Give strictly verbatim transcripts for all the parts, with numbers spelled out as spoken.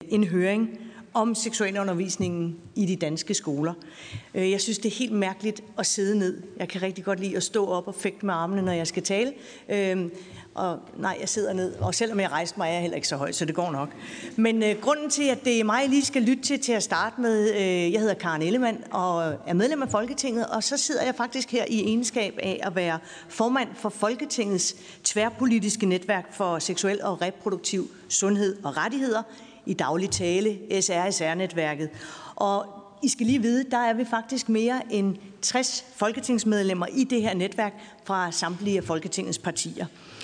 en høring om seksualundervisningen i de danske skoler. Jeg synes, det er helt mærkeligt at sidde ned. Jeg kan rigtig godt lide at stå op og fægte med armene, når jeg skal tale. Og nej, jeg sidder ned, og selvom jeg rejste mig, er jeg heller ikke så høj, så det går nok. Men øh, grunden til, at det er mig, I lige skal lytte til til at starte med, øh, jeg hedder Karen Ellemann og er medlem af Folketinget, og så sidder jeg faktisk her i egenskab af at være formand for Folketingets tværpolitiske netværk for seksuel og reproduktiv sundhed og rettigheder, i daglig tale S R S R-netværket. Og I skal lige vide, der er vi faktisk mere end tres folketingsmedlemmer i det her netværk fra samtlige af Folketingets partier.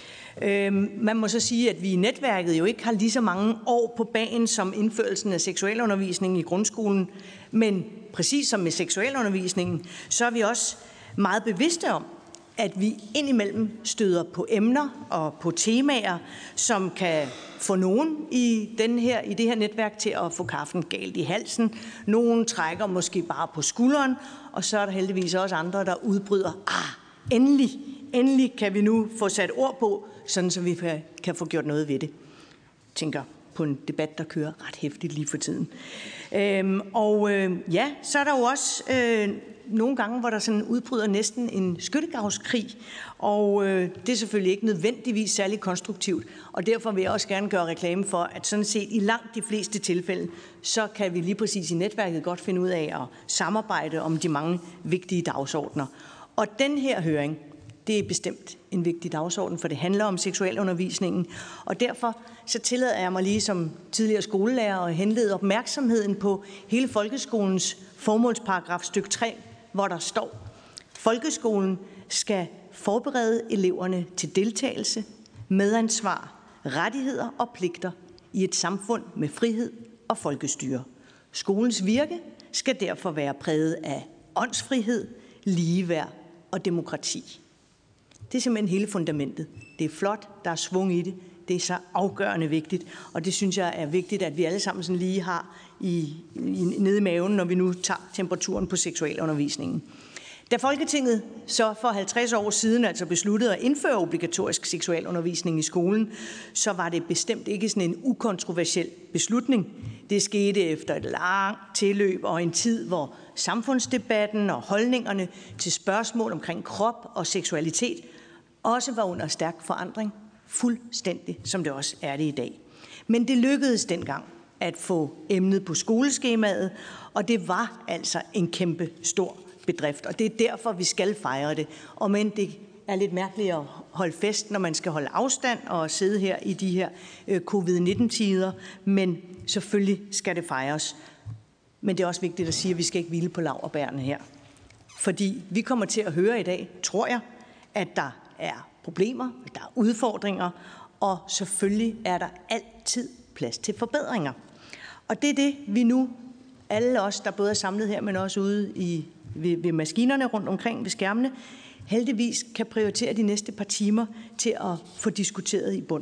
Man må så sige, at vi i netværket jo ikke har lige så mange år på bagen som indførelsen af seksualundervisning i grundskolen, men præcis som med seksualundervisningen, så er vi også meget bevidste om, at vi indimellem støder på emner og på temaer, som kan få nogen i, den her, i det her netværk til at få kaffen galt i halsen. Nogen trækker måske bare på skulderen, og så er der heldigvis også andre, der udbryder, ah, endelig, endelig kan vi nu få sat ord på, sådan så vi kan få gjort noget ved det. Jeg tænker på en debat, der kører ret hæftigt lige for tiden. Øhm, og øh, ja, så er der jo også øh, nogle gange, hvor der sådan udbryder næsten en skyttegravskrig, og øh, det er selvfølgelig ikke nødvendigvis særlig konstruktivt, og derfor vil jeg også gerne gøre reklame for, at sådan set i langt de fleste tilfælde, så kan vi lige præcis i netværket godt finde ud af at samarbejde om de mange vigtige dagsordner. Og den her høring, det er bestemt en vigtig dagsorden, for det handler om seksualundervisningen, og derfor så tillader jeg mig lige som tidligere skolelærer at henlede opmærksomheden på hele folkeskolens formålsparagraf stykke tre, hvor der står: folkeskolen skal forberede eleverne til deltagelse, medansvar, rettigheder og pligter i et samfund med frihed og folkestyre. Skolens virke skal derfor være præget af åndsfrihed, ligeværd og demokrati. Det er simpelthen hele fundamentet. Det er flot, der er svung i det. Det er så afgørende vigtigt, og det synes jeg er vigtigt, at vi alle sammen sådan lige har i, i, nede i maven, når vi nu tager temperaturen på seksualundervisningen. Da Folketinget så for halvtreds år siden altså besluttede at indføre obligatorisk seksualundervisning i skolen, så var det bestemt ikke sådan en ukontroversiel beslutning. Det skete efter et langt tilløb og en tid, hvor samfundsdebatten og holdningerne til spørgsmål omkring krop og seksualitet også var under stærk forandring, fuldstændig som det også er det i dag. Men det lykkedes dengang at få emnet på skoleskemaet, og det var altså en kæmpe stor bedrift, og det er derfor, vi skal fejre det. Og men det er lidt mærkeligt at holde fest, når man skal holde afstand og sidde her i de her covid nitten-tider, men selvfølgelig skal det fejres. Men det er også vigtigt at sige, at vi skal ikke hvile på laurbærrene her. Fordi vi kommer til at høre i dag, tror jeg, at der er problemer, at der er udfordringer, og selvfølgelig er der altid plads til forbedringer. Og det er det, vi nu, alle os, der både er samlet her, men også ude i, ved, ved maskinerne rundt omkring ved skærmene, heldigvis kan prioritere de næste par timer til at få diskuteret i bund.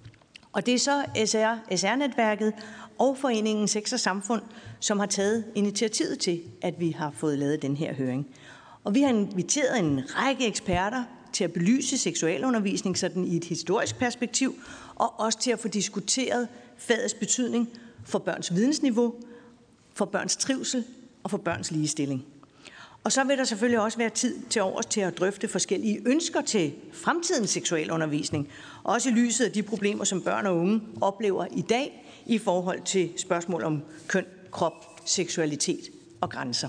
Og det er så S R S R-netværket og Foreningen Sex og Samfund, som har taget initiativet til, at vi har fået lavet den her høring. Og vi har inviteret en række eksperter til at belyse seksualundervisning sådan i et historisk perspektiv, og også til at få diskuteret fagets betydning for børns vidensniveau, for børns trivsel og for børns ligestilling. Og så vil der selvfølgelig også være tid til overs til at drøfte forskellige ønsker til fremtidens seksualundervisning, også i lyset af de problemer, som børn og unge oplever i dag i forhold til spørgsmål om køn, krop, seksualitet og grænser.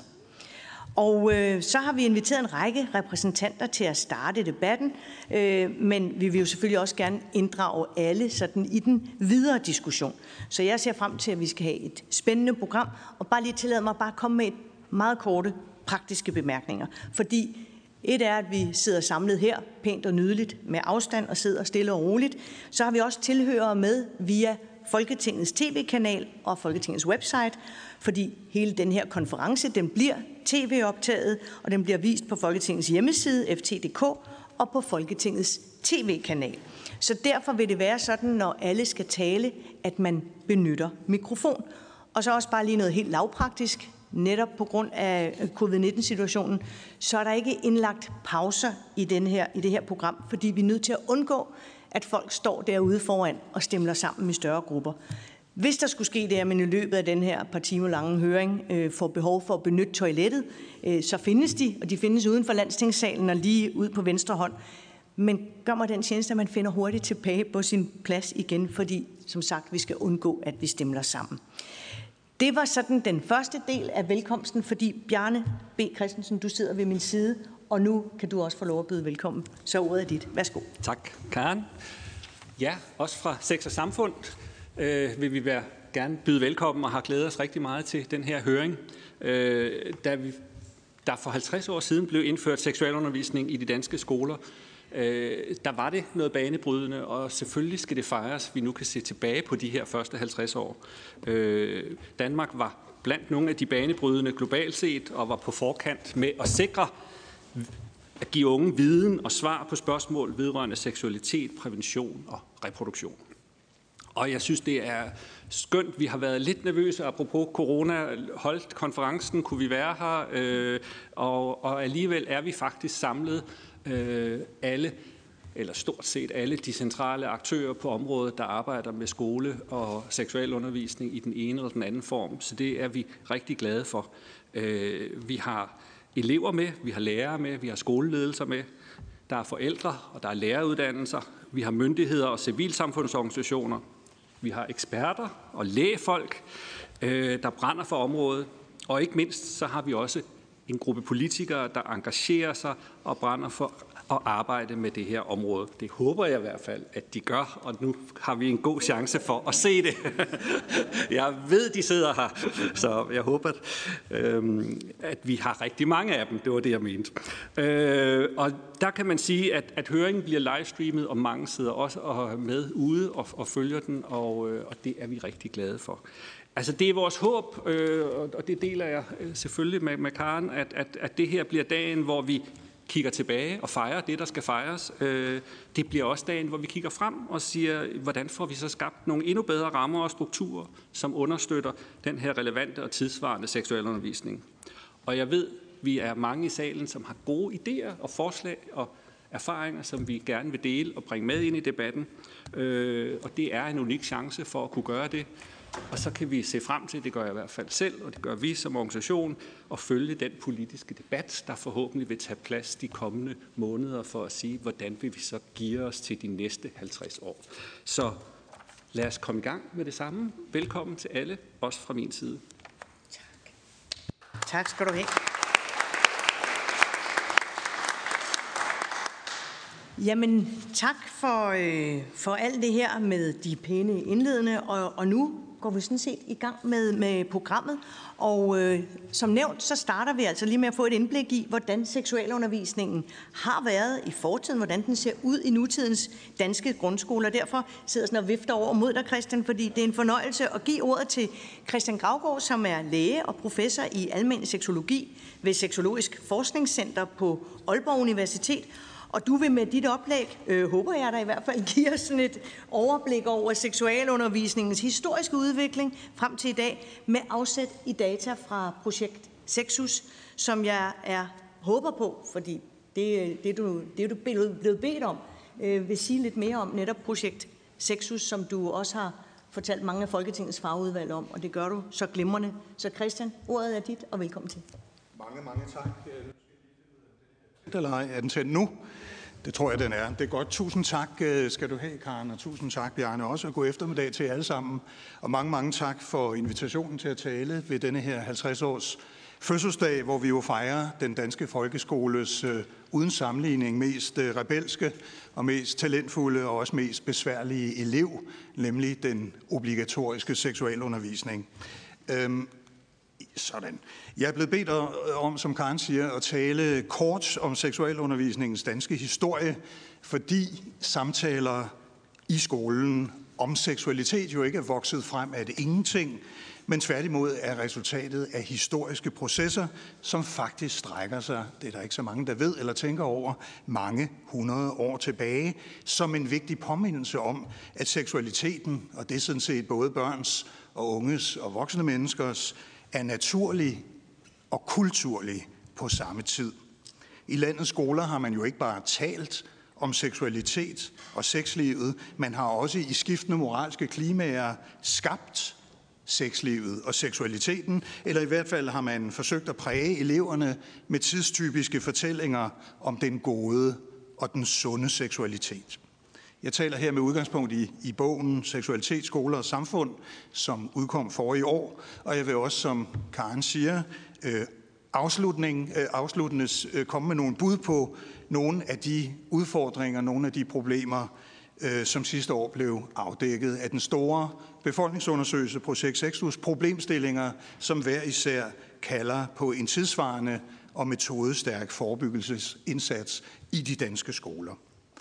Og øh, så har vi inviteret en række repræsentanter til at starte debatten, øh, men vi vil jo selvfølgelig også gerne inddrage alle sådan i den videre diskussion. Så jeg ser frem til, at vi skal have et spændende program, og bare lige tillade mig bare at komme med et meget korte praktiske bemærkninger. Fordi et er, at vi sidder samlet her, pænt og nydeligt, med afstand og sidder stille og roligt. Så har vi også tilhørere med via Folketingets tv-kanal og Folketingets website, fordi hele den her konference, den bliver tv-optaget, og den bliver vist på Folketingets hjemmeside, F T punktum D K, og på Folketingets tv-kanal. Så derfor vil det være sådan, når alle skal tale, at man benytter mikrofon. Og så også bare lige noget helt lavpraktisk. Netop på grund af covid nitten-situationen, så er der ikke indlagt pauser i, den her, i det her program, fordi vi er nødt til at undgå, at folk står derude foran og stemler sammen i større grupper. Hvis der skulle ske det, at man i løbet af den her par timer lange høring øh, får behov for at benytte toilettet, øh, så findes de, og de findes uden for landstingssalen og lige ud på venstre hånd. Men gør mig den tjeneste, at man finder hurtigt tilbage på sin plads igen, fordi som sagt, vi skal undgå, at vi stemler sammen. Det var sådan den første del af velkomsten, fordi Bjarne B. Christensen, du sidder ved min side, og nu kan du også få lov at byde velkommen. Så ordet er dit. Værsgo. Tak, Karen. Ja, også fra Sex og Samfund øh, vil vi være, gerne byde velkommen og har glædet os rigtig meget til den her høring. Øh, da vi, der for halvtreds år siden blev indført seksualundervisning i de danske skoler, øh, der var det noget banebrydende, og selvfølgelig skal det fejres, vi nu kan se tilbage på de her første halvtreds år. Øh, Danmark var blandt nogle af de banebrydende globalt set, og var på forkant med at sikre at give unge viden og svar på spørgsmål vedrørende seksualitet, prævention og reproduktion. Og jeg synes, det er skønt. Vi har været lidt nervøse, apropos corona, holdt konferencen, kunne vi være her, øh, og, og alligevel er vi faktisk samlet øh, alle, eller stort set alle de centrale aktører på området, der arbejder med skole og seksualundervisning i den ene eller den anden form. Så det er vi rigtig glade for. Øh, vi har elever med, vi har lærere med, vi har skoleledelser med, der er forældre, og der er læreruddannelser, vi har myndigheder og civilsamfundsorganisationer, vi har eksperter og lægefolk, øh, der brænder for området, og ikke mindst så har vi også en gruppe politikere, der engagerer sig og brænder for at arbejde med det her område. Det håber jeg i hvert fald, at de gør, og nu har vi en god chance for at se det. Jeg ved, de sidder her, så jeg håber, øhm, at vi har rigtig mange af dem. Det var det, jeg mente. Øh, og der kan man sige, at, at høringen bliver livestreamet, og mange sidder også og med ude og, og følger den, og, og det er vi rigtig glade for. Altså det er vores håb, øh, og det deler jeg selvfølgelig med, med Karen, at, at, at det her bliver dagen, hvor vi kigger tilbage og fejrer det, der skal fejres. Øh, det bliver også dagen, hvor vi kigger frem og siger, hvordan får vi så skabt nogle endnu bedre rammer og strukturer, som understøtter den her relevante og tidsvarende seksualundervisning. Og jeg ved, vi er mange i salen, som har gode idéer og forslag og erfaringer, som vi gerne vil dele og bringe med ind i debatten. Øh, og det er en unik chance for at kunne gøre det. Og så kan vi se frem til, det gør jeg i hvert fald selv, og det gør vi som organisation, og følge den politiske debat, der forhåbentlig vil tage plads de kommende måneder for at sige, hvordan vil vi så give os til de næste halvtreds år. Så lad os komme i gang med det samme. Velkommen til alle, også fra min side. Tak. Tak skal du have. Jamen, tak for, øh, for alt det her med de pæne indledende, og, og nu går vi sådan set i gang med, med programmet. Og øh, som nævnt, så starter vi altså lige med at få et indblik i, hvordan seksualundervisningen har været i fortiden, hvordan den ser ud i nutidens danske grundskoler. Derfor sidder jeg sådan og vifter over mod dig, Christian, fordi det er en fornøjelse at give ordet til Christian Gravgaard, som er læge og professor i almen seksologi ved Sexologisk Forskningscenter på Aalborg Universitet. Og du vil med dit oplæg, øh, håber jeg da i hvert fald, give os sådan et overblik over seksualundervisningens historiske udvikling frem til i dag, med afsæt i data fra projekt Sexus, som jeg er håber på, fordi det, det, du, det er du blevet bedt om, øh, vil sige lidt mere om netop projekt Sexus, som du også har fortalt mange af Folketingets fagudvalg om, og det gør du så glimrende. Så Christian, ordet er dit, og velkommen til. Mange, mange tak. Eller ej, er den tændt nu? Det tror jeg, den er. Det er godt. Tusind tak skal du have, Karen, og tusind tak, Bjarne, også, og god eftermiddag til alle sammen. Og mange, mange tak for invitationen til at tale ved denne her halvtreds års fødselsdag, hvor vi jo fejrer den danske folkeskoles øh, uden sammenligning mest øh, rebelske og mest talentfulde og også mest besværlige elev, nemlig den obligatoriske seksualundervisning. Øhm, Sådan. Jeg er blevet bedt om, som Karen siger, at tale kort om seksualundervisningens danske historie, fordi samtaler i skolen om seksualitet jo ikke er vokset frem af det ingenting, men tværtimod er resultatet af historiske processer, som faktisk strækker sig, det er der ikke så mange, der ved eller tænker over, mange hundrede år tilbage, som en vigtig påmindelse om, at seksualiteten, og det er sådan set både børns og unges og voksne menneskers, er naturlig og kulturlig på samme tid. I landets skoler har man jo ikke bare talt om seksualitet og sexlivet. Man har også i skiftende moralske klimaer skabt sexlivet og seksualiteten, eller i hvert fald har man forsøgt at præge eleverne med tidstypiske fortællinger om den gode og den sunde seksualitet. Jeg taler her med udgangspunkt i, i bogen Seksualitet, Skole og Samfund, som udkom forrige år, og jeg vil også, som Karen siger, øh, afslutning, øh, afsluttendes øh, komme med nogle bud på nogle af de udfordringer, nogle af de problemer, øh, som sidste år blev afdækket af den store befolkningsundersøgelse Projekt Sexus, problemstillinger, som hver især kalder på en tidsvarende og metodestærk forebyggelsesindsats i de danske skoler.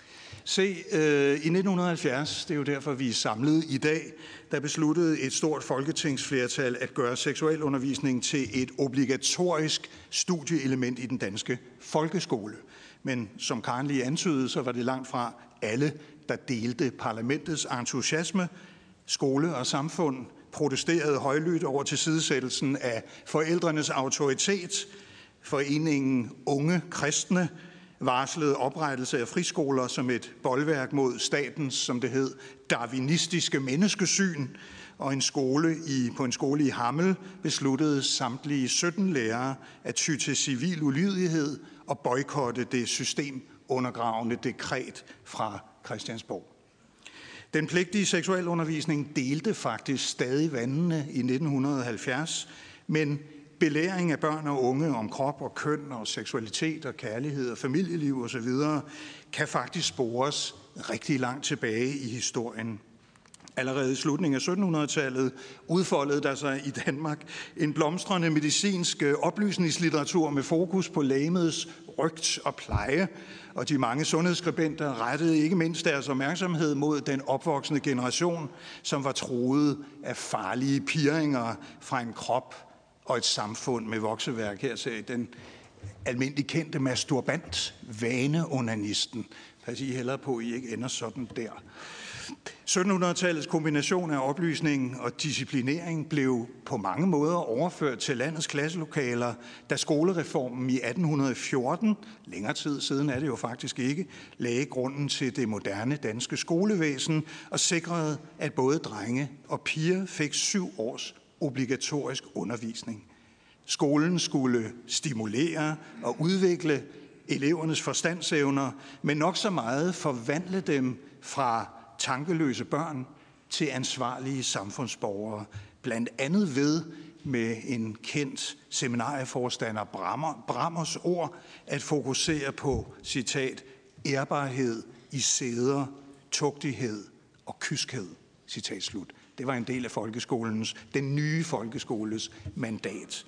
Se, øh, i nitten halvfjerds, det er jo derfor, vi er samlet i dag, der besluttede et stort folketingsflertal at gøre seksualundervisning til et obligatorisk studieelement i den danske folkeskole. Men som Karen lige antydede, så var det langt fra alle, der delte parlamentets entusiasme. Skole og samfund protesterede højlydt over tilsidesættelsen af forældrenes autoritet. Foreningen Unge Kristne varslede oprettelse af friskoler som et bolværk mod statens, som det hed, darwinistiske menneskesyn, og en skole i, på en skole i Hammel besluttede samtlige sytten lærere at ty til civil ulydighed og boykotte det systemundergravende dekret fra Christiansborg. Den pligtige seksualundervisning delte faktisk stadig vandene i nitten halvfjerds, men belæring af børn og unge om krop og køn og seksualitet og kærlighed og familieliv osv. kan faktisk spores rigtig langt tilbage i historien. Allerede i slutningen af syttenhundredetallet udfoldede der sig i Danmark en blomstrende medicinsk oplysningslitteratur med fokus på legemets røgt og pleje, og de mange sundhedsskribenter rettede ikke mindst deres opmærksomhed mod den opvoksende generation, som var truet af farlige pirringer fra en krop og et samfund med vokseværk. Her ser I den almindeligt kendte masturbant, vaneonanisten. Pas I hellere på, I ikke ender sådan der. syttenhundredetallets kombination af oplysning og disciplinering blev på mange måder overført til landets klasselokaler, da skolereformen i atten fjorten, længere tid siden er det jo faktisk ikke, lagde grunden til det moderne danske skolevæsen og sikrede, at både drenge og piger fik syv års obligatorisk undervisning. Skolen skulle stimulere og udvikle elevernes forstandsevner, men nok så meget forvandle dem fra tankeløse børn til ansvarlige samfundsborgere, blandt andet ved med en kendt seminarieforstander Brammer, Brammers ord at fokusere på, citat, ærbarhed i sæder, tugtighed og kyskhed, citat slut. Det var en del af folkeskolens, den nye folkeskoles mandat.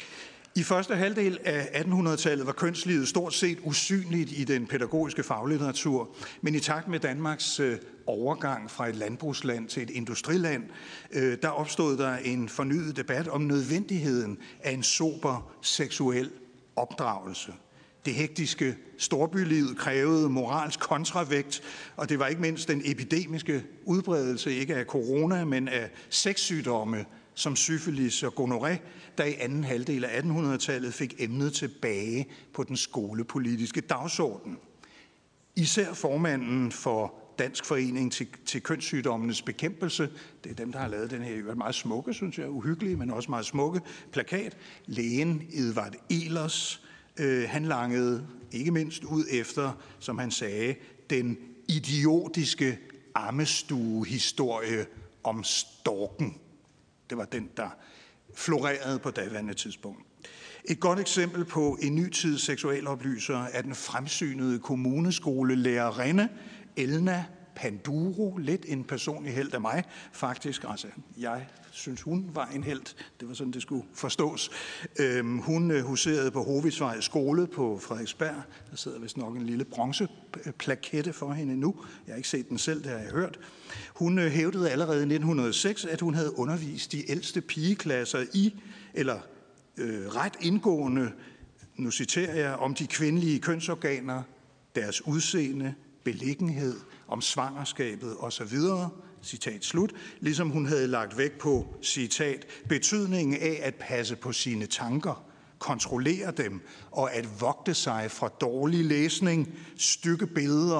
I første halvdel af attenhundredetallet var kønslivet stort set usynligt i den pædagogiske faglitteratur, men i takt med Danmarks overgang fra et landbrugsland til et industriland, der opstod der en fornyet debat om nødvendigheden af en sober seksuel opdragelse. Det hektiske storbyliv krævede moralsk kontravægt, og det var ikke mindst den epidemiske udbredelse, ikke af corona, men af sexsygdomme, som syfilis og gonorré, der i anden halvdel af attenhundredetallet fik emnet tilbage på den skolepolitiske dagsorden. Især formanden for Dansk Forening til, til Kønssygdommenes Bekæmpelse, det er dem, der har lavet den her meget smukke, synes jeg, uhyggelige, men også meget smukke plakat, lægen Edvard Ehlers, øh, han langede ikke mindst ud efter, som han sagde, den idiotiske ammestuehistorie om storken. Det var den, der florerede på daværende tidspunkt. Et godt eksempel på en ny tids seksualoplyser er den fremsynede kommuneskolelærerinde Elna Panduro. Lidt en personlig helt af mig, faktisk. Altså, jeg synes, hun var en helt. Det var sådan, det skulle forstås. Øhm, hun huserede på Hovidsvej skole på Frederiksberg. Der sidder vist nok en lille bronzeplakette for hende nu. Jeg har ikke set den selv, det har jeg hørt. Hun hævdede allerede i nitten hundrede og seks, at hun havde undervist de ældste pigeklasser i, eller øh, ret indgående, nu citerer jeg, om de kvindelige kønsorganer, deres udseende, beliggenhed, om svangerskabet osv., citat slut, ligesom hun havde lagt vægt på, citat, betydningen af at passe på sine tanker, kontrollere dem og at vogte sig fra dårlig læsning, stykke billeder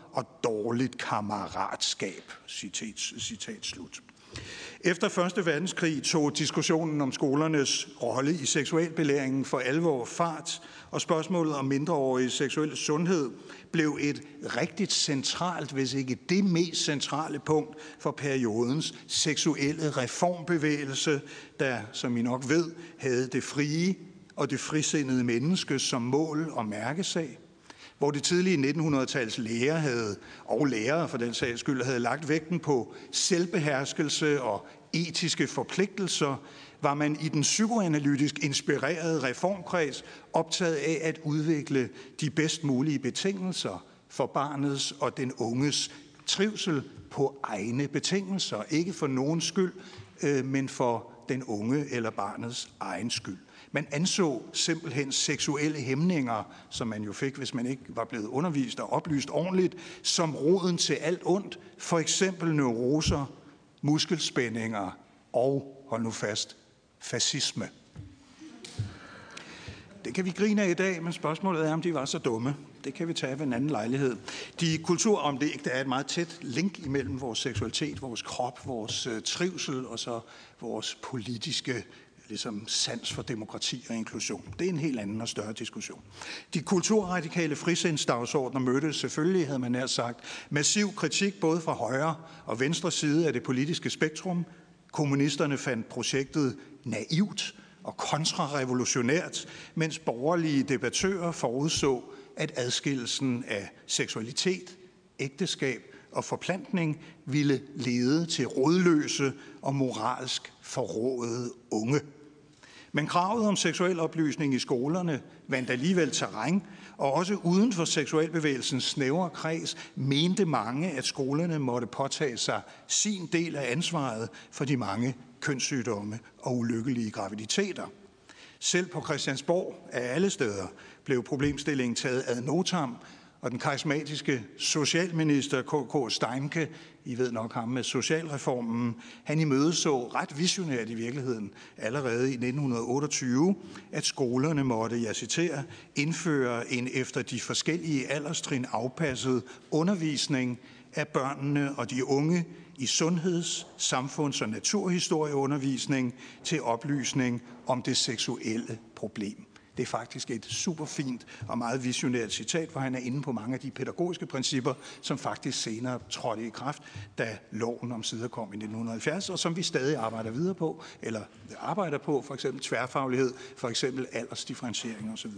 og dårligt kammeratskab. Citat, citat slut. Efter første verdenskrig tog diskussionen om skolernes rolle i seksualbelæringen for alvor fart, og spørgsmålet om mindreårige seksuel sundhed blev et rigtigt centralt, hvis ikke det mest centrale punkt for periodens seksuelle reformbevægelse, der, som I nok ved, havde det frie og det frisindede menneske som mål og mærkesag. Hvor det tidlige nittenhundredetals læger havde, og lærere for den sags skyld, havde lagt vægten på selvbeherskelse og etiske forpligtelser, var man i den psykoanalytisk inspirerede reformkreds optaget af at udvikle de bedst mulige betingelser for barnets og den unges trivsel på egne betingelser. Ikke for nogens skyld, men for den unge eller barnets egen skyld. Man anså simpelthen seksuelle hæmninger, som man jo fik, hvis man ikke var blevet undervist og oplyst ordentligt, som roden til alt ondt, for eksempel neuroser, muskelspændinger og, hold nu fast, fascisme. Det kan vi grine af i dag, men spørgsmålet er, om de var så dumme. Det kan vi tage ved en anden lejlighed. De kultur om det, der er et meget tæt link imellem vores seksualitet, vores krop, vores trivsel og så vores politiske ligesom sans for demokrati og inklusion. Det er en helt anden og større diskussion. De kulturradikale frisindsdagsordner mødte selvfølgelig, havde man nær sagt, massiv kritik både fra højre og venstre side af det politiske spektrum. Kommunisterne fandt projektet naivt og kontrarevolutionært, mens borgerlige debattører forudså, at adskillelsen af seksualitet, ægteskab og forplantning ville lede til rådløse og moralsk forrådede unge. Men kravet om seksuel oplysning i skolerne vandt alligevel terræn, og også uden for seksualbevægelsens snævre kreds mente mange, at skolerne måtte påtage sig sin del af ansvaret for de mange kønssygdomme og ulykkelige graviditeter. Selv på Christiansborg af alle steder blev problemstillingen taget ad notam, og den karismatiske socialminister K K Steinke, I ved nok ham med socialreformen, han imødeså ret visionært i virkeligheden allerede i nitten otteogtyve, at skolerne måtte, jeg citerer, indføre en efter de forskellige alderstrin afpasset undervisning af børnene og de unge i sundheds-, samfunds- og naturhistorieundervisning til oplysning om det seksuelle problem. Det er faktisk et super fint og meget visionært citat, hvor han er inde på mange af de pædagogiske principper, som faktisk senere trådte i kraft, da loven omsider kom i nitten halvfjerds, og som vi stadig arbejder videre på, eller arbejder på, for eksempel tværfaglighed, for eksempel aldersdifferentiering osv.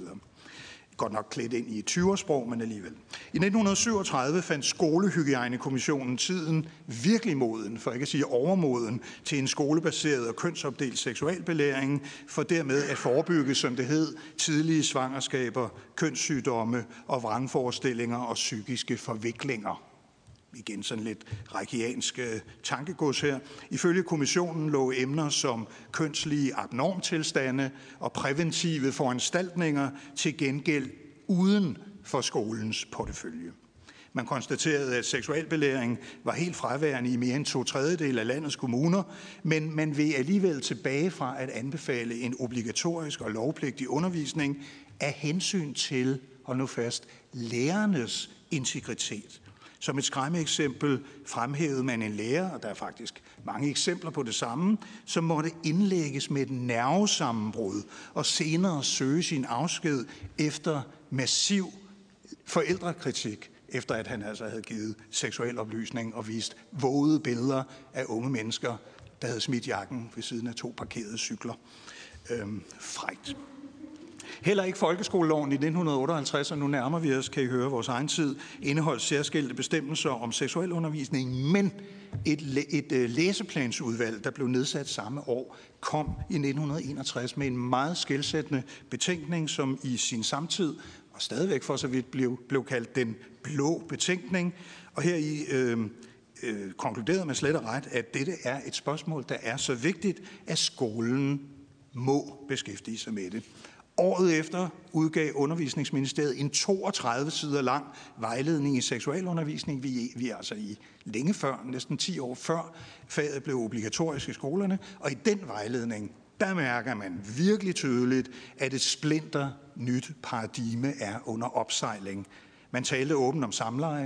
Godt nok klædt ind i et tyversprog, men alligevel. I nitten syvogtredive fandt Skolehygiejnekommissionen tiden virkelig moden, for ikke at sige overmoden, til en skolebaseret og kønsopdelt seksualbelæring, for dermed at forebygge, som det hed, tidlige svangerskaber, kønssygdomme og vrangforestillinger og psykiske forviklinger. Igen sådan lidt reikiansk tankegods her. Ifølge kommissionen lå emner som kønslige abnormtilstande og præventive foranstaltninger til gengæld uden for skolens portefølje. Man konstaterede, at seksualbelæring var helt fraværende i mere end to tredjedel af landets kommuner, men man vil alligevel tilbage fra at anbefale en obligatorisk og lovpligtig undervisning af hensyn til, hold nu fast, lærernes integritet. Som et skræmmeeksempel fremhævede man en lærer, og der er faktisk mange eksempler på det samme, som måtte indlægges med et nervesammenbrud og senere søge sin afsked efter massiv forældrekritik, efter at han altså havde givet seksuel oplysning og vist vågede billeder af unge mennesker, der havde smidt jakken ved siden af to parkerede cykler. Øhm, frækt. Heller ikke folkeskoleloven i nitten otteoghalvtreds, og nu nærmer vi os, kan I høre, vores egen tid, indeholdt særskilte bestemmelser om seksualundervisning, men et, et læseplansudvalg, der blev nedsat samme år, kom i nitten enogtres med en meget skelsættende betænkning, som i sin samtid, og stadigvæk for så vidt, blev, blev kaldt den blå betænkning. Og her i øh, øh, konkluderede man slet og ret, at dette er et spørgsmål, der er så vigtigt, at skolen må beskæftige sig med det. Året efter udgav Undervisningsministeriet en toogtredive sider lang vejledning i seksualundervisning. Vi, vi er altså i længe før, næsten ti år før, faget blev obligatorisk i skolerne. Og i den vejledning, der mærker man virkelig tydeligt, at et splinter nyt paradigme er under opsejling. Man talte åbent om samleje,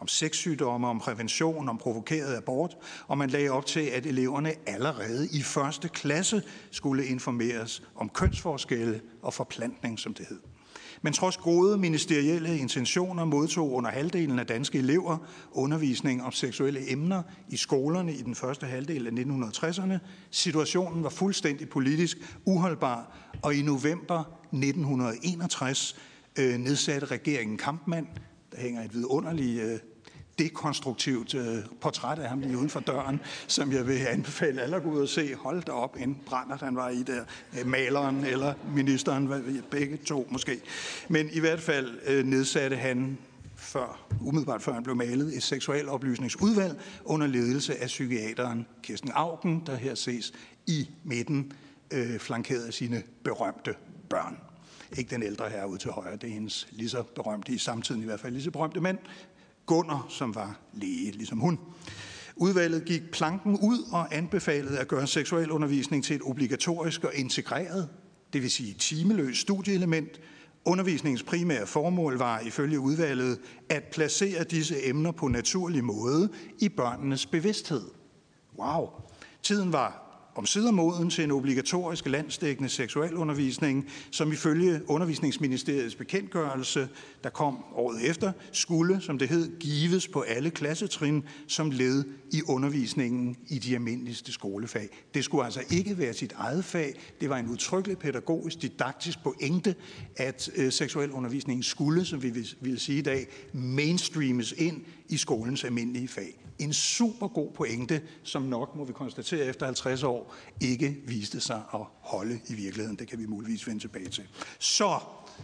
om sexsygdomme, om prævention, om provokeret abort, og man lagde op til, at eleverne allerede i første klasse skulle informeres om kønsforskelle og forplantning, som det hed. Men trods gode ministerielle intentioner modtog under halvdelen af danske elever undervisning om seksuelle emner i skolerne i den første halvdel af nitten tresserne. Situationen var fuldstændig politisk uholdbar, og i november nitten enogtres øh, nedsatte regeringen Kampmann. Der hænger et vidunderligt øh, dekonstruktivt øh, portræt af ham lige uden for døren, som jeg vil anbefale alle at gå ud og se. Hold da op, en brændert han var i der. Øh, maleren eller ministeren, begge to måske. Men i hvert fald øh, nedsatte han, før, umiddelbart før han blev malet, et seksualoplysningsudvalg under ledelse af psykiateren Kirsten Auken, der her ses i midten, øh, flankeret af sine berømte børn. Ikke den ældre herre ude til højre, det er hendes lige så berømte, i samtiden i hvert fald lige så berømte mand, Gunnar, som var læge, ligesom hun. Udvalget gik planken ud og anbefalede at gøre seksualundervisning til et obligatorisk og integreret, det vil sige timeløst studieelement. Undervisningens primære formål var ifølge udvalget at placere disse emner på naturlig måde i børnenes bevidsthed. Wow! Tiden var omsider moden til en obligatorisk landsdækkende seksualundervisning, som ifølge Undervisningsministeriets bekendtgørelse, der kom året efter, skulle, som det hed, gives på alle klassetrin som led i undervisningen i de almindeligste skolefag. Det skulle altså ikke være sit eget fag. Det var en udtrykkelig pædagogisk, didaktisk pointe, at øh, seksualundervisningen skulle, som vi vil, vil sige i dag, mainstreames ind i skolens almindelige fag. En super god pointe, som nok, må vi konstatere efter halvtreds år, ikke viste sig at holde i virkeligheden. Det kan vi muligvis vende tilbage til. Så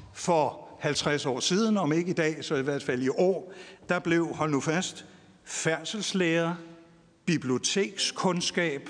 for halvtreds år siden, om ikke i dag, så i hvert fald i år, der blev, hold nu fast, færdselslære, bibliotekskundskab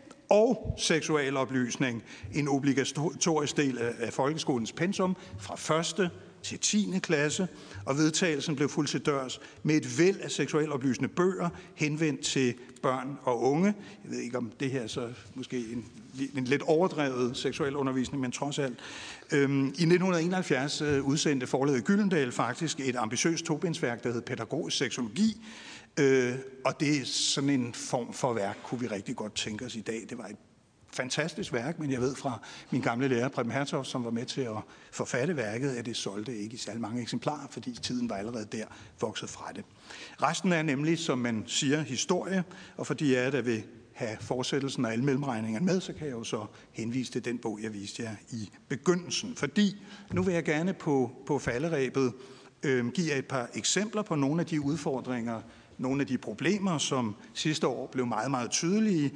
og seksualoplysning en obligatorisk del af folkeskolens pensum fra første til tiende klasse, og vedtagelsen blev fulgt til dørs med et væld af seksualoplysende bøger henvendt til børn og unge. Jeg ved ikke, om det her er så måske en, en lidt overdrevet seksualundervisning, men trods alt. Øhm, I nitten enoghalvfjerds øh, udsendte forlaget Gyldendal faktisk et ambitiøst tobindsværk, der hed Pædagogisk Seksologi, øh, og det er sådan en form for værk, kunne vi rigtig godt tænke os i dag. Det var et fantastisk værk, men jeg ved fra min gamle lærer, Preben Hertoft, som var med til at forfatte værket, at det solgte ikke i særlig mange eksemplarer, fordi tiden var allerede der vokset fra det. Resten er nemlig, som man siger, historie, og fordi jeg der vil have fortsættelsen og alle mellemregningerne med, så kan jeg jo så henvise til den bog, jeg viste jer i begyndelsen. Fordi nu vil jeg gerne på, på falderebet øh, give jer et par eksempler på nogle af de udfordringer, nogle af de problemer, som sidste år blev meget, meget tydelige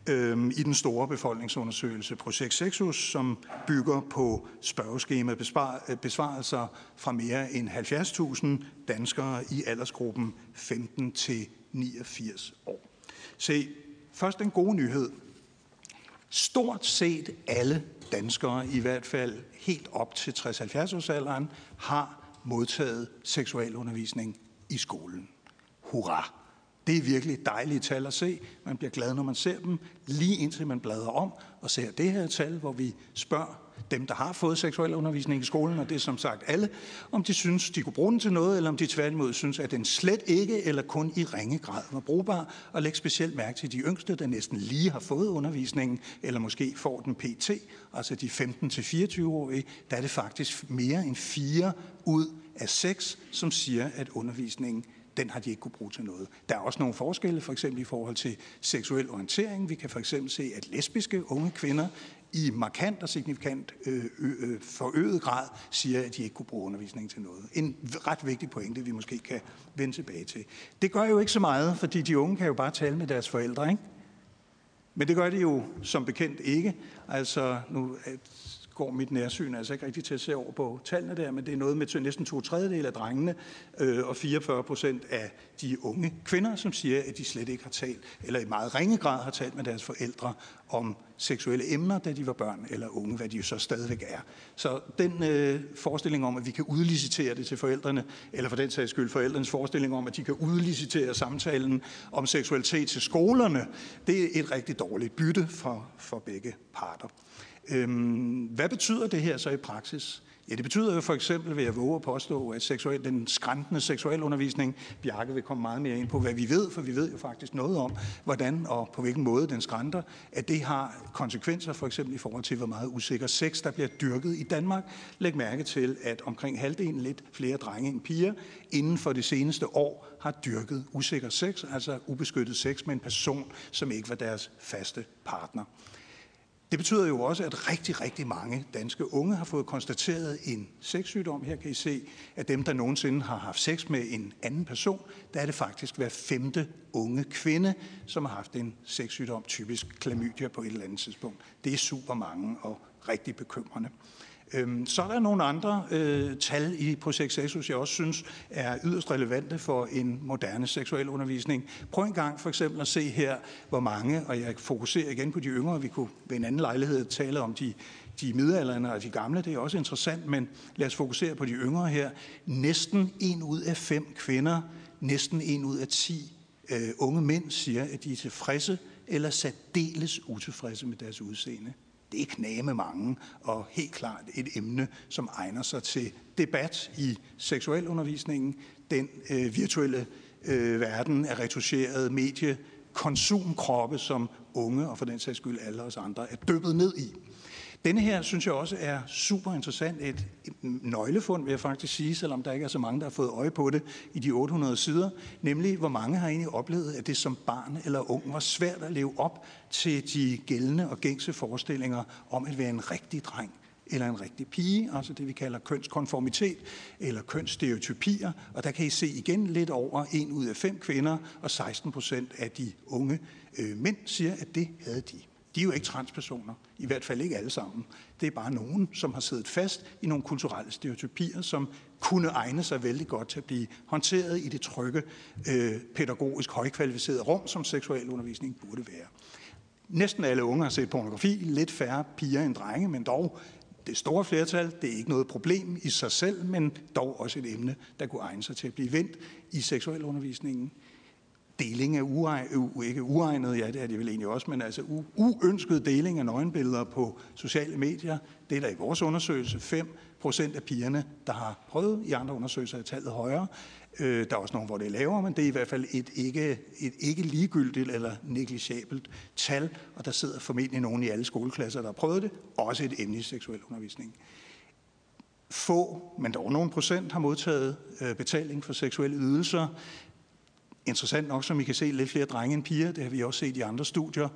i den store befolkningsundersøgelse Projekt Sexus, som bygger på spørgeskema besvarelser fra mere end halvfjerds tusind danskere i aldersgruppen femten til niogfirs år. Se, først en god nyhed. Stort set alle danskere, i hvert fald helt op til tres til halvfjerds års alderen, har modtaget seksualundervisning i skolen. Hurra! Det er virkelig dejlige tal at se. Man bliver glad, når man ser dem, lige indtil man bladrer om og ser det her tal, hvor vi spørger dem, der har fået seksualundervisning i skolen, og det er som sagt alle, om de synes, de kunne bruge den til noget, eller om de tværtimod synes, at den slet ikke eller kun i ringe grad var brugbar, og læg specielt mærke til de yngste, der næsten lige har fået undervisningen, eller måske får den pt., altså de femten til fireogtyve-årige, der er det faktisk mere end fire ud af seks, som siger, at undervisningen den har de ikke kunne bruge til noget. Der er også nogle forskelle, for eksempel i forhold til seksuel orientering. Vi kan for eksempel se, at lesbiske unge kvinder i markant og signifikant øh, øh, forøget grad siger, at de ikke kunne bruge undervisningen til noget. En ret vigtig pointe, vi måske kan vende tilbage til. Det gør jo ikke så meget, fordi de unge kan jo bare tale med deres forældre, ikke? Men det gør de jo som bekendt ikke. Altså, nu går mit nærsyn altså ikke rigtig til at se over på tallene der, men det er noget med næsten to tredjedel af drengene øh, og fireogfyrre procent af de unge kvinder, som siger, at de slet ikke har talt, eller i meget ringe grad har talt med deres forældre om seksuelle emner, da de var børn eller unge, hvad de jo så stadigvæk er. Så den øh, forestilling om, at vi kan udlicitere det til forældrene, eller for den sags skyld forældrenes forestilling om, at de kan udlicitere samtalen om seksualitet til skolerne, det er et rigtig dårligt bytte for, for begge parter. Øhm, hvad betyder det her så i praksis? Ja, det betyder jo for eksempel, vil jeg våge at påstå, at seksuel, den skrantende seksualundervisning, Bjarke vil komme meget mere ind på, hvad vi ved, for vi ved jo faktisk noget om, hvordan og på hvilken måde den skranter, at det har konsekvenser for eksempel i forhold til, hvor meget usikker sex, der bliver dyrket i Danmark. Læg mærke til, at omkring halvdelen lidt flere drenge end piger inden for det seneste år har dyrket usikker sex, altså ubeskyttet sex med en person, som ikke var deres faste partner. Det betyder jo også, at rigtig, rigtig mange danske unge har fået konstateret en sexsygdom. Her kan I se, at dem, der nogensinde har haft sex med en anden person, der er det faktisk hver femte unge kvinde, som har haft en sexsygdom, typisk klamydia på et eller andet tidspunkt. Det er super mange og rigtig bekymrende. Så er der nogle andre øh, tal i projekt Sexus, jeg også synes er yderst relevante for en moderne seksuel undervisning. Prøv en gang for eksempel at se her, hvor mange, og jeg fokuserer igen på de yngre, vi kunne ved en anden lejlighed tale om de, de middelaldrende og de gamle, det er også interessant, men lad os fokusere på de yngre her. Næsten en ud af fem kvinder, næsten en ud af ti øh, unge mænd siger, at de er tilfredse eller særdeles utilfredse med deres udseende. Det er knæme mange, og helt klart et emne, som egner sig til debat i seksualundervisningen. Den øh, virtuelle øh, verden af retoucherede mediekonsumkroppe, som unge, og for den sags skyld alle os andre, er dyppet ned i. Denne her, synes jeg også er super interessant. Et nøglefund, vil jeg faktisk sige, selvom der ikke er så mange, der har fået øje på det i de otte hundrede sider. Nemlig, hvor mange har egentlig oplevet, at det som barn eller ung var svært at leve op til de gældende og gængse forestillinger om at være en rigtig dreng eller en rigtig pige, altså det vi kalder kønskonformitet eller kønsstereotypier. Og der kan I se igen lidt over en ud af fem kvinder, og seksten procent af de unge øh, mænd siger, at det havde de. De er jo ikke transpersoner, i hvert fald ikke alle sammen. Det er bare nogen, som har siddet fast i nogle kulturelle stereotypier, som kunne egne sig vældig godt til at blive håndteret i det trygge, øh, pædagogisk højkvalificerede rum, som seksualundervisning burde være. Næsten alle unge har set pornografi, lidt færre piger end drenge, men dog det store flertal. Det er ikke noget problem i sig selv, men dog også et emne, der kunne egne sig til at blive vendt i seksualundervisningen. Deling af uegnet, ikke uegnet, ja det er det vel egentlig også, men altså uønsket deling af nøgenbilleder på sociale medier, det er der i vores undersøgelse fem procent af pigerne, der har prøvet. I andre undersøgelser er tallet højere. Der er også nogle, hvor det er lavere, men det er i hvert fald et ikke, et ikke ligegyldigt eller negligeabelt tal, og der sidder formentlig nogen i alle skoleklasser, der har prøvet det. Også et emne i seksuel undervisning. Få, men dog nogle procent, har modtaget betaling for seksuelle ydelser. Interessant nok, som I kan se, lidt flere drenge end piger. Det har vi også set i andre studier.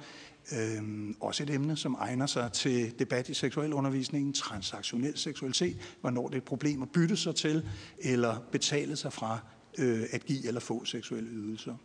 Øhm, også et emne, som egner sig til debat i seksualundervisningen. Transaktionel seksualitet. Hvornår det er et problem at bytte sig til, eller betale sig fra øh, at give eller få seksuelle ydelser.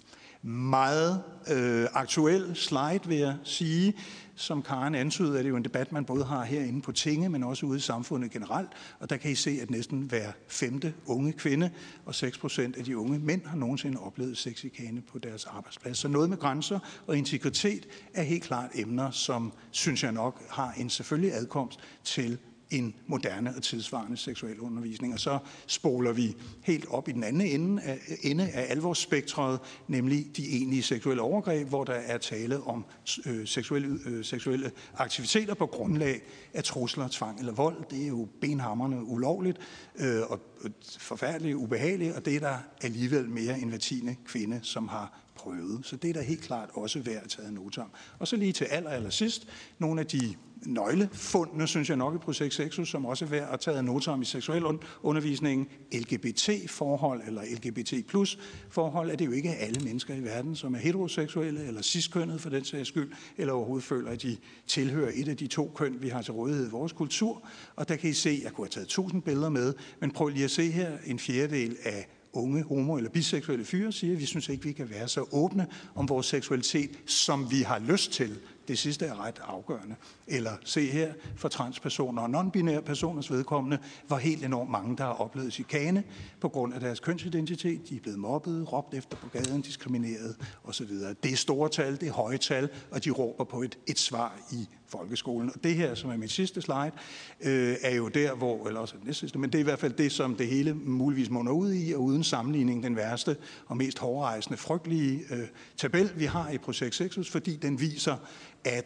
Meget øh, aktuel slide, vil jeg sige. Som Karen antydede, er det jo en debat, man både har herinde på Tinge, men også ude i samfundet generelt. Og der kan I se, at næsten hver femte unge kvinde og seks procent af de unge mænd har nogensinde oplevet sexchikane på deres arbejdsplads. Så noget med grænser og integritet er helt klart emner, som, synes jeg nok, har en selvfølgelig adkomst til en moderne og tidsvarende seksuel undervisning. Og så spoler vi helt op i den anden ende af, ende af alvorsspektret, nemlig de egentlige seksuelle overgreb, hvor der er tale om øh, seksuelle, øh, seksuelle aktiviteter på grundlag af trusler, tvang eller vold. Det er jo benhamrende ulovligt øh, og forfærdeligt ubehageligt, og det er der alligevel mere end hver tiende kvinde, som har prøvet. Så det er da helt klart også værd at tage noter om. Og så lige til aller, aller sidst, nogle af de nøglefundene, synes jeg nok i projekt Sexus, som også er værd at tage noter om i seksuel undervisningen. L G B T-forhold eller L G B T plus forhold er det jo ikke alle mennesker i verden, som er heteroseksuelle eller ciskønnede for den sags skyld, eller overhovedet føler, at de tilhører et af de to køn, vi har til rådighed i vores kultur. Og der kan I se, jeg kunne have taget tusind billeder med, men prøv lige at se her, en fjerdedel af unge homo- eller biseksuelle fyre siger, at vi synes ikke, vi kan være så åbne om vores seksualitet, som vi har lyst til. Det sidste er ret afgørende. Eller se her, for transpersoner og non-binære personers vedkommende, var helt enormt mange, der har oplevet chikane på grund af deres kønsidentitet. De er blevet mobbet, råbt efter på gaden, diskrimineret osv. Det er store tal, det er høje tal, og de råber på et, et svar i folkeskolen. Og det her, som er mit sidste slide, øh, er jo der, hvor, eller også det sidste, men det er i hvert fald det, som det hele muligvis munder ud i, og uden sammenligning den værste og mest hårdrejsende, frygtelige øh, tabel, vi har i projekt Sexus, fordi den viser, at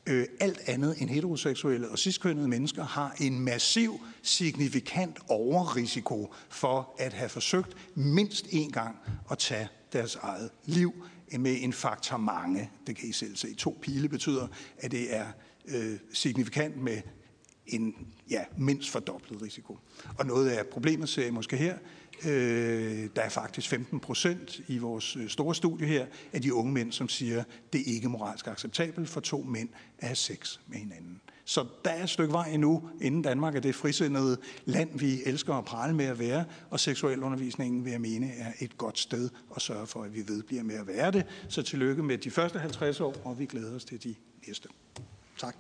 øh, alt andet end heteroseksuelle og ciskønnede mennesker har en massiv, signifikant overrisiko for at have forsøgt mindst en gang at tage deres eget liv med en faktor mange. Det kan I selv se. To pile betyder, at det er øh, signifikant med en ja, mindst fordoblet risiko. Og noget af problemet ser I måske her. Øh, der er faktisk femten procent i vores store studie her af de unge mænd, som siger, det er ikke moralsk acceptabelt for to mænd at have sex med hinanden. Så der er et stykke vej endnu, inden Danmark er det frisindede land, vi elsker at prale med at være, og seksualundervisningen, vil jeg mene, er et godt sted at sørge for, at vi vedbliver med at være det. Så tillykke med de første halvtreds år, og vi glæder os til de næste. Tak.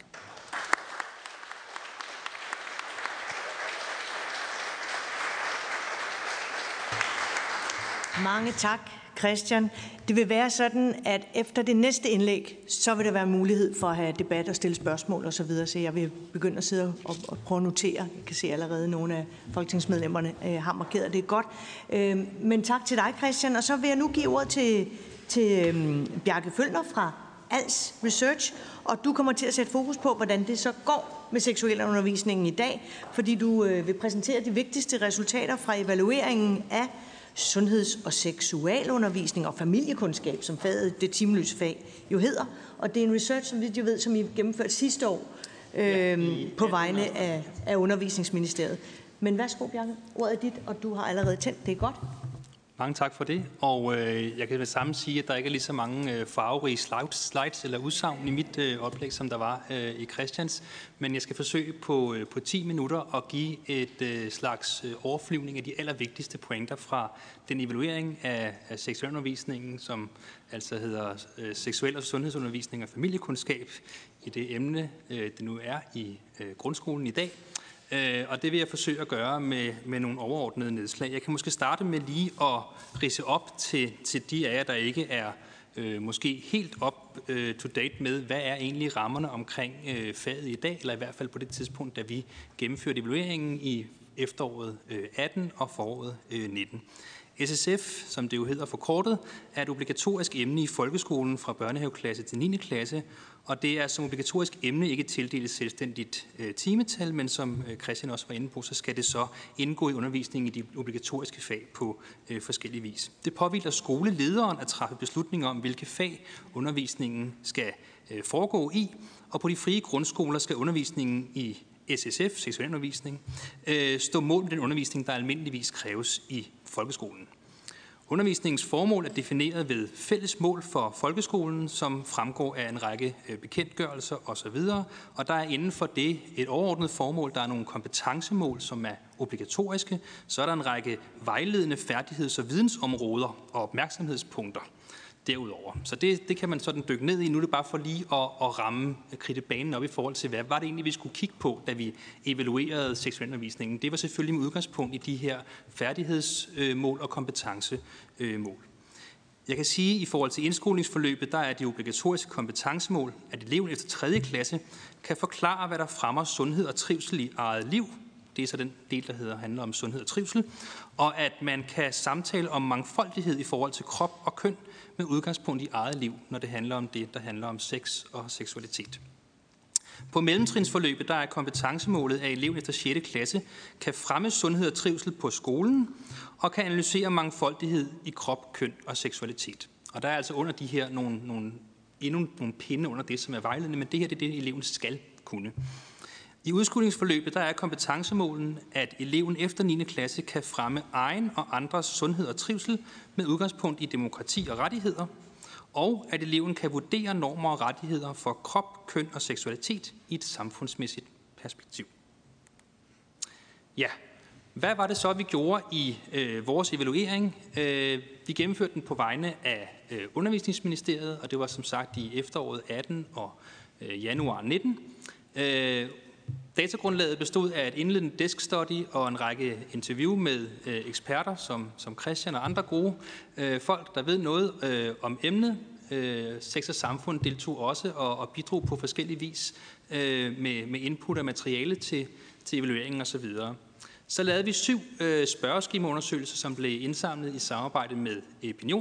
Mange tak, Christian. Det vil være sådan, at efter det næste indlæg, så vil der være mulighed for at have debat og stille spørgsmål osv., så, videre. Så jeg vil begynde at sidde og, og prøve at notere. Jeg kan se allerede, at nogle af folketingsmedlemmerne øh, har markeret det godt. Øh, men tak til dig, Christian. Og så vil jeg nu give ordet til, til øh, Bjarke Følner fra Als Research, og du kommer til at sætte fokus på, hvordan det så går med seksualundervisningen i dag, fordi du øh, vil præsentere de vigtigste resultater fra evalueringen af sundheds- og seksualundervisning og familiekundskab, som faget, det timeløse fag jo hedder. Og det er en research, som vi ved, som I gennemførte sidste år øh, ja, på vegne af, af Undervisningsministeriet. Men værsgo, Bjarke, ordet er dit, og du har allerede tændt. Det er godt. Mange tak for det, og øh, jeg kan med samme sige, at der ikke er lige så mange øh, farverige slides eller udsagn i mit øh, oplæg, som der var øh, i Christians, men jeg skal forsøge på, øh, på ti minutter at give et øh, slags øh, overflyvning af de allervigtigste pointer fra den evaluering af, af seksualundervisningen, som altså hedder øh, seksuel- og sundhedsundervisning og familiekundskab i det emne, øh, det nu er i øh, grundskolen i dag. Og det vil jeg forsøge at gøre med, med nogle overordnede nedslag. Jeg kan måske starte med lige at ridse op til, til de af jer, der ikke er øh, måske helt up øh, to date med, hvad er egentlig rammerne omkring øh, faget i dag, eller i hvert fald på det tidspunkt, da vi gennemførte evalueringen i efteråret øh, atten og foråret øh, nitten. S S F, som det jo hedder forkortet, er et obligatorisk emne i folkeskolen fra børnehaveklasse til niende klasse, og det er som obligatorisk emne ikke tildelt et selvstændigt øh, timetal, men som øh, Christian også var inde på, så skal det så indgå i undervisningen i de obligatoriske fag på øh, forskellige vis. Det påhviler skolelederen at træffe beslutninger om, hvilke fag undervisningen skal øh, foregå i, og på de frie grundskoler skal undervisningen i S S F, seksualundervisning, øh, stå mål med den undervisning, der almindeligvis kræves i folkeskolen. Undervisningens formål er defineret ved fælles mål for folkeskolen, som fremgår af en række bekendtgørelser osv. Og der er inden for det et overordnet formål. Der er nogle kompetencemål, som er obligatoriske. Så er der en række vejledende færdigheds- og vidensområder og opmærksomhedspunkter derudover. Så det, det kan man sådan dykke ned i. Nu er det bare for lige at, at ramme kridte banen op i forhold til, hvad var det egentlig, vi skulle kigge på, da vi evaluerede seksualundervisningen. Det var selvfølgelig med udgangspunkt i de her færdighedsmål og kompetencemål. Jeg kan sige, at i forhold til indskolingsforløbet, der er de obligatoriske kompetencemål, at eleven efter tredje klasse kan forklare, hvad der fremmer sundhed og trivsel i eget liv. Det er så den del, der hedder, handler om sundhed og trivsel. Og at man kan samtale om mangfoldighed i forhold til krop og køn med udgangspunkt i eget liv, når det handler om det, der handler om sex og seksualitet. På mellemtrinsforløbet, der er kompetencemålet, at eleven efter sjette klasse kan fremme sundhed og trivsel på skolen og kan analysere mangfoldighed i krop, køn og seksualitet. Og der er altså under de her nogle, nogle, endnu nogle pinde under det, som er vejledende, men det her det er det, eleven skal kunne. I udskolingsforløbet der er kompetencemålen, at eleven efter niende klasse kan fremme egen og andres sundhed og trivsel med udgangspunkt i demokrati og rettigheder, og at eleven kan vurdere normer og rettigheder for krop, køn og seksualitet i et samfundsmæssigt perspektiv. Ja, hvad var det så, vi gjorde i øh, vores evaluering? Øh, vi gennemførte den på vegne af øh, Undervisningsministeriet, og det var som sagt i efteråret atten og øh, januar nitten. Øh, Datagrundlaget bestod af et indledende desk study og en række interview med øh, eksperter som, som Christian og andre gode øh, folk, der ved noget øh, om emnet. Øh, Sex og Samfund deltog også og, og bidrog på forskellige vis øh, med, med input og materiale til, til evalueringen osv. Så lavede vi syv øh, spørgeskemaundersøgelser, som blev indsamlet i samarbejde med Epinion,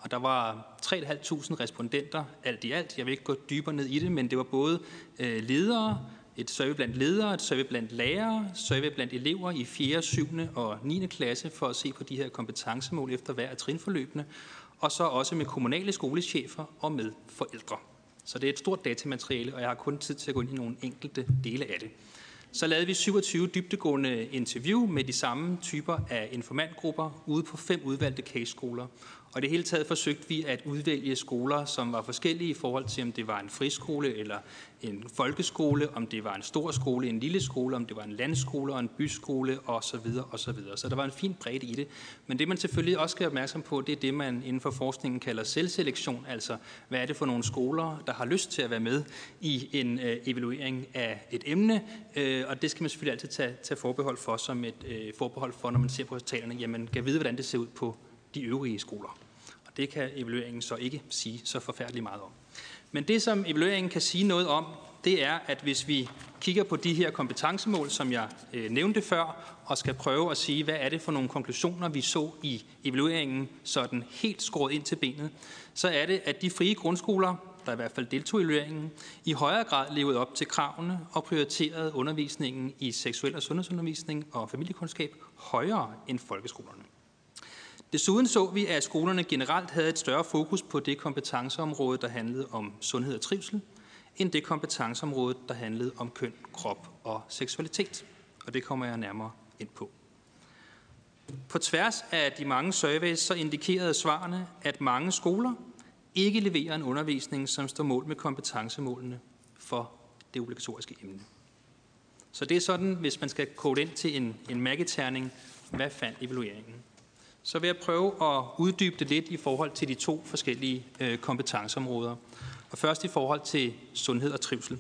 Og der var tre tusind fem hundrede respondenter alt i alt. Jeg vil ikke gå dybere ned i det, men det var både øh, ledere, et survey blandt ledere, et survey blandt lærere, et survey blandt elever i fjerde, syvende og niende klasse for at se på de her kompetencemål efter hver af trinforløbene, og så også med kommunale skolechefer og med forældre. Så det er et stort datamateriale, og jeg har kun tid til at gå ind i nogle enkelte dele af det. Så lavede vi syvogtyve dybdegående interview med de samme typer af informantgrupper ude på fem udvalgte case-skoler. Og i det hele taget forsøgte vi at udvælge skoler, som var forskellige i forhold til, om det var en friskole eller en folkeskole, om det var en stor skole, en lille skole, om det var en landskole og en byskole osv. osv. Så der var en fin bredde i det. Men det man selvfølgelig også skal være opmærksom på, det er det, man inden for forskningen kalder selvselektion. Altså, hvad er det for nogle skoler, der har lyst til at være med i en øh, evaluering af et emne? Øh, og det skal man selvfølgelig altid tage, tage forbehold for, som et øh, forbehold for, når man ser på resultaterne. Jamen, kan vide, hvordan det ser ud på de øvrige skoler. Og det kan evalueringen så ikke sige så forfærdeligt meget om. Men det, som evalueringen kan sige noget om, det er, at hvis vi kigger på de her kompetencemål, som jeg øh, nævnte før, og skal prøve at sige, hvad er det for nogle konklusioner, vi så i evalueringen, sådan helt skåret ind til benet, så er det, at de frie grundskoler, der i hvert fald deltog i evalueringen, i højere grad levede op til kravene og prioriterede undervisningen i seksuel og sundhedsundervisning og familiekundskab højere end folkeskolerne. Desuden så vi, at skolerne generelt havde et større fokus på det kompetenceområde, der handlede om sundhed og trivsel, end det kompetenceområde, der handlede om køn, krop og seksualitet. Og det kommer jeg nærmere ind på. På tværs af de mange surveys, så indikerede svarene, at mange skoler ikke leverer en undervisning, som står mål med kompetencemålene for det obligatoriske emne. Så det er sådan, hvis man skal kode ind til en, en mærketerning, hvad fandt evalueringen? Så vil jeg prøve at uddybe det lidt i forhold til de to forskellige øh, kompetenceområder. Og først i forhold til sundhed og trivsel.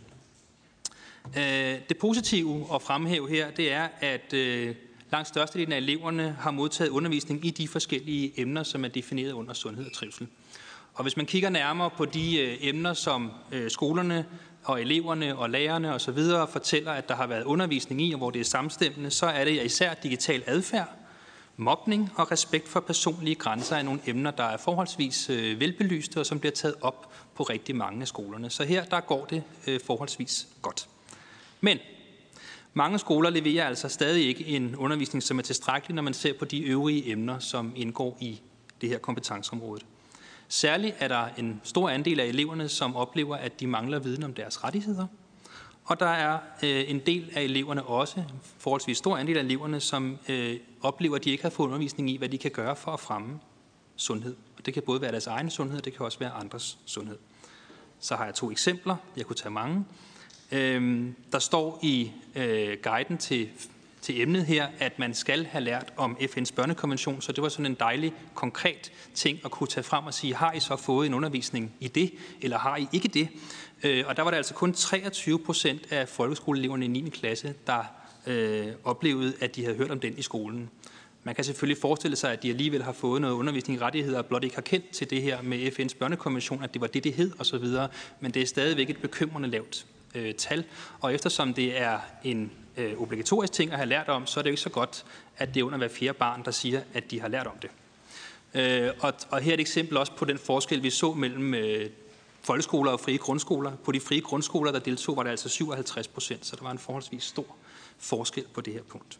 Øh, det positive at fremhæve her, det er, at øh, langt størstedelen af eleverne har modtaget undervisning i de forskellige emner, som er defineret under sundhed og trivsel. Og hvis man kigger nærmere på de øh, emner, som øh, skolerne og eleverne og lærerne osv. fortæller, at der har været undervisning i, og hvor det er samstemmende, så er det især digital adfærd, mobning og respekt for personlige grænser er nogle emner, der er forholdsvis øh, velbelyste og som bliver taget op på rigtig mange af skolerne. Så her der går det øh, forholdsvis godt. Men mange skoler leverer altså stadig ikke en undervisning, som er tilstrækkelig, når man ser på de øvrige emner, som indgår i det her kompetenceområde. Særligt er der en stor andel af eleverne, som oplever, at de mangler viden om deres rettigheder. Og der er øh, en del af eleverne også, en forholdsvis stor andel af eleverne, som øh, oplever, at de ikke har fået undervisning i, hvad de kan gøre for at fremme sundhed. Og det kan både være deres egen sundhed, og det kan også være andres sundhed. Så har jeg to eksempler. Jeg kunne tage mange. Øhm, der står i øh, guiden til, til emnet her, at man skal have lært om F N's børnekonvention, så det var sådan en dejlig, konkret ting at kunne tage frem og sige, har I så fået en undervisning i det, eller har I ikke det? Øh, og der var der altså kun treogtyve procent af folkeskoleeleverne i niende klasse, der øh, oplevede, at de havde hørt om den i skolen. Man kan selvfølgelig forestille sig, at de alligevel har fået noget undervisning i rettigheder, og blot ikke har kendt til det her med F N's børnekonvention, at det var det, det hed osv., men det er stadigvæk et bekymrende lavt øh, tal. Og eftersom det er en øh, obligatorisk ting at have lært om, så er det jo ikke så godt, at det er under hver fjerde barn, der siger, at de har lært om det. Øh, og, og her er et eksempel også på den forskel, vi så mellem øh, folkeskoler og frie grundskoler. På de frie grundskoler, der deltog, var det altså syvoghalvtreds procent, så der var en forholdsvis stor forskel på det her punkt.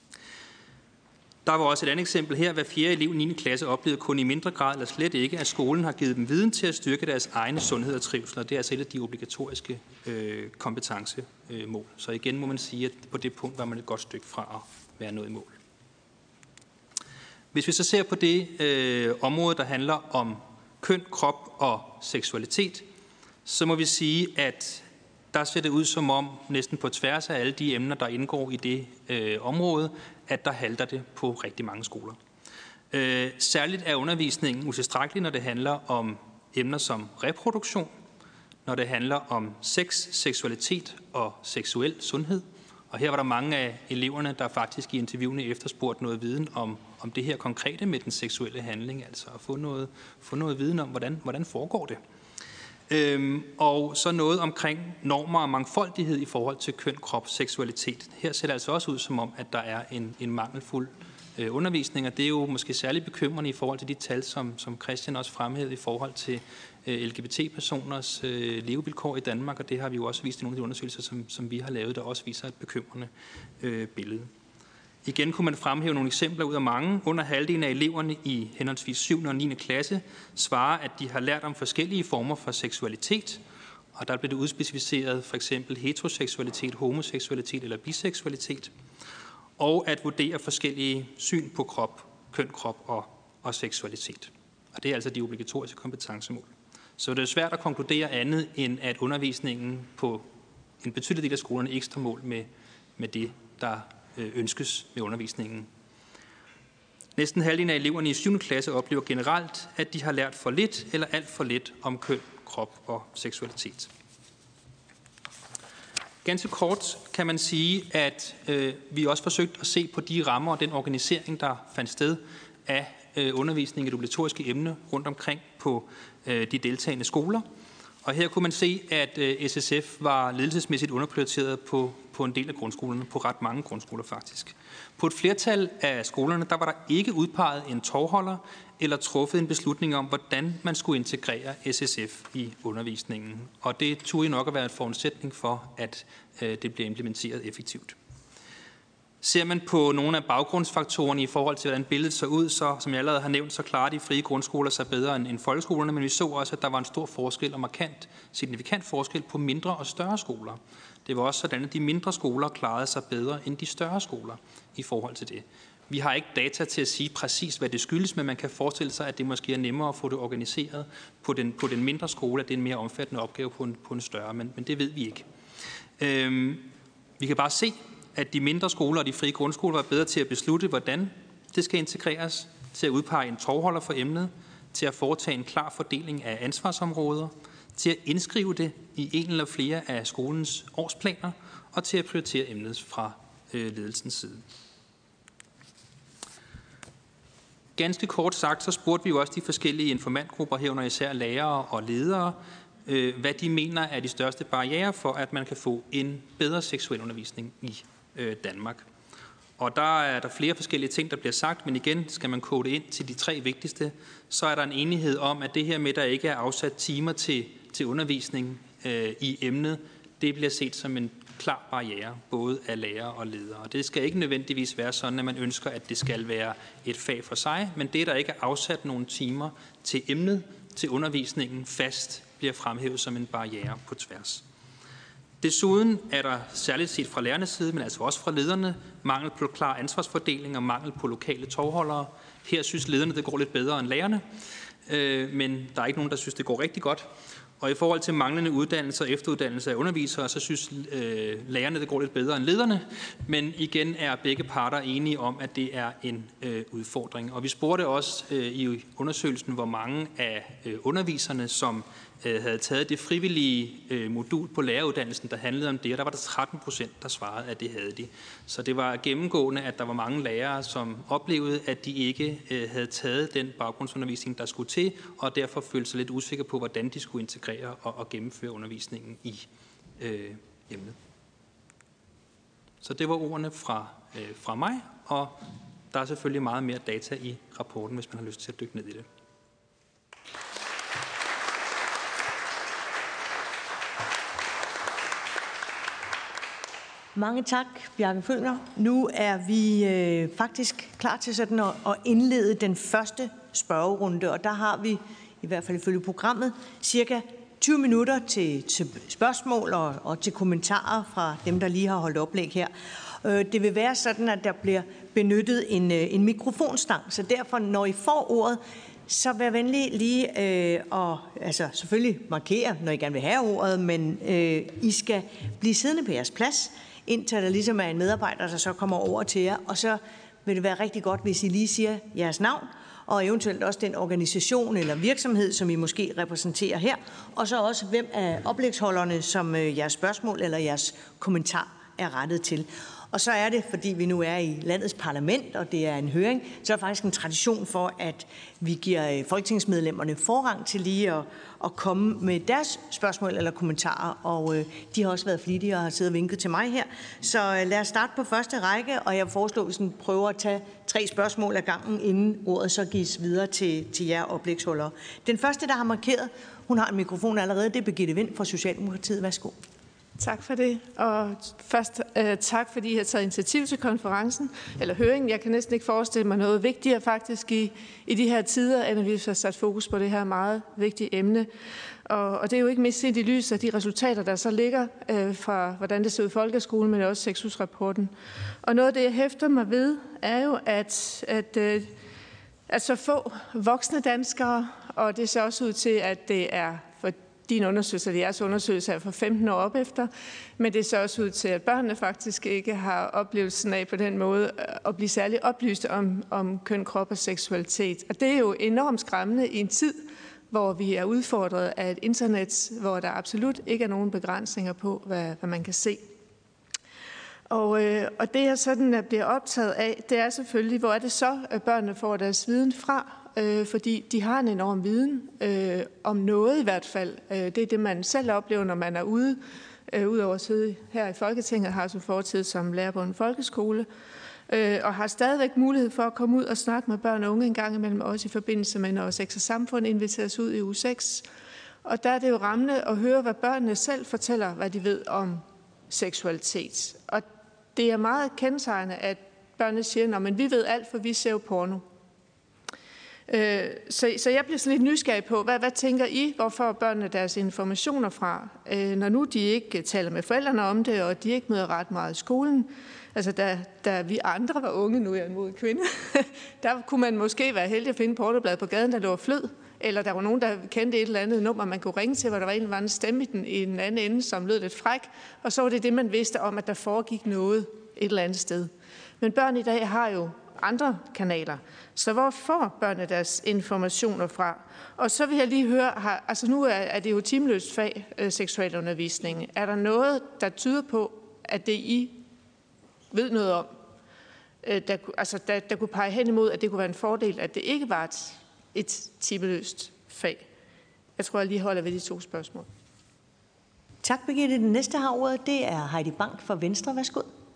Der var også et andet eksempel her. Hver fjerde elev i niende klasse oplevede kun i mindre grad eller slet ikke, at skolen har givet dem viden til at styrke deres egne sundhed og trivsel, og det er altså et af de obligatoriske øh, kompetencemål. Så igen må man sige, at på det punkt var man et godt stykke fra at være nået i mål. Hvis vi så ser på det øh, område, der handler om køn, krop og seksualitet, så må vi sige, at der ser det ud som om, næsten på tværs af alle de emner, der indgår i det øh, område, at der halter det på rigtig mange skoler. Øh, særligt er undervisningen utilstrækkelig, når det handler om emner som reproduktion, når det handler om sex, seksualitet og seksuel sundhed. Og her var der mange af eleverne, der faktisk i interviewene efterspurgte noget viden om, om det her konkrete med den seksuelle handling, altså at få noget, få noget viden om, hvordan, hvordan foregår det. Øhm, og så noget omkring normer og mangfoldighed i forhold til køn, krop, seksualitet. Her ser det altså også ud som om, at der er en, en mangelfuld øh, undervisning, og det er jo måske særligt bekymrende i forhold til de tal, som, som Christian også fremhævede i forhold til øh, L G B T-personers øh, levevilkår i Danmark, og det har vi jo også vist i nogle af de undersøgelser, som, som vi har lavet, der også viser et bekymrende øh, billede. Igen kunne man fremhæve nogle eksempler ud af mange. Under halvdelen af eleverne i henholdsvis syvende og niende klasse svarer, at de har lært om forskellige former for seksualitet, og der blev det udspecificeret for eksempel heteroseksualitet, homoseksualitet eller biseksualitet, og at vurdere forskellige syn på krop, køn, krop og, og seksualitet. Og det er altså de obligatoriske kompetencemål. Så det er svært at konkludere andet, end at undervisningen på en betydelig del af skolerne ikke står mål med, med det, der ønskes med undervisningen. Næsten halvdelen af eleverne i syvende klasse oplever generelt, at de har lært for lidt eller alt for lidt om køn, krop og seksualitet. Ganske kort kan man sige, at øh, vi også forsøgt at se på de rammer og den organisering, der fandt sted af øh, undervisning i det obligatoriske emne rundt omkring på øh, de deltagende skoler. Og her kunne man se, at øh, S S F var ledelsesmæssigt underprioriteret på, på en del af grundskolerne, på ret mange grundskoler faktisk. På et flertal af skolerne, der var der ikke udpeget en tovholder eller truffet en beslutning om, hvordan man skulle integrere S S F i undervisningen. Og det turde nok at være en forudsætning for, at øh, det bliver implementeret effektivt. Ser man på nogle af baggrundsfaktorerne i forhold til, hvordan billedet så ud, så som jeg allerede har nævnt, så klarer de frie grundskoler sig bedre end, end folkeskolerne, men vi så også, at der var en stor forskel og markant, signifikant forskel på mindre og større skoler. Det var også sådan, at de mindre skoler klarede sig bedre end de større skoler i forhold til det. Vi har ikke data til at sige præcis, hvad det skyldes, men man kan forestille sig, at det måske er nemmere at få det organiseret på den, på den mindre skole, at det er en mere omfattende opgave på en, på en større, men, men det ved vi ikke. Øhm, vi kan bare se, at de mindre skoler og de frie grundskoler var bedre til at beslutte, hvordan det skal integreres, til at udpege en tovholder for emnet, til at foretage en klar fordeling af ansvarsområder, til at indskrive det i en eller flere af skolens årsplaner, og til at prioritere emnet fra øh, ledelsens side. Ganske kort sagt, så spurgte vi jo også de forskellige informantgrupper, herunder især lærere og ledere, øh, hvad de mener er de største barrierer for, at man kan få en bedre seksuel undervisning i øh, Danmark. Og der er der flere forskellige ting, der bliver sagt, men igen skal man kode ind til de tre vigtigste. Så er der en enighed om, at det her med, at der ikke er afsat timer til, til undervisning øh, i emnet, det bliver set som en klar barriere, både af lærere og ledere. Og det skal ikke nødvendigvis være sådan, at man ønsker, at det skal være et fag for sig, men det, der ikke er afsat nogle timer til emnet, til undervisningen fast, bliver fremhævet som en barriere på tværs. Desuden er der særligt set fra lærernes side, men altså også fra lederne, mangel på klar ansvarsfordeling og mangel på lokale tovholdere. Her synes lederne, det går lidt bedre end lærerne, øh, men der er ikke nogen, der synes, det går rigtig godt. Og i forhold til manglende uddannelse og efteruddannelse af undervisere, så synes øh, lærerne, det går lidt bedre end lederne. Men igen er begge parter enige om, at det er en øh, udfordring. Og vi spurgte også øh, i undersøgelsen, hvor mange af øh, underviserne, som øh, havde taget det frivillige øh, modul på læreruddannelsen, der handlede om det, og der var der tretten procent, der svarede, at det havde de. Så det var gennemgående, at der var mange lærere, som oplevede, at de ikke øh, havde taget den baggrundsundervisning, der skulle til, og derfor følte sig lidt usikre på, hvordan de skulle integrere og, og gennemføre undervisningen i øh, emnet. Så det var ordene fra, øh, fra mig, og der er selvfølgelig meget mere data i rapporten, hvis man har lyst til at dykke ned i det. Mange tak, Bjarke Følner. Nu er vi øh, faktisk klar til sådan at, at indlede den første spørgerunde, og der har vi, i hvert fald ifølge programmet, cirka tyve minutter til, til spørgsmål og, og til kommentarer fra dem, der lige har holdt oplæg her. Øh, det vil være sådan, at der bliver benyttet en, en mikrofonstang, så derfor, når I får ordet, så vær venlig lige øh, og altså selvfølgelig markere, når I gerne vil have ordet, men øh, I skal blive siddende på jeres plads, indtil der ligesom er en medarbejder, der så kommer over til jer, og så vil det være rigtig godt, hvis I lige siger jeres navn, og eventuelt også den organisation eller virksomhed, som I måske repræsenterer her, og så også hvem af oplægsholderne, som øh, jeres spørgsmål eller jeres kommentar er rettet til. Og så er det, fordi vi nu er i landets parlament, og det er en høring, så er der faktisk en tradition for, at vi giver folketingsmedlemmerne forrang til lige at, at komme med deres spørgsmål eller kommentarer, og øh, de har også været flittige og har siddet og vinket til mig her. Så øh, lad os starte på første række, og jeg foreslår, at vi sådan prøver at tage tre spørgsmål ad gangen, inden ordet så gives videre til, til jer oplægsholdere. Den første, der har markeret, hun har en mikrofon allerede, det er Birgitte Vind fra Socialdemokratiet. Værsgo. Tak for det, og først øh, tak, fordi I har taget initiativ til konferencen, eller høringen. Jeg kan næsten ikke forestille mig noget vigtigere faktisk i, i de her tider, end at vi har sat fokus på det her meget vigtige emne. Og, og det er jo ikke mindst set i lys af de resultater, der så ligger øh, fra, hvordan det ser ud i folkeskolen, men også sexhusrapporten. Og noget af det, jeg hæfter mig ved, er jo, at, at, øh, at så få voksne danskere, og det ser også ud til, at det er for din undersøgelse, og jeres undersøgelse er for femten år op efter, men det ser også ud til, at børnene faktisk ikke har oplevelsen af på den måde at blive særlig oplyste om, om køn, krop og seksualitet. Og det er jo enormt skræmmende i en tid, hvor vi er udfordret af et internet, hvor der absolut ikke er nogen begrænsninger på, hvad, hvad man kan se. Og, øh, og det jeg sådan bliver optaget af, det er selvfølgelig, hvor er det så, at børnene får deres viden fra, øh, fordi de har en enorm viden øh, om noget i hvert fald. Øh, det er det, man selv oplever, når man er ude, øh, udover at sidde her i Folketinget, har som fortid som lærer på en folkeskole, øh, og har stadigvæk mulighed for at komme ud og snakke med børn og unge en gang imellem, også i forbindelse med, når Sex og Samfund inviteres ud i uge seks. Og der er det jo rammende at høre, hvad børnene selv fortæller, hvad de ved om seksualitet. Og det er meget kendetegnende, at børnene siger, at vi ved alt, for vi ser jo porno. Øh, så, så jeg bliver sådan lidt nysgerrig på, hvad, hvad tænker I, hvorfor børnene deres informationer fra, øh, når nu de ikke taler med forældrene om det, og de ikke møder ret meget i skolen. Altså da, da vi andre var unge, nu er jeg en modig kvinde, der kunne man måske være heldig at finde pornoblad på gaden, der lå flød, eller der var nogen, der kendte et eller andet nummer, man kunne ringe til, hvor der var en eller anden stemme i den, i den anden ende, som lød lidt fræk, og så var det det, man vidste om, at der foregik noget et eller andet sted. Men børn i dag har jo andre kanaler, så hvor får børnene deres informationer fra? Og så vil jeg lige høre, har, altså nu er, er det jo timeløst fag, øh, seksualundervisning. Er der noget, der tyder på, at det I ved noget om, øh, der, altså, der, der kunne pege hen imod, at det kunne være en fordel, at det ikke var et et timeløst fag? Jeg tror, jeg lige holder ved de to spørgsmål. Tak, Birgitte. Den næste har ordet, det er Heidi Bank fra Venstre. Værsgo.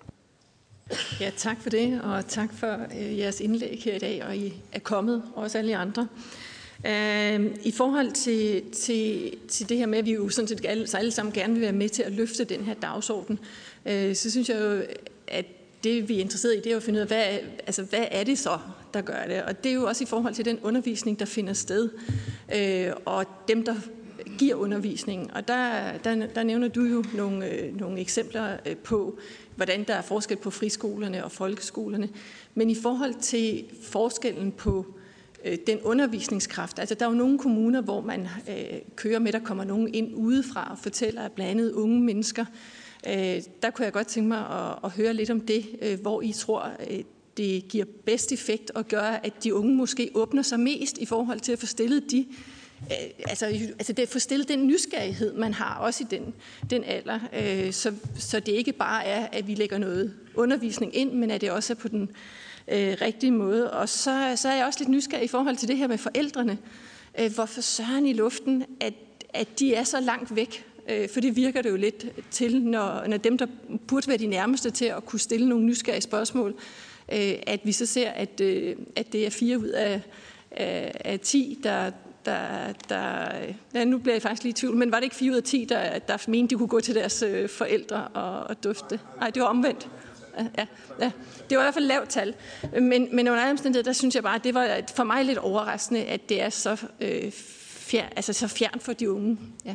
Ja, tak for det, og tak for øh, jeres indlæg her i dag, og I er kommet, og også alle andre. Øh, I forhold til, til, til det her med, at vi jo sådan set alle, alle sammen gerne vil være med til at løfte den her dagsorden, øh, så synes jeg jo, at det, vi er interesseret i, det er at finde ud af, hvad, altså, hvad er det så, der gør det? Og det er jo også i forhold til den undervisning, der finder sted, øh, og dem, der giver undervisning. Og der, der, der nævner du jo nogle, øh, nogle eksempler øh, på, hvordan der er forskel på friskolerne og folkeskolerne. Men i forhold til forskellen på øh, den undervisningskraft, altså der er jo nogle kommuner, hvor man øh, kører med, der kommer nogen ind udefra og fortæller, at blandt andet unge mennesker, øh, der kunne jeg godt tænke mig at, at høre lidt om det, øh, hvor I tror, øh, det giver bedst effekt og gør, at de unge måske åbner sig mest i forhold til at få stillet de Altså, altså det er for stillet den nysgerrighed, man har også i den, den alder, øh, så, så det ikke bare er, at vi lægger noget undervisning ind, men at det også er på den øh, rigtige måde. Og så, så er jeg også lidt nysgerrig i forhold til det her med forældrene. Øh, hvorfor søren i luften, at, at de er så langt væk? Øh, for det virker det jo lidt til, når, når dem, der burde være de nærmeste til at kunne stille nogle nysgerrige spørgsmål, øh, at vi så ser, at, øh, at det er fire ud af, af, af ti, der Der, der, ja, nu bliver jeg faktisk lige i tvivl, men var det ikke fire ud af ti, der, der mente, de kunne gå til deres øh, forældre og, og dufte? Nej, det var omvendt. Ja, ja. Det var i hvert fald lavt tal. Men, men under alle omstændigheder, der synes jeg bare, at det var for mig lidt overraskende, at det er så, øh, fjern, altså så fjern for de unge. Ja.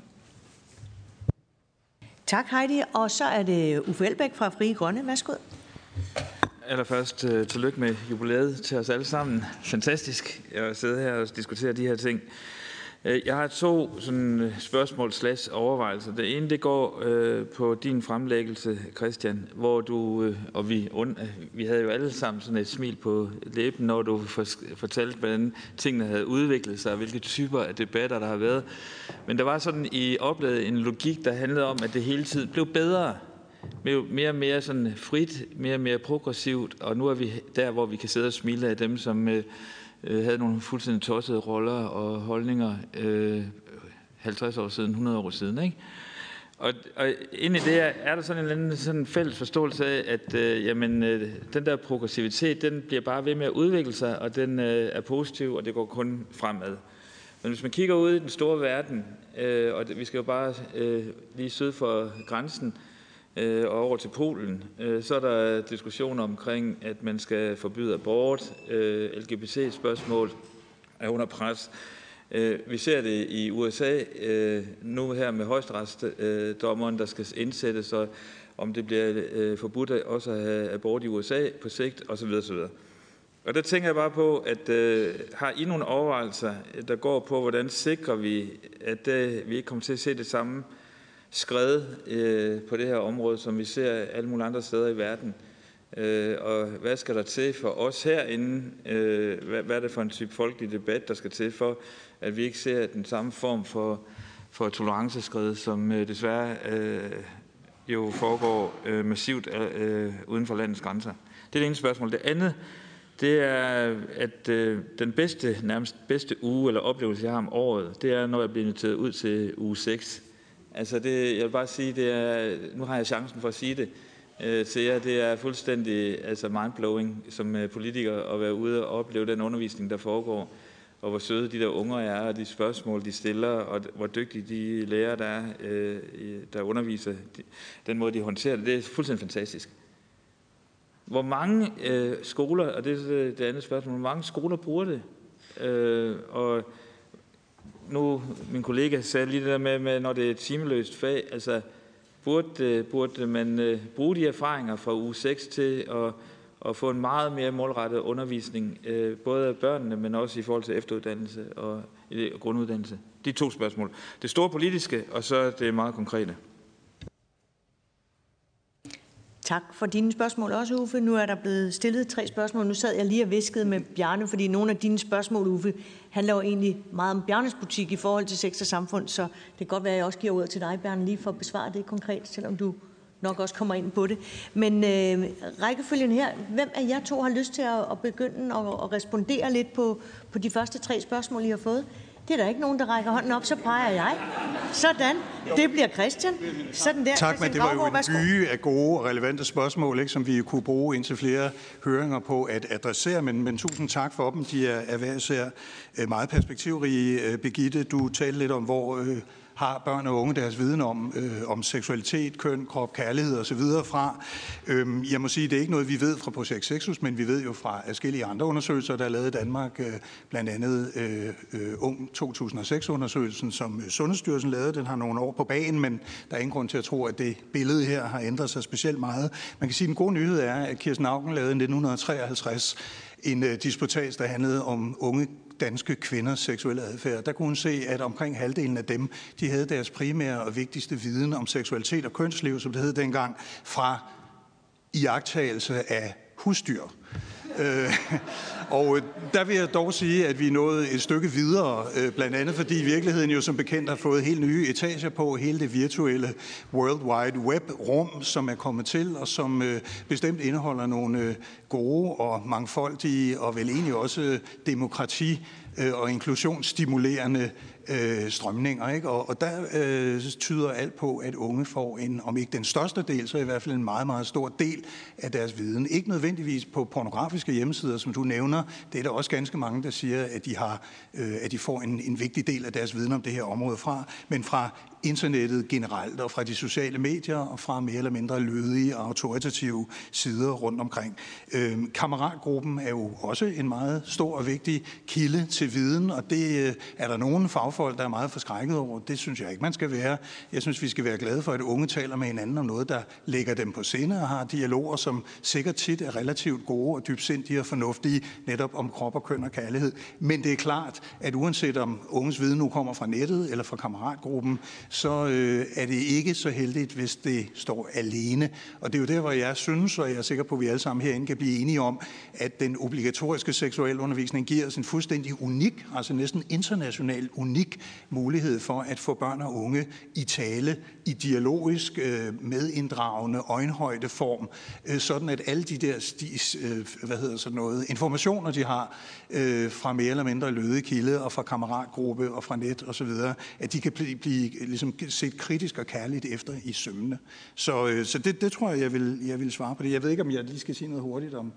Tak, Heidi. Og så er det Uffe Elbæk fra Frie Grønne. Værsgo. Allerførst uh, tillykke med jubilæet til os alle sammen. Fantastisk at sidde her og diskutere de her ting. Uh, jeg har to sådan, spørgsmål slash overvejelser. Det ene det går uh, på din fremlæggelse, Christian, hvor du, uh, og vi, uh, vi havde jo alle sammen sådan et smil på læben, når du fortalte, hvordan tingene havde udviklet sig, og hvilke typer af debatter der har været. Men der var sådan, I oplevede en logik, der handlede om, at det hele tiden blev bedre. mere og mere sådan frit, mere og mere progressivt, og nu er vi der, hvor vi kan sidde og smile af dem, som øh, havde nogle fuldstændig tossede roller og holdninger øh, halvtreds år siden, hundrede år siden, ikke? Og, og ind i det er der sådan en eller anden sådan fælles forståelse af, at øh, jamen, øh, den der progressivitet, den bliver bare ved med at udvikle sig, og den øh, er positiv, og det går kun fremad. Men hvis man kigger ud i den store verden, øh, og det, vi skal jo bare øh, lige syd for grænsen øh, og over til Polen, øh, så er der diskussioner omkring, at man skal forbyde abort, øh, L G B T-spørgsmål er under pres. Vi ser det i U S A nu her med højesteretsdommeren, der skal indsættes, og om det bliver forbudt også at have abort i U S A på sigt osv. osv. Og der tænker jeg bare på, at har I nogle overvejelser, der går på, hvordan sikrer vi, at vi ikke kommer til at se det samme skred på det her område, som vi ser alle mulige andre steder i verden? Og hvad skal der til for os herinde? Hvad er det for en type folkelig debat, der skal til for, at vi ikke ser den samme form for, for toleranceskred, som desværre øh, jo foregår øh, massivt øh, uden for landets grænser? Det er det ene spørgsmål. Det andet, det er, at øh, den bedste, nærmest bedste uge eller oplevelse, jeg har om året, det er, når jeg bliver inviteret ud til uge seks. Altså det, jeg vil bare sige, det er, nu har jeg chancen for at sige det, til jer, det er fuldstændig altså mindblowing som politiker at være ude og opleve den undervisning, der foregår, og hvor søde de der unger er, og de spørgsmål, de stiller, og hvor dygtige de lærere, der er, der underviser, den måde, de håndterer det, det er fuldstændig fantastisk. Hvor mange øh, skoler, og det er det andet spørgsmål, hvor mange skoler bruger det? Øh, og nu, min kollega sagde lige det der med, med når det er et timeløst fag, altså Burde, burde man uh, bruge de erfaringer fra uge seks til at, at få en meget mere målrettet undervisning, uh, både af børnene, men også i forhold til efteruddannelse og uh, grunduddannelse? De to spørgsmål. Det store politiske, og så det meget konkrete. Tak for dine spørgsmål også, Uffe. Nu er der blevet stillet tre spørgsmål. Nu sad jeg lige og viskede med Bjarne, fordi nogle af dine spørgsmål, Uffe, handler jo egentlig meget om Bjarnes butik i forhold til sex og samfund, så det kan godt være, at jeg også giver ordet til dig, Bjarne, lige for at besvare det konkret, selvom du nok også kommer ind på det. Men øh, rækkefølgen her, hvem af jer to har lyst til at, at begynde at, at respondere lidt på, på de første tre spørgsmål, I har fået? Det er der ikke nogen, der rækker hånden op, så peger jeg. Sådan. Det bliver Christian. Sådan der. Tak, men det var jo en byge af gode og relevante spørgsmål, ikke, som vi kunne bruge indtil flere høringer på at adressere. Men, men tusind tak for dem. De er, er hver især meget perspektivrige. Birgitte, du talte lidt om, hvor øh, har børn og unge deres viden om, øh, om seksualitet, køn, krop, kærlighed osv. fra. Øhm, jeg må sige, det er ikke noget, vi ved fra Projekt Sexus, men vi ved jo fra forskellige andre undersøgelser, der er lavet i Danmark, øh, blandt andet øh, øh, Ung to tusind og seks-undersøgelsen, som Sundhedsstyrelsen lavede. Den har nogle år på bagen, men der er ingen grund til at tro, at det billede her har ændret sig specielt meget. Man kan sige, at den gode nyhed er, at Kirsten Auken lavede i nitten treoghalvtreds en øh, disputats, der handlede om unge danske kvinders seksuelle adfærd. Der kunne hun se, at omkring halvdelen af dem, de havde deres primære og vigtigste viden om seksualitet og kønsliv, som det hed dengang, fra iagttagelse af husdyr. Øh, og der vil jeg dog sige, at vi er nået et stykke videre, øh, blandt andet fordi virkeligheden jo som bekendt har fået helt nye etager på hele det virtuelle World Wide Web-rum, som er kommet til, og som øh, bestemt indeholder nogle øh, gode og mangfoldige, og vel egentlig også demokrati- øh, og inklusionsstimulerende øh, strømninger, ikke? Og, og der øh, tyder alt på, at unge får en, om ikke den største del, så i hvert fald en meget, meget stor del af deres viden. Ikke nødvendigvis på pornografiske hjemmesider, som du nævner. Det er der også ganske mange, der siger, at de, har, øh, at de får en, en vigtig del af deres viden om det her område fra, men fra internettet generelt, og fra de sociale medier, og fra mere eller mindre lødige og autoritative sider rundt omkring. Øhm, kammeratgruppen er jo også en meget stor og vigtig kilde til viden, og det øh, er der nogle fagfolk, der er meget forskrækket over. Det synes jeg ikke, man skal være. Jeg synes, vi skal være glade for, at unge taler med hinanden om noget, der lægger dem på sinde, og har dialoger, som sikkert tit er relativt gode og dybsindige og fornuftige, netop om krop og køn og kærlighed. Men det er klart, at uanset om unges viden nu kommer fra nettet eller fra kammeratgruppen, så øh, er det ikke så heldigt, hvis det står alene. Og det er jo der, hvor jeg synes, og jeg er sikker på, at vi alle sammen herinde kan blive enige om, at den obligatoriske seksualundervisning giver os en fuldstændig unik, altså næsten international unik mulighed for at få børn og unge i tale, i dialogisk, øh, medinddragende, øjenhøjdeform, øh, sådan at alle de der stis, øh, hvad hedder sådan noget, informationer, de har øh, fra mere eller mindre løde kilde og fra kammeratgruppe og fra net og så videre, at de kan blive, blive ligesom set kritisk og kærligt efter i sømmene. Så, øh, så det, det tror jeg, jeg vil, jeg vil svare på det. Jeg ved ikke, om jeg lige skal sige noget hurtigt om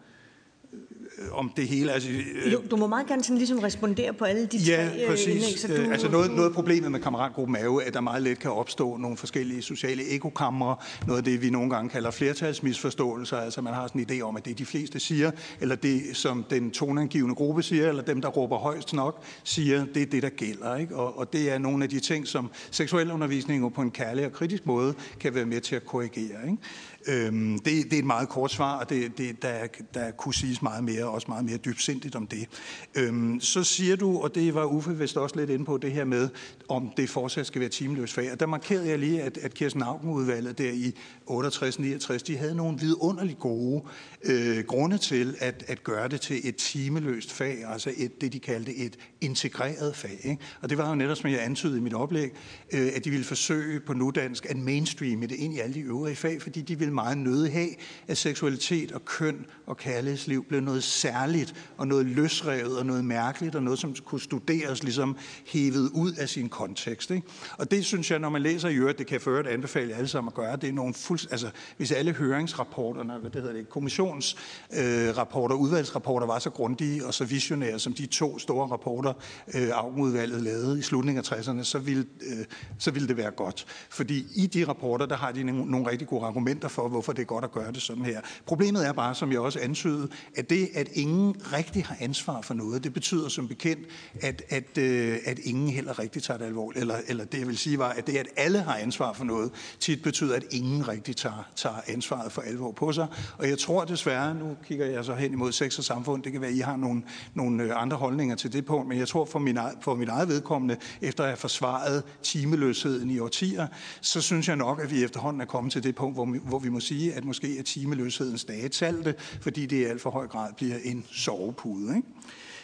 om det hele. Altså, øh, jo, du må meget gerne sådan ligesom respondere på alle de ja, tre præcis. indlæg. Så du, altså noget, noget af problemet med kammeratgruppen er jo, at der meget let kan opstå nogle forskellige sociale ekokamre, noget af det, vi nogle gange kalder flertalsmisforståelser, altså man har sådan en idé om, at det de fleste siger, eller det, som den toneangivende gruppe siger, eller dem, der råber højst nok, siger, det er det, der gælder. Ikke? Og, og det er nogle af de ting, som seksualundervisning på en kærlig og kritisk måde kan være med til at korrigere. Ikke? Øhm, det, det er et meget kort svar, og det, det, der, der kunne siges meget mere, også meget mere dybsindigt om det. Øhm, så siger du, og det var Uffe vist også lidt inde på, det her med, om det fortsat skal være timeløst fag. Og der markerede jeg lige, at, at Kirsten Auken-udvalget der i otteogtres niogtres, de havde nogle vidunderligt gode øh, grunde til at, at gøre det til et timeløst fag, altså et, det, de kaldte et integreret fag. Ikke? Og det var jo netop, som jeg antydede i mit oplæg, øh, at de ville forsøge på nudansk at mainstreame det ind i alle de øvrige fag, fordi de ville meget nødig have, at seksualitet og køn og kærlighedsliv blev noget særligt og noget løsrevet og noget mærkeligt og noget, som kunne studeres ligesom hævet ud af sin kontekst. Ikke? Og det synes jeg, når man læser i øvrigt, det kan jeg for øvrigt anbefale alle sammen at gøre, det er nogle fuldst, altså hvis alle høringsrapporterne, hvad det hedder det, kommissionsrapporter, øh, udvalgsrapporter var så grundige og så visionære, som de to store rapporter, øh, Auken-udvalget lavede i slutningen af tresserne, så ville, øh, så ville det være godt. Fordi i de rapporter, der har de nogle, nogle rigtig gode argumenter for, hvorfor det er godt at gøre det sådan her. Problemet er bare, som jeg også antydede, at det, at ingen rigtig har ansvar for noget, det betyder som bekendt, at, at, øh, at ingen heller rigtig tager det alvorligt. Eller, eller det, jeg vil sige, var, at det, at alle har ansvar for noget, tit betyder, at ingen rigtig tager, tager ansvaret for alvor på sig. Og jeg tror desværre, nu kigger jeg så hen imod sex og samfund, det kan være, at I har nogle, nogle andre holdninger til det punkt, men jeg tror for min, for min eget vedkommende, efter at have forsvaret timeløsheden i årtier, så synes jeg nok, at vi efterhånden er kommet til det punkt, hvor, hvor vi må sige, at måske er timeløshedens dage talte, fordi det i alt for høj grad bliver en sovepude. Ikke?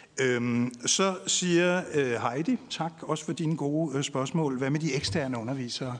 Øhm, så siger øh, Heidi, tak også for dine gode øh, spørgsmål. Hvad med de eksterne undervisere?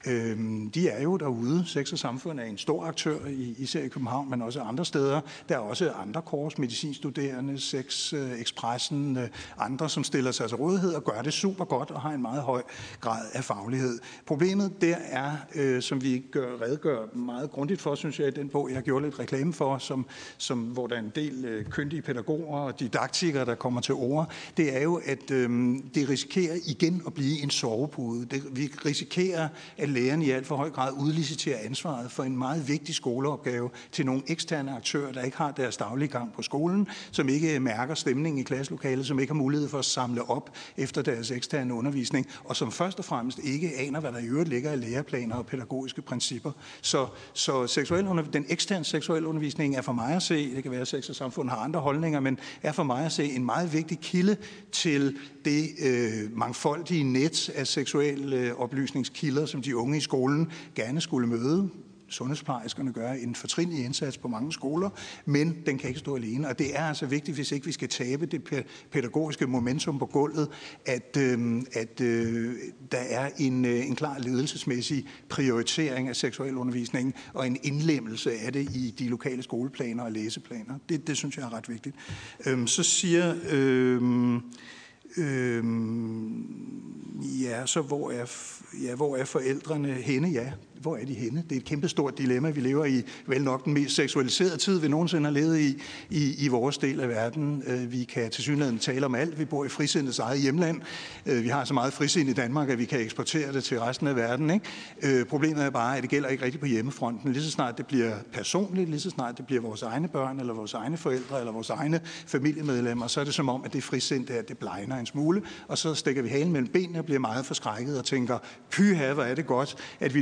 Øhm, de er jo derude. Sex og Samfund er en stor aktør, i, især i København, men også andre steder. Der er også andre kors, medicinstuderende, Sex øh, Expressen, øh, andre, som stiller sig til rådighed og gør det super godt og har en meget høj grad af faglighed. Problemet der er, øh, som vi gør, redegør meget grundigt for, synes jeg, i den bog, jeg har gjort lidt reklame for, som, som, hvor der er en del øh, kyndige pædagoger og didaktikere, der kommer til ord, det er jo, at øh, det risikerer igen at blive en sovepude. Det, vi risikerer, at lærerne i alt for høj grad udliciterer ansvaret for en meget vigtig skoleopgave til nogle eksterne aktører, der ikke har deres daglige gang på skolen, som ikke mærker stemningen i klasselokalet, som ikke har mulighed for at samle op efter deres eksterne undervisning, og som først og fremmest ikke aner, hvad der i øvrigt ligger i læreplaner og pædagogiske principper. Så, så seksuel den eksterne seksuelle undervisning er for mig at se, det kan være, at Sex og Samfund har andre holdninger, men er for mig at se en meget vigtig kilde til det øh, mangfoldige net af seksuelle øh, oplysningskilder, som de unge i skolen gerne skulle møde. Sundhedsplejerskerne gør en fortrinlig indsats på mange skoler, men den kan ikke stå alene. Og det er altså vigtigt, hvis ikke vi skal tabe det pædagogiske momentum på gulvet, at, øh, at øh, der er en, øh, en klar ledelsesmæssig prioritering af seksualundervisningen og en indlemmelse af det i de lokale skoleplaner og læseplaner. Det, det synes jeg er ret vigtigt. Øh, så siger... Øh, Øhm, ja, så hvor er, ja, hvor er forældrene henne? Ja, hvor er de henne? Det er et kæmpestort dilemma. Vi lever i vel nok den mest seksualiserede tid, vi nogensinde har levet i, i, i vores del af verden. Vi kan tilsyneladende tale om alt. Vi bor i frisindets eget hjemland. Vi har så meget frisind i Danmark, at vi kan eksportere det til resten af verden. Ikke? Problemet er bare, at det gælder ikke rigtigt på hjemmefronten. Lige så snart det bliver personligt, lige så snart det bliver vores egne børn, eller vores egne forældre, eller vores egne familiemedlemmer, så er det som om, at det frisind der, det blegner en smule, og så stikker vi halen mellem benene og bliver meget forskrækket og tænker, pyha, hvor er det godt, at vi nu i halvtreds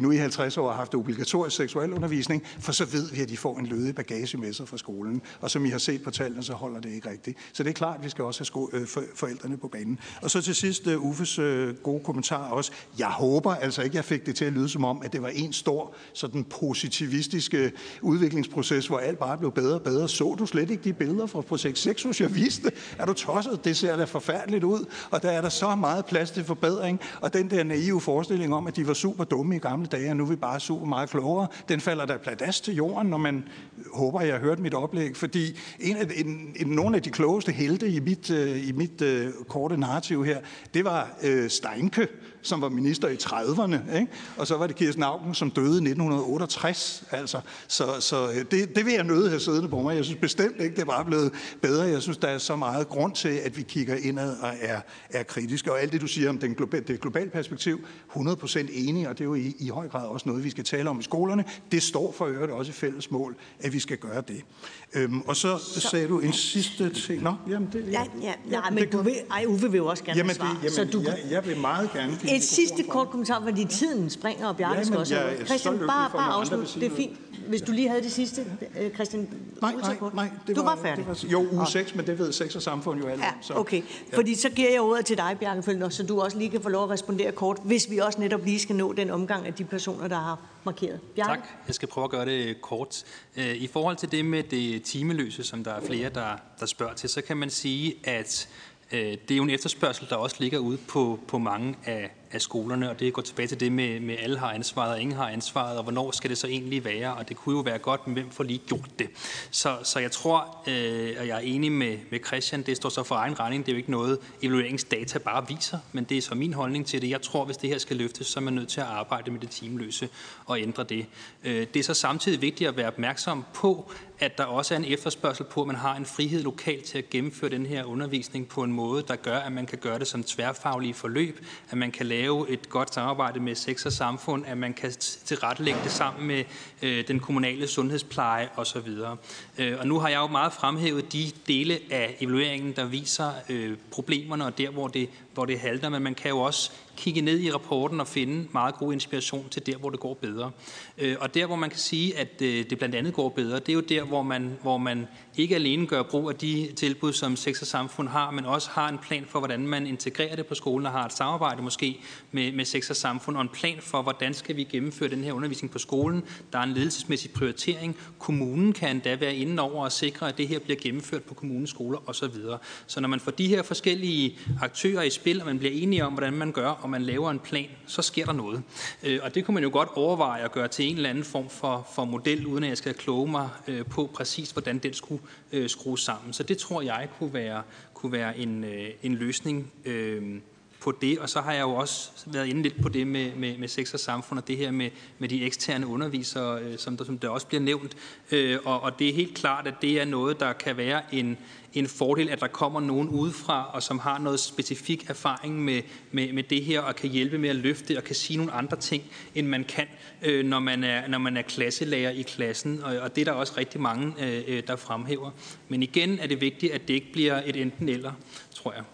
halvtreds år har haft obligatorisk seksualundervisning, for så ved vi, at de får en lødig bagage med sig fra skolen. Og som I har set på tallene, så holder det ikke rigtigt. Så det er klart, at vi skal også have sko- øh, for, forældrene på banen. Og så til sidst uh, Uffes uh, gode kommentar også. Jeg håber altså ikke, jeg fik det til at lyde som om, at det var en stor sådan positivistiske udviklingsproces, hvor alt bare blev bedre og bedre. Så du slet ikke de billeder fra projekt seks, jeg viste? Er du tosset? Det ser da forfærdeligt ud, og der er der så meget plads til forbedring. Og den der naive forestilling om, at de var super dumme i gamle dage, og nu er vi bare super meget klogere, den falder der plads til jorden, når man håber, jeg har hørt mit oplæg. Fordi en af, en, en, nogle af de klogeste helte i mit, uh, i mit uh, korte narrativ her, det var uh, Steinke, som var minister i trediverne, ikke? Og så var det Kirsten Auken, som døde i nitten otteogtres. Altså. Så, så det, det vil jeg nøde have siddende på mig. Jeg synes bestemt ikke, det er bare blevet bedre. Jeg synes, der er så meget grund til, at vi kigger indad og er, er kritiske. Og alt det, du siger om den global, det globale perspektiv, hundrede procent enig, og det er jo i, i høj grad også noget, vi skal tale om i skolerne. Det står for øvrigt også i fælles mål, at vi skal gøre det. Øhm, og så, så sagde du en sidste ting. Nå, jamen det... Ja, ja, ja, men du vil, ej, Uffe vil jo også gerne jamen, svare. det, jamen, så du, jeg, jeg vil meget gerne... Et sidste kort kommentar, fordi tiden springer, og Bjarne skal også. Christian, bare, bare afslut. Det er fint. Hvis du lige havde det sidste, Christian. Nej, nej, nej. Det du var, var færdig. Det var, jo, uge seks, men det ved Sex og Samfund jo alle ja, om. Så. Okay, ja. Fordi så giver jeg ordet til dig, Bjarne Følner, så du også lige kan få lov at respondere kort, hvis vi også netop lige skal nå den omgang af de personer, der har markeret. Bjarne? Tak. Jeg skal prøve at gøre det kort. I forhold til det med det timeløse, som der er flere, der, der spørger til, så kan man sige, at det er jo en efterspørgsel, der også ligger ude på, på mange af, af skolerne, og det går tilbage til det med, med alle har ansvaret, og ingen har ansvaret, og hvornår skal det så egentlig være, og det kunne jo være godt, men hvem får lige gjort det? Så, så jeg tror, øh, og jeg er enig med, med Christian, det står så for egen regning, det er jo ikke noget, evalueringsdata bare viser, men det er så min holdning til det. Jeg tror, hvis det her skal løftes, så er man nødt til at arbejde med det timeløse og ændre det. Øh, det er så samtidig vigtigt at være opmærksom på, at der også er en efterspørgsel på, at man har en frihed lokalt til at gennemføre den her undervisning på en måde, der gør, at man kan gøre det som tværfaglige forløb, at man kan lave et godt samarbejde med Sex og Samfund, at man kan tilrettelægge det sammen med øh, den kommunale sundhedspleje osv. Øh, og nu har jeg jo meget fremhævet de dele af evalueringen, der viser øh, problemerne og der, hvor det, hvor det halter, men man kan jo også kigge ned i rapporten og finde meget god inspiration til der, hvor det går bedre. Øh, og der, hvor man kan sige, at øh, det blandt andet går bedre, det er jo der, hvor man, hvor man ikke alene gør brug af de tilbud, som Sex og Samfund har, men også har en plan for, hvordan man integrerer det på skolen og har et samarbejde måske med, med Sex og Samfund, og en plan for, hvordan skal vi gennemføre den her undervisning på skolen. Der er en ledelsesmæssig prioritering. Kommunen kan endda være inde over og sikre, at det her bliver gennemført på kommunens skoler osv. Så når man får de her forskellige aktører i spil, og man bliver enige om, hvordan man gør, og man laver en plan, så sker der noget. Og det kunne man jo godt overveje at gøre til en eller anden form for, for model, uden at jeg skal kloge mig på præcis, hvordan den skulle skrues sammen. Så det tror jeg kunne være, kunne være en, en løsning øh, på det. Og så har jeg jo også været inde lidt på det med, med, med Sex og Samfund, og det her med, med de eksterne undervisere, øh, som, der, som der også bliver nævnt. Øh, og, og det er helt klart, at det er noget, der kan være en, en fordel, at der kommer nogen udefra, og som har noget specifik erfaring med, med, med det her, og kan hjælpe med at løfte, og kan sige nogle andre ting, end man kan, øh, når, man er, når man er klasselærer i klassen. Og, og det er der også rigtig mange, øh, der fremhæver. Men igen er det vigtigt, at det ikke bliver et enten eller, tror jeg.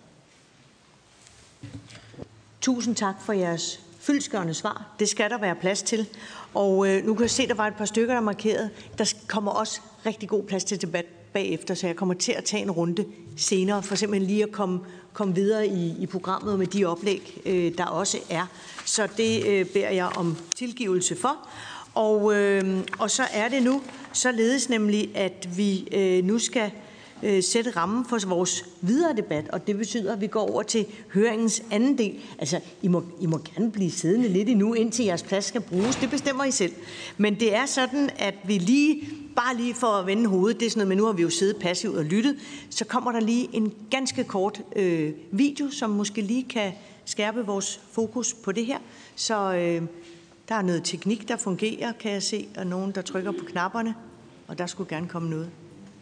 Tusind tak for jeres fyldestgørende svar. Det skal der være plads til. Og øh, nu kan jeg se, at der var et par stykker, der markerede. Der kommer også rigtig god plads til debat bagefter, så jeg kommer til at tage en runde senere, for simpelthen lige at komme, komme videre i, i programmet med de oplæg, øh, der også er. Så det øh, beder jeg om tilgivelse for. Og, øh, og så er det nu således nemlig, at vi øh, nu skal øh, sætte rammen for vores videre debat, og det betyder, at vi går over til høringens anden del. Altså, I må, I må gerne blive siddende lidt endnu, indtil jeres plads skal bruges. Det bestemmer I selv. Men det er sådan, at vi lige, bare lige for at vende hovedet, det er sådan noget, men nu har vi jo siddet passivt og lyttet, så kommer der lige en ganske kort øh, video, som måske lige kan skærpe vores fokus på det her. Så øh, der er noget teknik, der fungerer, kan jeg se, og nogen, der trykker på knapperne, og der skulle gerne komme noget.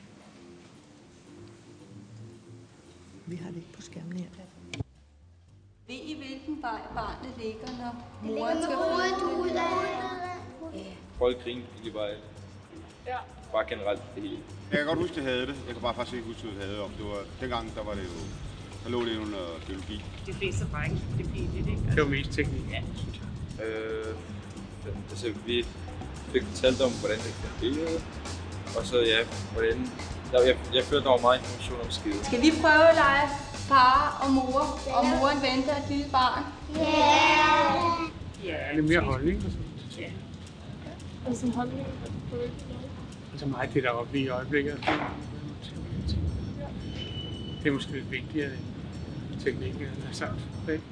Vi har det ikke på skærmen her. Ved I, hvilken vej barnet ligger, når moren skal føde det? Ja. Prøv at grine i vej. Ja. Bare generelt det hele. Jeg kan godt huske, at jeg havde det. Jeg kan bare faktisk ikke huske, at jeg havde det om. Det var, dengang, der var det jo, der lå det under biologi. De fleste bare ikke det pinligt, ikke? Det var mest teknik. Ja. Øh, Altså, vi fik fortalt om, hvordan det fungerede, og så ja, hvordan... Jeg, jeg, jeg følte, der var meget information om skide. Skal vi prøve at lege far og mor, og moren venter et lille barn? Ja! Yeah. Ja, lidt mere holdning og sådan. Ja. Altså en holdning? Altså meget det, der oppe i øjeblikket. Det er måske lidt vigtigere end teknikken, han har sagt.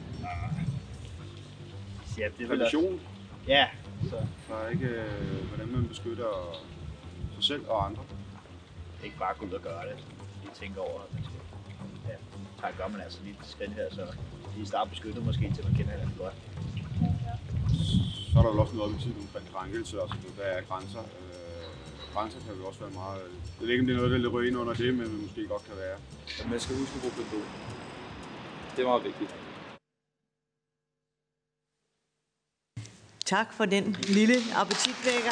Ja, det er Prævention. Ja. Så for ikke, hvordan man beskytter sig selv og andre. Ikke bare gå ud og gøre det. Lige tænke over, at man skal... Ja, så gør man altså lige et skridt her, så lige starte beskyttet måske, til man kender hinanden godt. Så er der jo også noget med tiden omkring krænkelse, altså hvad er grænser. Øh, grænser kan jo også være meget... Jeg ved ikke, om det er noget, der vil ryge ind under det, men det måske godt kan være. Men man skal huske at bruge kondom. Det er meget vigtigt. Tak for den lille appetitvækker.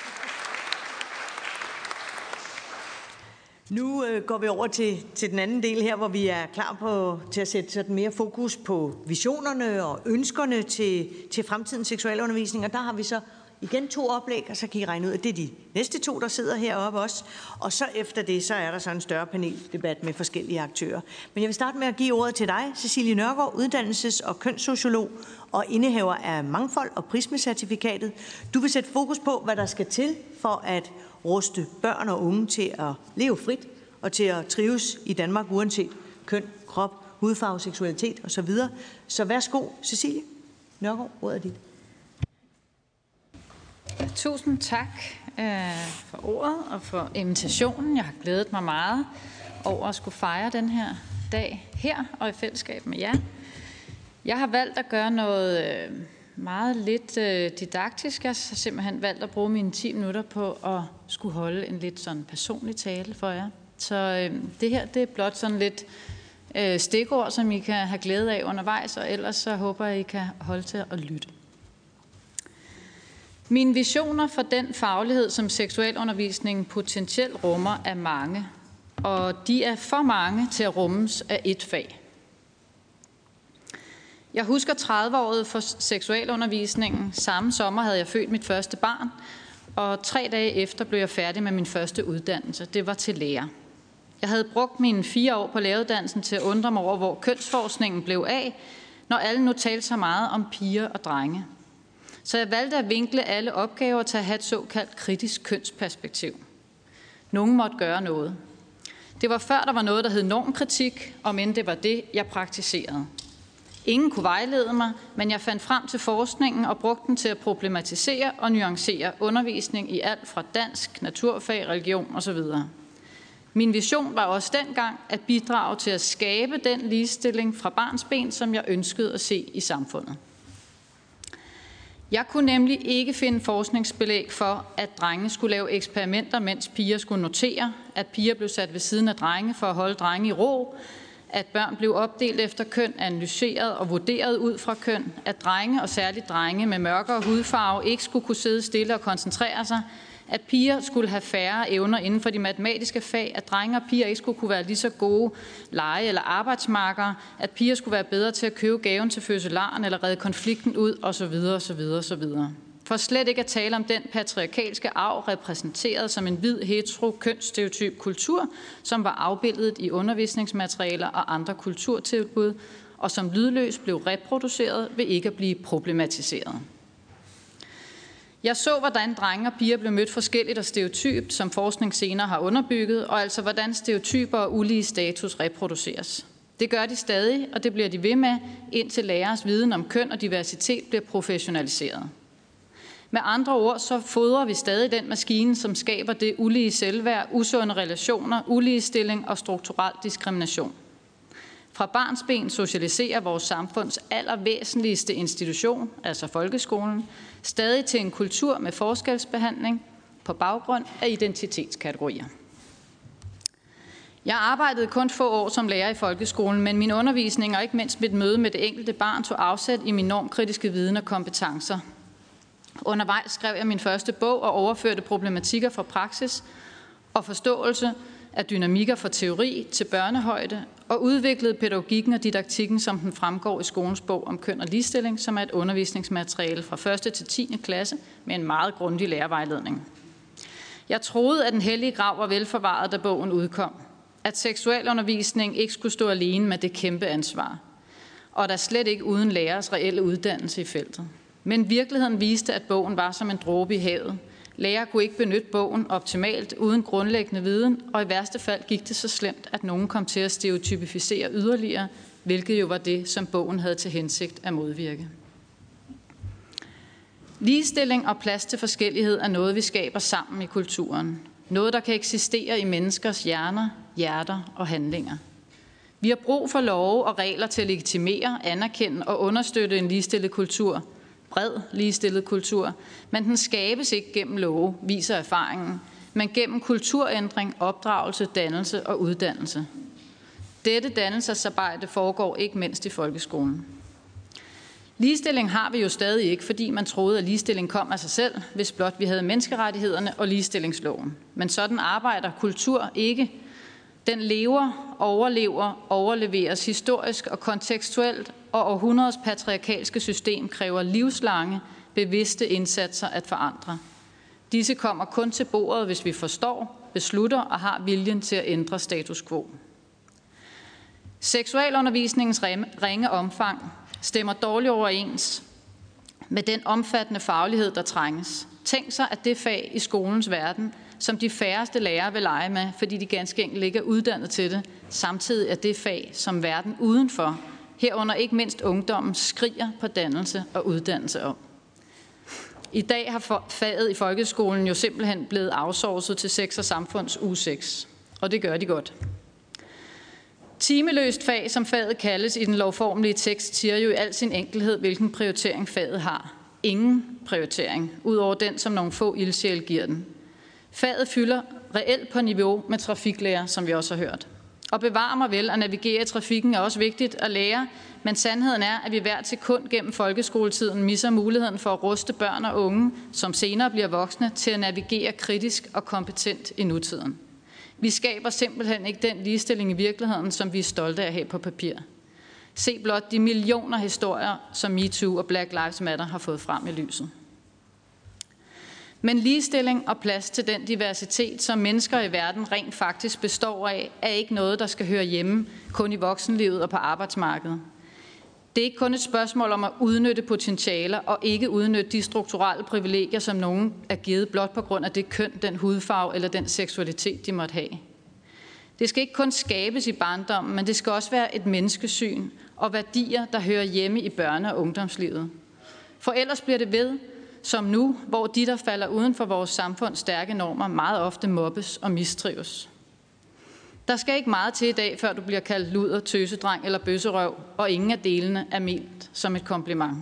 Nu øh, går vi over til, til den anden del her, hvor vi er klar på, til at sætte sådan mere fokus på visionerne og ønskerne til, til fremtidens seksualundervisning. Og der har vi så igen to oplæg, og så kan I regne ud, at det er de næste to, der sidder heroppe også. Og så efter det, så er der så en større paneldebat med forskellige aktører. Men jeg vil starte med at give ordet til dig, Cecilie Nørgaard, uddannelses- og kønssociolog og indehaver af Mangfold- og Prismecertifikatet. Du vil sætte fokus på, hvad der skal til for at ruste børn og unge til at leve frit og til at trives i Danmark, uanset køn, krop, hudfarve, seksualitet osv. Så værsgo, Cecilie Nørgaard, ordet er dit. Tusind tak øh, for ordet og for invitationen. Jeg har glædet mig meget over at skulle fejre den her dag her og i fællesskab med jer. Jeg har valgt at gøre noget øh, meget lidt øh, didaktisk. Jeg har simpelthen valgt at bruge mine ti minutter på at skulle holde en lidt sådan personlig tale for jer. Så øh, det her, det er blot sådan lidt øh, stikord, som I kan have glæde af undervejs, og ellers så håber jeg, I kan holde til at lytte. Mine visioner for den faglighed, som seksualundervisningen potentielt rummer, er mange, og de er for mange til at rummes af et fag. Jeg husker tredive-året for seksualundervisningen. Samme sommer havde jeg født mit første barn, og tre dage efter blev jeg færdig med min første uddannelse. Det var til lærer. Jeg havde brugt mine fire år på læreruddannelsen til at undre mig over, hvor kønsforskningen blev af, når alle nu talte så meget om piger og drenge. Så jeg valgte at vinkle alle opgaver til at have et såkaldt kritisk kønsperspektiv. Nogen måtte gøre noget. Det var før der var noget, der hed normkritik, om end det var det, jeg praktiserede. Ingen kunne vejlede mig, men jeg fandt frem til forskningen og brugte den til at problematisere og nuancere undervisning i alt fra dansk, naturfag, religion osv. Min vision var også dengang at bidrage til at skabe den ligestilling fra barnsben, som jeg ønskede at se i samfundet. Jeg kunne nemlig ikke finde forskningsbelæg for, at drenge skulle lave eksperimenter, mens piger skulle notere, at piger blev sat ved siden af drenge for at holde drenge i ro, at børn blev opdelt efter køn, analyseret og vurderet ud fra køn, at drenge og særligt drenge med mørkere hudfarve ikke skulle kunne sidde stille og koncentrere sig, at piger skulle have færre evner inden for de matematiske fag, at drenge og piger ikke skulle kunne være lige så gode lege- eller arbejdsmarkere, at piger skulle være bedre til at købe gaven til fødselaren eller redde konflikten ud osv. osv. osv. For slet ikke at tale om den patriarkalske arv repræsenteret som en hvid hetero-kønsstereotyp kultur, som var afbildet i undervisningsmaterialer og andre kulturtilbud, og som lydløst blev reproduceret ved ikke at blive problematiseret. Jeg så, hvordan drenge og piger blev mødt forskelligt og stereotypt, som forskning senere har underbygget, og altså hvordan stereotyper og ulige status reproduceres. Det gør de stadig, og det bliver de ved med, indtil lærers viden om køn og diversitet bliver professionaliseret. Med andre ord, så fodrer vi stadig den maskine, som skaber det ulige selvværd, usunde relationer, uligestilling og strukturel diskrimination. Fra barnsben socialiserer vores samfunds allervæsentligste institution, altså folkeskolen, stadig til en kultur med forskelsbehandling på baggrund af identitetskategorier. Jeg arbejdede kun få år som lærer i folkeskolen, men min undervisning og ikke mindst mit møde med det enkelte barn tog afsæt i min normkritiske viden og kompetencer. Undervejs skrev jeg min første bog og overførte problematikker fra praksis og forståelse af dynamikker fra teori til børnehøjde, og udviklede pædagogikken og didaktikken, som den fremgår i skolens bog om køn og ligestilling, som er et undervisningsmateriale fra første til tiende klasse med en meget grundig lærervejledning. Jeg troede, at den hellige grav var velforvaret, da bogen udkom. At seksualundervisning ikke skulle stå alene med det kæmpe ansvar. Og der slet ikke uden lærers reelle uddannelse i feltet. Men virkeligheden viste, at bogen var som en dråbe i havet. Lærere kunne ikke benytte bogen optimalt uden grundlæggende viden, og i værste fald gik det så slemt, at nogen kom til at stereotypificere yderligere, hvilket jo var det, som bogen havde til hensigt at modvirke. Ligestilling og plads til forskellighed er noget, vi skaber sammen i kulturen. Noget, der kan eksistere i menneskers hjerner, hjerter og handlinger. Vi har brug for love og regler til at legitimere, anerkende og understøtte en ligestillet kultur, bred ligestillet kultur, men den skabes ikke gennem love, viser erfaringen, men gennem kulturændring, opdragelse, dannelse og uddannelse. Dette dannelsesarbejde foregår ikke mindst i folkeskolen. Ligestilling har vi jo stadig ikke, fordi man troede, at ligestilling kom af sig selv, hvis blot vi havde menneskerettighederne og ligestillingsloven. Men sådan arbejder kultur ikke. Den lever, overlever, overleveres historisk og kontekstuelt, og århundredets patriarkalske system kræver livslange, bevidste indsatser at forandre. Disse kommer kun til bordet, hvis vi forstår, beslutter og har viljen til at ændre status quo. Seksualundervisningens ringe omfang stemmer dårligt overens med den omfattende faglighed, der trænges. Tænk sig, at det fag i skolens verden, som de færreste lærere vil lege med, fordi de ganske enkelt ikke er uddannet til det, samtidig er det fag, som verden udenfor, herunder ikke mindst ungdommen, skriger på dannelse og uddannelse om. I dag har faget i folkeskolen jo simpelthen blevet outsourcet til Sex og Samfunds uge seks, og det gør de godt. Timeløst fag, som faget kaldes i den lovformelige tekst, siger jo i al sin enkelhed, hvilken prioritering faget har. Ingen prioritering, udover den, som nogle få ildsjæle giver den. Faget fylder reelt på niveau med trafiklærer, som vi også har hørt. Og bevarer mig vel, at navigere i trafikken er også vigtigt at lære, men sandheden er, at vi hvert sekund gennem folkeskoletiden misser muligheden for at ruste børn og unge, som senere bliver voksne, til at navigere kritisk og kompetent i nutiden. Vi skaber simpelthen ikke den ligestilling i virkeligheden, som vi er stolte af at have på papir. Se blot de millioner historier, som MeToo og Black Lives Matter har fået frem i lyset. Men ligestilling og plads til den diversitet, som mennesker i verden rent faktisk består af, er ikke noget, der skal høre hjemme kun i voksenlivet og på arbejdsmarkedet. Det er ikke kun et spørgsmål om at udnytte potentialer og ikke udnytte de strukturelle privilegier, som nogen er givet blot på grund af det køn, den hudfarve eller den seksualitet, de måtte have. Det skal ikke kun skabes i barndommen, men det skal også være et menneskesyn og værdier, der hører hjemme i børne- og ungdomslivet. For ellers bliver det ved, som nu, hvor de, der falder uden for vores samfunds stærke normer, meget ofte mobbes og mistrives. Der skal ikke meget til i dag, før du bliver kaldt luder, tøsedreng eller bøsserøv, og ingen af delene er ment som et kompliment.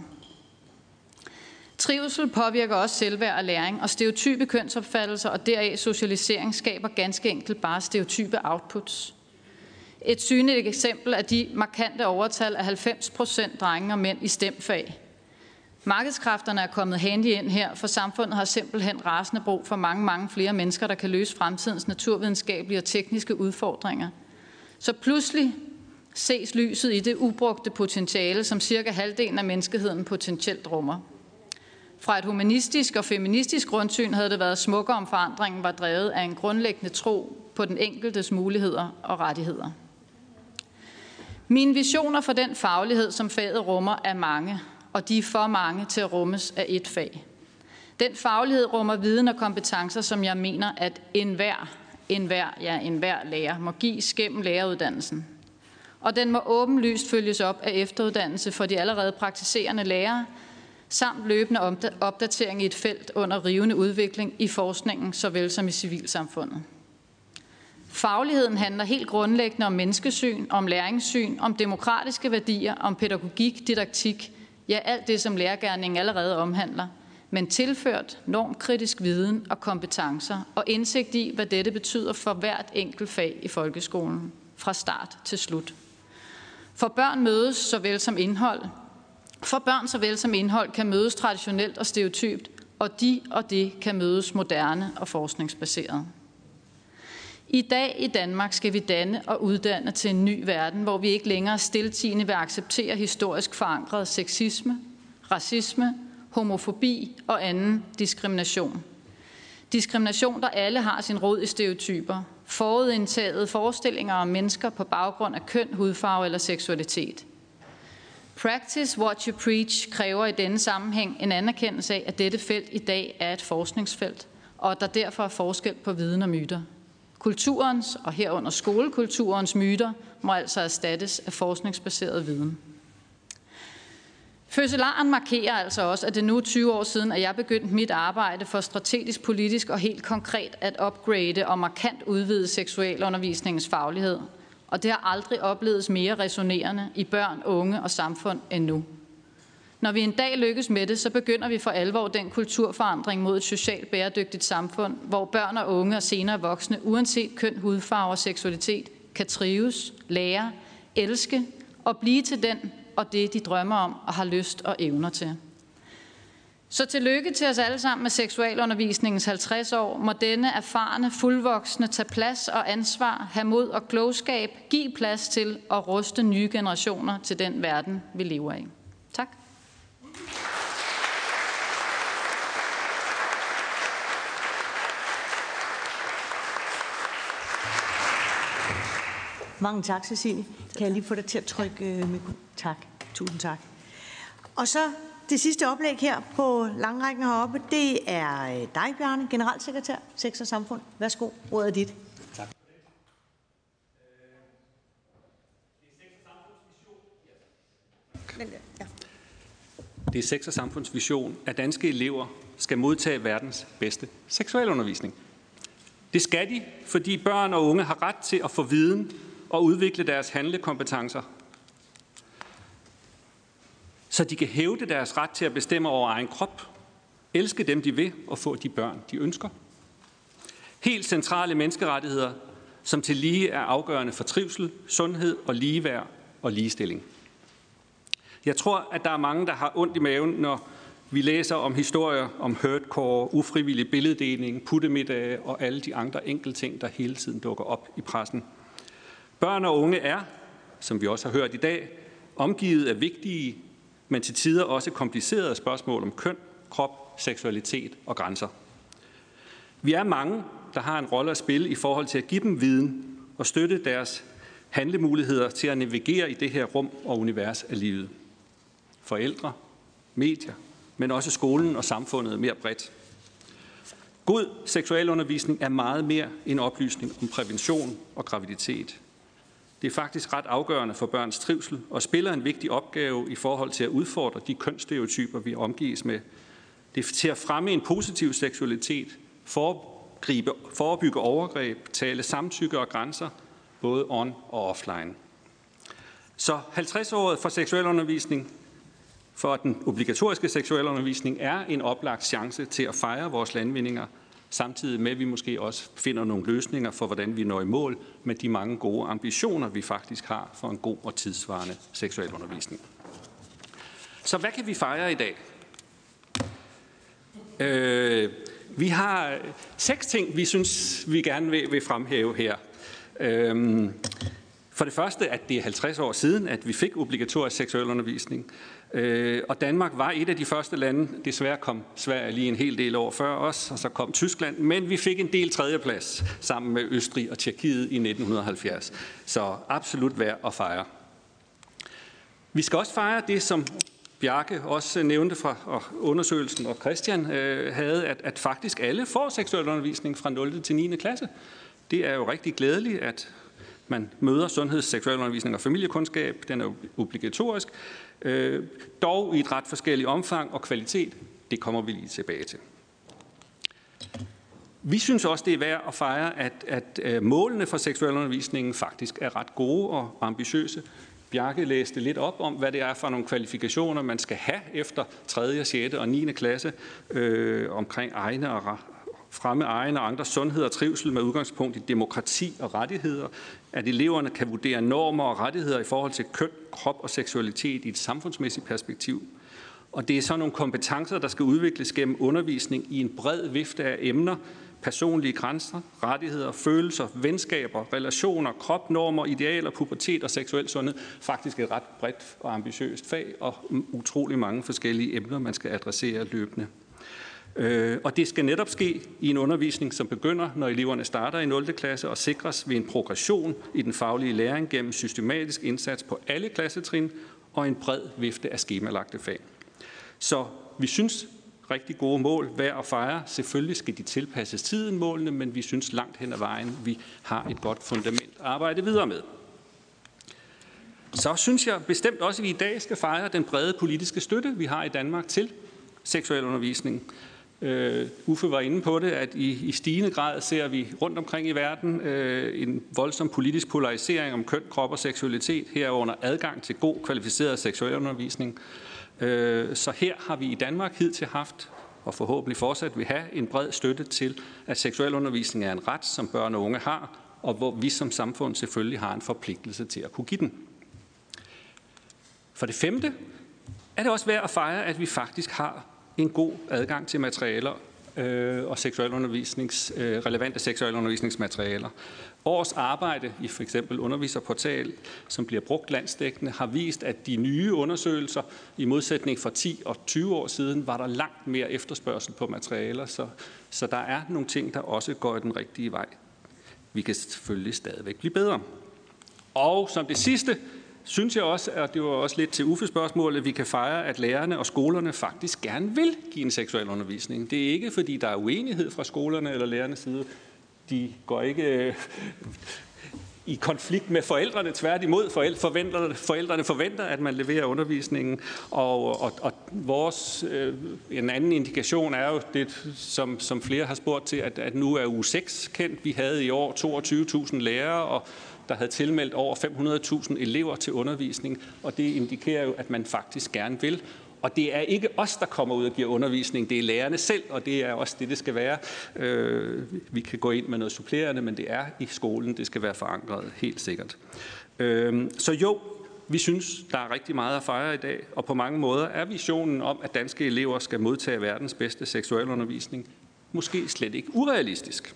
Trivsel påvirker også selvværd og læring, og stereotype kønsopfattelser og deraf socialisering skaber ganske enkelt bare stereotype outputs. Et synligt eksempel er de markante overtal af halvfems procent drenge og mænd i stemfag. Markedskræfterne er kommet handy ind her, for samfundet har simpelthen rasende brug for mange, mange flere mennesker, der kan løse fremtidens naturvidenskabelige og tekniske udfordringer. Så pludselig ses lyset i det ubrugte potentiale, som cirka halvdelen af menneskeheden potentielt rummer. Fra et humanistisk og feministisk grundsyn havde det været smukkere, om forandringen var drevet af en grundlæggende tro på den enkeltes muligheder og rettigheder. Mine visioner for den faglighed, som faget rummer, er mange, og de er for mange til at rummes af et fag. Den faglighed rummer viden og kompetencer, som jeg mener, at enhver, enhver, ja, enhver lærer må gives gennem læreruddannelsen. Og den må åbenlyst følges op af efteruddannelse for de allerede praktiserende lærere, samt løbende opdatering i et felt under rivende udvikling i forskningen, såvel som i civilsamfundet. Fagligheden handler helt grundlæggende om menneskesyn, om læringssyn, om demokratiske værdier, om pædagogik, didaktik, ja, alt det, som lærergerningen allerede omhandler, men tilført normkritisk viden og kompetencer og indsigt i, hvad dette betyder for hvert enkelt fag i folkeskolen, fra start til slut. For børn mødes såvel som indhold. For børn såvel som indhold kan mødes traditionelt og stereotypt, og de og det kan mødes moderne og forskningsbaseret. I dag i Danmark skal vi danne og uddanne til en ny verden, hvor vi ikke længere stiltiende vil acceptere historisk forankret sexisme, racisme, homofobi og anden diskrimination. Diskrimination, der alle har sin rod i stereotyper, forudindtagede forestillinger om mennesker på baggrund af køn, hudfarve eller seksualitet. Practice what you preach kræver i denne sammenhæng en anerkendelse af, at dette felt i dag er et forskningsfelt, og at der derfor er forskel på viden og myter. Kulturens, og herunder skolekulturens myter, må altså erstattes af forskningsbaseret viden. Fødselaren markerer altså også, at det nu er tyve år siden, at jeg begyndte mit arbejde for strategisk, politisk og helt konkret at upgrade og markant udvide seksualundervisningens faglighed. Og det har aldrig oplevet mere resonerende i børn, unge og samfund end nu. Når vi en dag lykkes med det, så begynder vi for alvor den kulturforandring mod et socialt bæredygtigt samfund, hvor børn og unge og senere voksne, uanset køn, hudfarve og seksualitet, kan trives, lære, elske og blive til den og det, de drømmer om og har lyst og evner til. Så tillykke til os alle sammen med seksualundervisningens halvtreds år. Må denne erfarne, fuldvoksne tage plads og ansvar, have mod og klogskab, give plads til og ruste nye generationer til den verden, vi lever i. Tak. Mange tak, Cecilie. Kan jeg lige få dig til at trykke øh, mikro? Tak. Tusind tak. Og så det sidste oplæg her på langrækken heroppe, det er dig, Bjarne, generalsekretær, Sex og Samfund. Værsgo, ordet er dit. Tak. Det er Sex og Samfunds vision, at danske elever skal modtage verdens bedste seksualundervisning. Det skal de, fordi børn og unge har ret til at få viden og udvikle deres handlekompetencer, så de kan hævde deres ret til at bestemme over egen krop, elske dem, de vil, og få de børn, de ønsker. Helt centrale menneskerettigheder, som til lige er afgørende for trivsel, sundhed og ligeværd og ligestilling. Jeg tror, at der er mange, der har ondt i maven, når vi læser om historier om hurtcore, ufrivillig billeddeling, puttemiddage og alle de andre enkelte ting, der hele tiden dukker op i pressen. Børn og unge er, som vi også har hørt i dag, omgivet af vigtige, men til tider også komplicerede spørgsmål om køn, krop, seksualitet og grænser. Vi er mange, der har en rolle at spille i forhold til at give dem viden og støtte deres handlemuligheder til at navigere i det her rum og univers af livet. Forældre, medier, men også skolen og samfundet mere bredt. God seksualundervisning er meget mere end oplysning om prævention og graviditet. Det er faktisk ret afgørende for børns trivsel og spiller en vigtig opgave i forhold til at udfordre de kønsstereotyper, vi omgives med. Det er til at fremme en positiv seksualitet, foregribe, forebygge overgreb, tale samtykke og grænser, både on og offline. Så halvtreds-året for seksualundervisning, for den obligatoriske seksualundervisning, er en oplagt chance til at fejre vores landvindinger, samtidig med, at vi måske også finder nogle løsninger for, hvordan vi når i mål med de mange gode ambitioner, vi faktisk har for en god og tidsvarende seksualundervisning. Så hvad kan vi fejre i dag? Øh, vi har seks ting, vi synes, vi gerne vil, vil fremhæve her. Øh, for det første, at det er halvtreds år siden, at vi fik obligatorisk seksualundervisning. Øh, og Danmark var et af de første lande. Desværre kom Sverige lige en hel del år før os, og så kom Tyskland. Men vi fik en del tredjeplads sammen med Østrig og Tjekkiet i nitten halvfjerds. Så absolut værd at fejre. Vi skal også fejre det, som Bjarke også nævnte fra undersøgelsen, og Christian øh, havde, at, at faktisk alle får seksualundervisning fra nul til niende klasse. Det er jo rigtig glædeligt, at man møder sundheds-, seksualundervisning og familiekundskab. Den er obligatorisk, øh, dog i et ret forskelligt omfang og kvalitet. Det kommer vi lige tilbage til. Vi synes også, det er værd at fejre, at, at målene for seksualundervisningen faktisk er ret gode og ambitiøse. Bjarke læste lidt op om, hvad det er for nogle kvalifikationer, man skal have efter tredje, sjette og niende klasse øh, omkring egne og fremme egne og andres sundhed og trivsel med udgangspunkt i demokrati og rettigheder, at eleverne kan vurdere normer og rettigheder i forhold til køn, krop og seksualitet i et samfundsmæssigt perspektiv. Og det er så nogle kompetencer, der skal udvikles gennem undervisning i en bred vifte af emner personlige grænser, rettigheder, følelser, venskaber, relationer, krop, normer, idealer, pubertet og seksuel sundhed. Faktisk et ret bredt og ambitiøst fag, og utrolig mange forskellige emner, man skal adressere løbende. Og det skal netop ske i en undervisning, som begynder, når eleverne starter i nul klasse, og sikres ved en progression i den faglige læring gennem systematisk indsats på alle klassetrin og en bred vifte af skemalagte fag. Så vi synes, rigtig gode mål værd at fejre. Selvfølgelig skal de tilpasses tiden målene, men vi synes langt hen ad vejen, vi har et godt fundament at arbejde videre med. Så synes jeg bestemt også, at vi i dag skal fejre den brede politiske støtte, vi har i Danmark til seksualundervisning. Uh, Uffe var inde på det, at i, i stigende grad ser vi rundt omkring i verden uh, en voldsom politisk polarisering om køn, krop og seksualitet, herunder adgang til god, kvalificeret seksualundervisning. Uh, så her har vi i Danmark hidtil haft, og forhåbentlig fortsat vil have, en bred støtte til, at seksualundervisning er en ret, som børn og unge har, og hvor vi som samfund selvfølgelig har en forpligtelse til at kunne give den. For det femte er det også værd at fejre, at vi faktisk har en god adgang til materialer øh, og seksualundervisnings, øh, relevante seksualundervisningsmaterialer. Års arbejde i for eksempel Underviserportal, som bliver brugt landsdækkende, har vist, at de nye undersøgelser, i modsætning for ti og tyve år siden, var der langt mere efterspørgsel på materialer, så, så der er nogle ting, der også går i den rigtige vej. Vi kan selvfølgelig stadigvæk blive bedre. Og som det sidste, synes jeg også, og det var også lidt til Uffes spørgsmål, at vi kan fejre, at lærerne og skolerne faktisk gerne vil give en seksualundervisning. Det er ikke, fordi der er uenighed fra skolerne eller lærernes side. De går ikke øh, i konflikt med forældrene. Tværtimod, forældrene, forældrene forventer, at man leverer undervisningen. Og, og, og vores, øh, en anden indikation er jo det, som, som flere har spurgt til, at, at nu er uge seks kendt. Vi havde i år toogtyve tusind lærere, og der havde tilmeldt over fem hundrede tusind elever til undervisning, og det indikerer jo, at man faktisk gerne vil. Og det er ikke os, der kommer ud og giver undervisning, det er lærerne selv, og det er også det, det skal være. Øh, vi kan gå ind med noget supplerende, men det er i skolen, det skal være forankret, helt sikkert. Øh, så jo, vi synes, der er rigtig meget at fejre i dag, og på mange måder er visionen om, at danske elever skal modtage verdens bedste seksualundervisning, måske slet ikke urealistisk.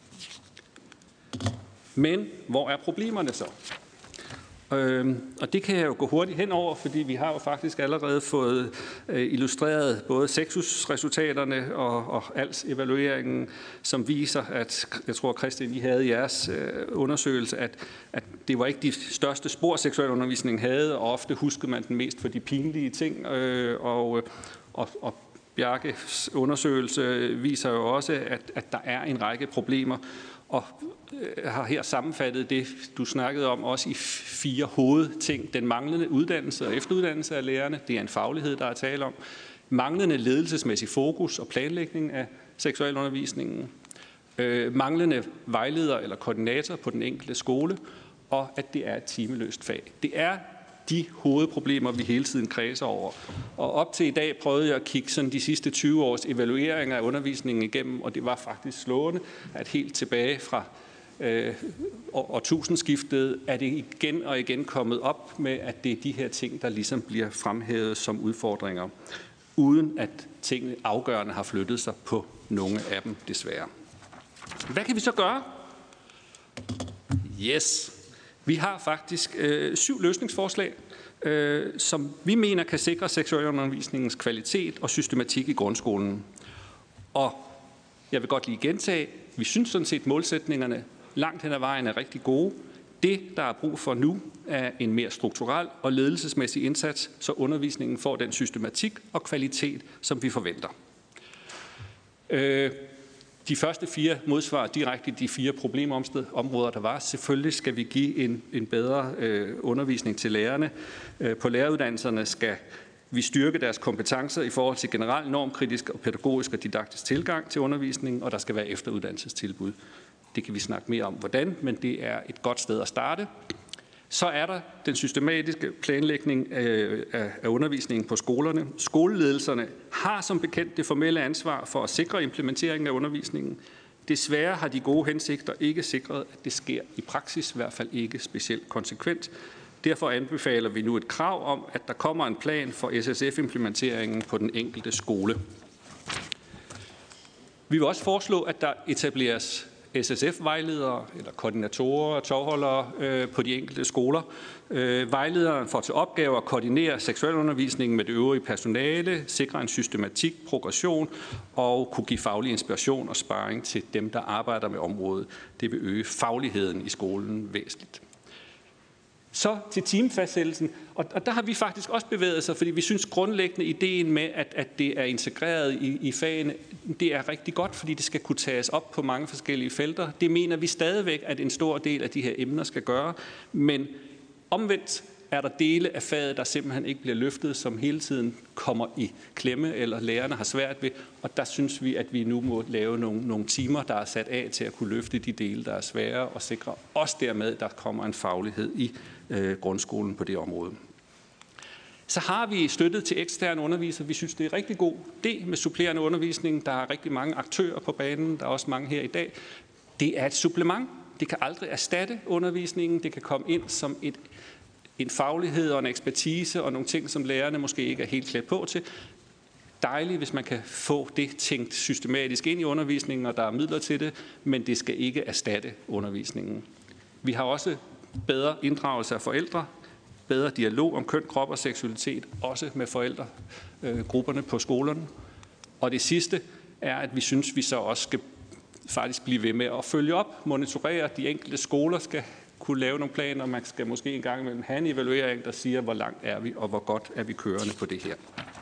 Men hvor er problemerne så? Øhm, og det kan jeg jo gå hurtigt henover, fordi vi har jo faktisk allerede fået øh, illustreret både sexusresultaterne og, og als evalueringen, som viser, at jeg tror, Christian, I havde i jeres øh, undersøgelse, at, at det var ikke de største spor, seksualundervisningen havde, og ofte huskede man den mest for de pinlige ting, øh, og, og, og Bjarkes undersøgelse viser jo også, at, at der er en række problemer, og har her sammenfattet det, du snakkede om, også i fire hovedting. Den manglende uddannelse og efteruddannelse af lærerne, det er en faglighed, der er tale om. Manglende ledelsesmæssig fokus og planlægning af seksualundervisningen. Øh, manglende vejleder eller koordinator på den enkelte skole, og at det er et timeløst fag. Det er de hovedproblemer, vi hele tiden kredser over. Og op til i dag prøvede jeg at kigge sådan de sidste tyve års evalueringer af undervisningen igennem, og det var faktisk slående, at helt tilbage fra øh, årtusindskiftet er det igen og igen kommet op med, at det er de her ting, der ligesom bliver fremhævet som udfordringer, uden at tingene afgørende har flyttet sig på nogle af dem, desværre. Hvad kan vi så gøre? Yes! Vi har faktisk øh, syv løsningsforslag, øh, som vi mener kan sikre seksualundervisningens kvalitet og systematik i grundskolen. Og jeg vil godt lige gentage, vi synes sådan set, målsætningerne langt hen ad vejen er rigtig gode. Det, der er brug for nu, er en mere strukturel og ledelsesmæssig indsats, så undervisningen får den systematik og kvalitet, som vi forventer. Øh, De første fire modsvarer direkte de fire problemområder, der var. Selvfølgelig skal vi give en, en bedre øh, undervisning til lærerne. Øh, på læreruddannelserne skal vi styrke deres kompetencer i forhold til generel normkritisk og pædagogisk og didaktisk tilgang til undervisningen, og der skal være efteruddannelsestilbud. Det kan vi snakke mere om, hvordan, men det er et godt sted at starte. Så er der den systematiske planlægning af undervisningen på skolerne. Skoleledelserne har som bekendt det formelle ansvar for at sikre implementeringen af undervisningen. Desværre har de gode hensigter ikke sikret, at det sker i praksis, i hvert fald ikke specielt konsekvent. Derfor anbefaler vi nu et krav om, at der kommer en plan for S S F-implementeringen på den enkelte skole. Vi vil også foreslå, at der etableres S S F-vejledere eller koordinatorer og tovholdere øh, på de enkelte skoler. Øh, vejlederen får til opgave at koordinere seksualundervisningen med det øvrige personale, sikre en systematik, progression og kunne give faglig inspiration og sparring til dem, der arbejder med området. Det vil øge fagligheden i skolen væsentligt. Så til timefastsættelsen, og, og der har vi faktisk også bevæget sig, fordi vi synes grundlæggende ideen med, at, at det er integreret i, i fagene, det er rigtig godt, fordi det skal kunne tages op på mange forskellige felter. Det mener vi stadigvæk, at en stor del af de her emner skal gøre, men omvendt er der dele af faget, der simpelthen ikke bliver løftet, som hele tiden kommer i klemme, eller lærerne har svært ved, og der synes vi, at vi nu må lave nogle, nogle timer, der er sat af til at kunne løfte de dele, der er svære, og sikre også dermed, at der kommer en faglighed i øh, grundskolen på det område. Så har vi støttet til eksterne undervisere. Vi synes, det er rigtig god idé med supplerende undervisning. Der er rigtig mange aktører på banen. Der er også mange her i dag. Det er et supplement. Det kan aldrig erstatte undervisningen. Det kan komme ind som et, en faglighed og en ekspertise og nogle ting, som lærerne måske ikke er helt klædt på til. Dejligt, hvis man kan få det tænkt systematisk ind i undervisningen, og der er midler til det, men det skal ikke erstatte undervisningen. Vi har også bedre inddragelse af forældre, bedre dialog om køn, krop og seksualitet, også med forældregrupperne på skolerne. Og det sidste er, at vi synes, vi så også skal faktisk blive ved med at følge op, monitorere. De enkelte skoler skal kunne lave nogle planer, og man skal måske en gang imellem have en evaluering, der siger, hvor langt er vi, og hvor godt er vi kørende på det her.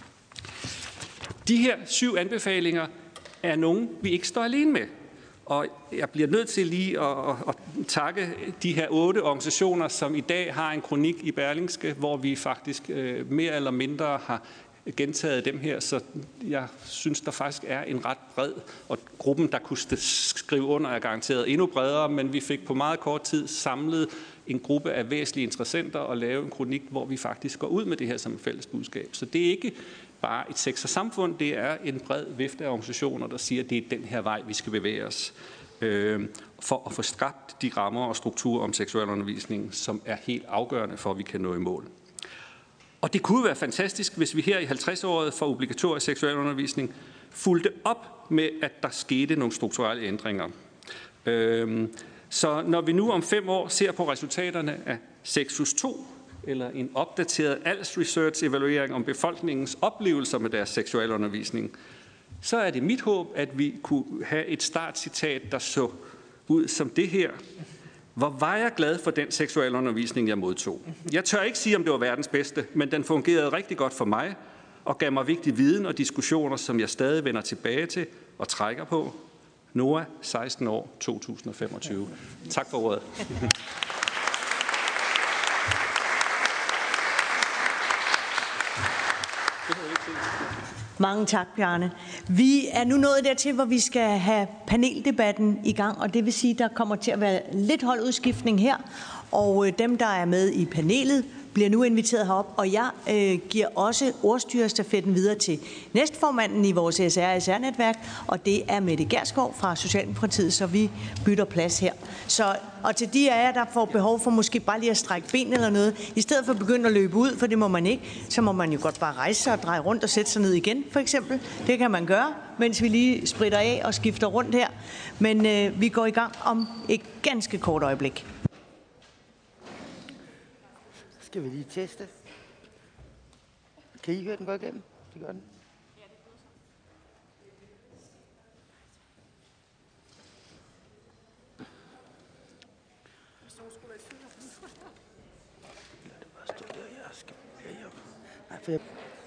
De her syv anbefalinger er nogen, vi ikke står alene med. Og jeg bliver nødt til lige at, at, at takke de her otte organisationer, som i dag har en kronik i Berlingske, hvor vi faktisk øh, mere eller mindre har gentaget dem her. Så jeg synes, der faktisk er en ret bred, og gruppen, der kunne skrive under, er garanteret endnu bredere, men vi fik på meget kort tid samlet en gruppe af væsentlige interessenter og lave en kronik, hvor vi faktisk går ud med det her som et fælles budskab. Så det er ikke bare et sex- og samfund, det er en bred vifte af organisationer, der siger, at det er den her vej, vi skal bevæge os øh, for at få skabt de rammer og strukturer om seksualundervisning, som er helt afgørende for, at vi kan nå i mål. Og det kunne være fantastisk, hvis vi her i halvtreds-året for obligatorisk seksualundervisning fulgte op med, at der skete nogle strukturelle ændringer. Øh, så når vi nu om fem år ser på resultaterne af Sexus to, eller en opdateret Als Research evaluering om befolkningens oplevelser med deres seksualundervisning, så er det mit håb, at vi kunne have et startcitat, der så ud som det her. Hvor var jeg glad for den seksualundervisning, jeg modtog. Jeg tør ikke sige, om det var verdens bedste, men den fungerede rigtig godt for mig og gav mig vigtig viden og diskussioner, som jeg stadig vender tilbage til og trækker på. Noah, seksten år, to tusind og femogtyve. Tak for ordet. Mange tak, Bjarne. Vi er nu nået dertil, hvor vi skal have paneldebatten i gang, og det vil sige, at der kommer til at være lidt holdudskiftning her, og dem, der er med i panelet, bliver nu inviteret herop, og jeg øh, giver også ordstyrerstafetten videre til næstformanden i vores S R S R-netværk, og det er Mette Gjerskov fra Socialdemokratiet, så vi bytter plads her. Så, og til de af jer, der får behov for måske bare lige at strække ben eller noget, i stedet for at begynde at løbe ud, for det må man ikke, så må man jo godt bare rejse sig og dreje rundt og sætte sig ned igen, for eksempel. Det kan man gøre, mens vi lige spritter af og skifter rundt her. Men øh, vi går i gang om et ganske kort øjeblik. Skal vi lige teste? Kan I høre den gå igennem? Det gør den. Nej, for jeg...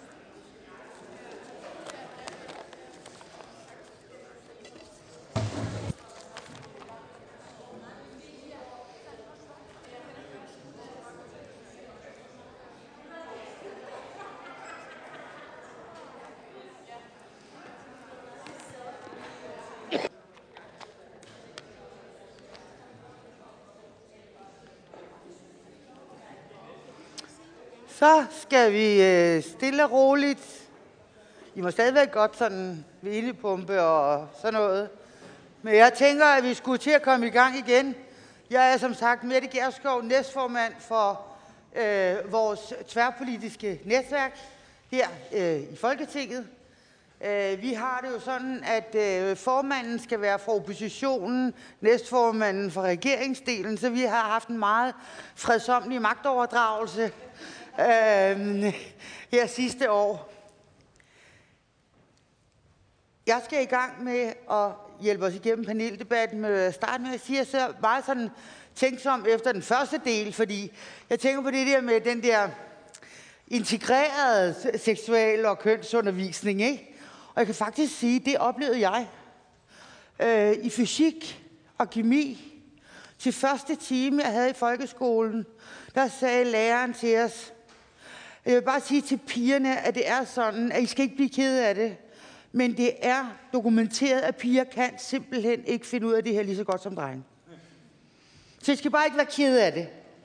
Så skal vi øh, stille og roligt. I må stadigvæk godt sådan hvilepumpe og sådan noget. Men jeg tænker, at vi skulle til at komme i gang igen. Jeg er som sagt Mette Gjerskov, næstformand for øh, vores tværpolitiske netværk her øh, i Folketinget. Øh, vi har det jo sådan, at øh, formanden skal være fra oppositionen, næstformanden fra regeringsdelen, så vi har haft en meget fredsomlig magtoverdragelse øh, her sidste år. Jeg skal i gang med at hjælpe os igennem paneldebatten med at starte med at sige, at jeg så meget sådan tænksom efter den første del, fordi jeg tænker på det der med den der integrerede seksual- og kønsundervisning, ikke? Og jeg kan faktisk sige, at det oplevede jeg øh, i fysik og kemi. Til første time, jeg havde i folkeskolen, der sagde læreren til os, jeg vil bare sige til pigerne, at det er sådan, at I skal ikke blive kede af det, men det er dokumenteret, at piger kan simpelthen ikke finde ud af det her lige så godt som drenge. Så I skal bare ikke være kede af det.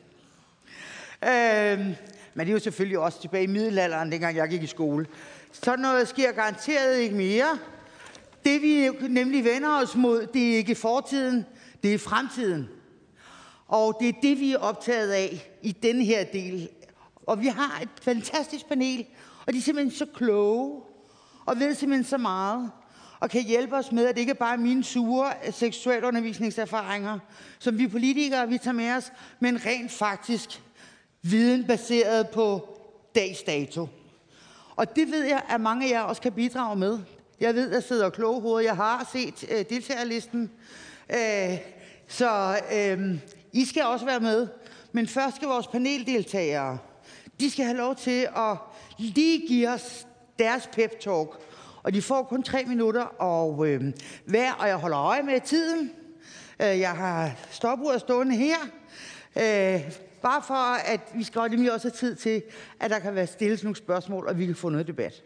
Øh, men det er jo selvfølgelig også tilbage i middelalderen, dengang jeg gik i skole. Sådan noget sker garanteret ikke mere. Det vi nemlig vender os mod, det er ikke fortiden, det er fremtiden. Og det er det, vi er optaget af i denne her del. Og vi har et fantastisk panel, og de er simpelthen så kloge, og ved simpelthen så meget, og kan hjælpe os med, at det ikke bare er mine sure seksualundervisningserfaringer, som vi politikere vi tager med os, men rent faktisk viden baseret på dags dato. Og det ved jeg, at mange af jer også kan bidrage med. Jeg ved, der sidder kloge hoveder. Jeg har set øh, deltagerlisten. Øh, så øh, I skal også være med. Men først skal vores paneldeltagere, de skal have lov til at lige give os deres pep-talk. Og de får kun tre minutter og øh, hver, og jeg holder øje med tiden. Øh, jeg har stopuret stående her. Øh, Bare for, at vi skal nemlig også have tid til, at der kan være stillet nogle spørgsmål, og vi kan få noget debat.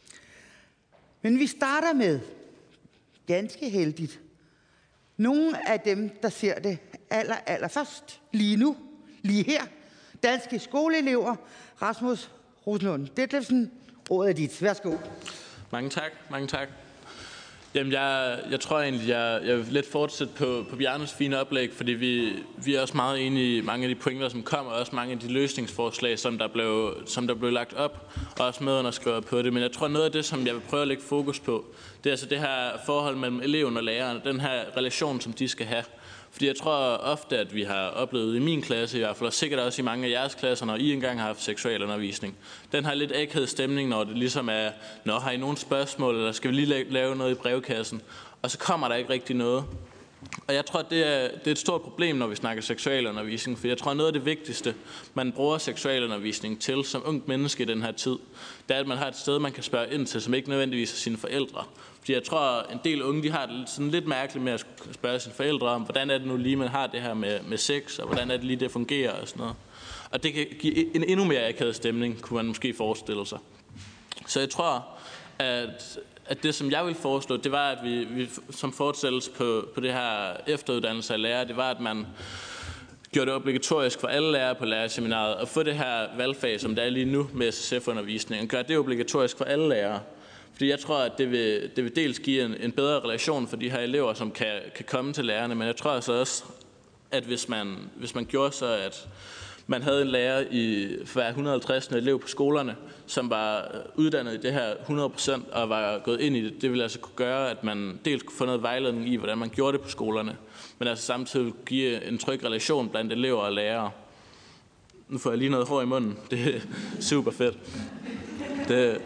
Men vi starter med, ganske heldigt, nogle af dem, der ser det aller, aller først, lige nu, lige her, danske skoleelever, Rasmus Rosenlund Detlefsen, ordet er dit. Værsgo. Mange tak, mange tak. Jamen, jeg, jeg tror egentlig, jeg, jeg vil lidt fortsætte på, på Bjarnes fine oplæg, fordi vi, vi er også meget enige i mange af de pointer, som kommer, og også mange af de løsningsforslag, som der blev, som der blev lagt op, og også medunderskrivere på det. Men jeg tror, noget af det, som jeg vil prøve at lægge fokus på, det er altså det her forhold mellem eleven og læreren, den her relation, som de skal have. Fordi jeg tror ofte, at vi har oplevet i min klasse, i hvert fald, og sikkert også i mange af jeres klasser, når I engang har haft seksualundervisning, den har lidt akavet stemning, når det ligesom er, nå, har I nogle spørgsmål, eller skal vi lige lave noget i brevkassen? Og så kommer der ikke rigtig noget. Og jeg tror, det er, det er et stort problem, når vi snakker seksualundervisning, for jeg tror, noget af det vigtigste, man bruger seksualundervisning til som ungt menneske i den her tid, det er, at man har et sted, man kan spørge ind til, som ikke nødvendigvis er sine forældre. Fordi jeg tror, en del unge, de har det sådan lidt mærkeligt med at spørge sine forældre om, hvordan er det nu lige, man har det her med, med sex, og hvordan er det lige, det fungerer og sådan noget. Og det kan give en endnu mere akavet stemning, kunne man måske forestille sig. Så jeg tror, at at det, som jeg vil foreslå, det var, at vi, vi som fortsættelse på, på det her efteruddannelse af lærere, det var, at man gjorde det obligatorisk for alle lærere på lærerseminaret at få det her valgfag, som der er lige nu med S S F-undervisning, og gøre det obligatorisk for alle lærere. Fordi jeg tror, at det vil, det vil dels give en, en bedre relation for de her elever, som kan, kan komme til lærerne, men jeg tror altså også, at hvis man, hvis man gjorde så, at man havde en lærer i for hver et hundrede og halvtreds elev på skolerne, som var uddannet i det her hundrede procent og var gået ind i det. Det ville altså kunne gøre, at man dels kunne få noget vejledning i, hvordan man gjorde det på skolerne, men altså samtidig give en tryg relation blandt elever og lærere. Nu får jeg lige noget hår i munden. Det er super fedt. Det,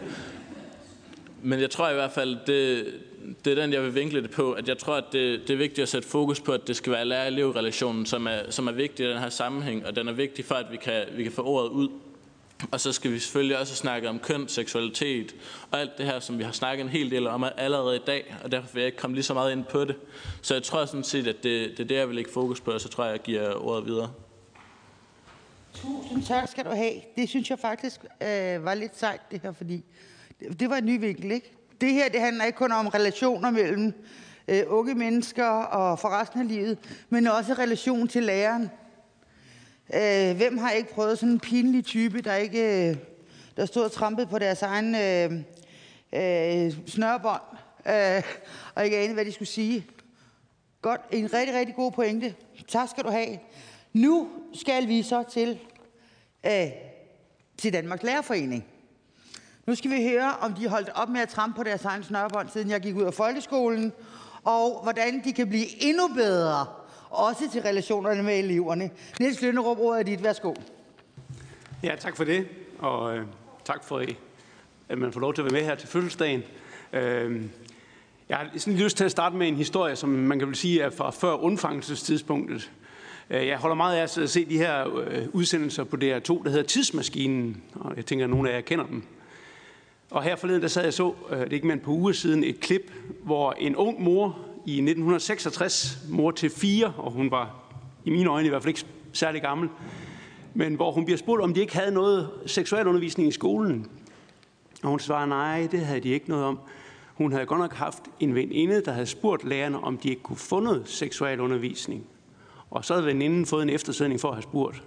men jeg tror i hvert fald, det, det er den, jeg vil vinkle det på, at jeg tror, at det, det er vigtigt at sætte fokus på, at det skal være lærer-elev-relationen, som er, som er vigtig i den her sammenhæng, og den er vigtig for, at vi kan, vi kan få ordet ud. Og så skal vi selvfølgelig også snakke om køn, seksualitet og alt det her, som vi har snakket en hel del om allerede i dag, og derfor vil jeg ikke komme lige så meget ind på det. Så jeg tror sådan set, at det, det er det, jeg vil lægge fokus på, og så tror jeg, at jeg giver ordet videre. Tusind tak skal du have. Det synes jeg faktisk øh, var lidt sejt, det her, fordi det, det var en ny vinkel, ikke? Det her, det handler ikke kun om relationer mellem øh, unge mennesker og for resten af livet, men også relation til læreren. Øh, hvem har ikke prøvet sådan en pinlig type, der ikke øh, der stod og trampede på deres egen øh, øh, snørebånd, øh, og ikke anede, hvad de skulle sige? Godt, en rigtig, rigtig god pointe. Tak skal du have. Nu skal vi så til, øh, til Danmarks Lærerforening, Nu skal vi høre, om de holdt op med at trampe på deres egen snørbånd, siden jeg gik ud af folkeskolen, og hvordan de kan blive endnu bedre, også til relationerne med eleverne. Niels Lynderup, ordet er dit. Værsgo. Ja, tak for det, og øh, tak for, at man får lov til at være med her til fødselsdagen. Øh, jeg har sådan lyst til at starte med en historie, som man kan vel sige er fra før undfangelsestidspunktet. Jeg holder meget af at se de her udsendelser på D R to, der hedder Tidsmaskinen, og jeg tænker, at nogle af jer kender dem. Og her forleden, der sad jeg så, det er ikke mere end på uger siden, et klip, hvor en ung mor i nitten seksogtres, mor til fire, og hun var i mine øjne i hvert fald ikke særlig gammel, men hvor hun bliver spurgt, om de ikke havde noget seksualundervisning i skolen. Og hun svarer, nej, det havde de ikke noget om. Hun havde godt nok haft en veninde, der havde spurgt lærerne, om de ikke kunne få noget seksualundervisning. Og så havde veninden fået en eftersøgning for at have spurgt.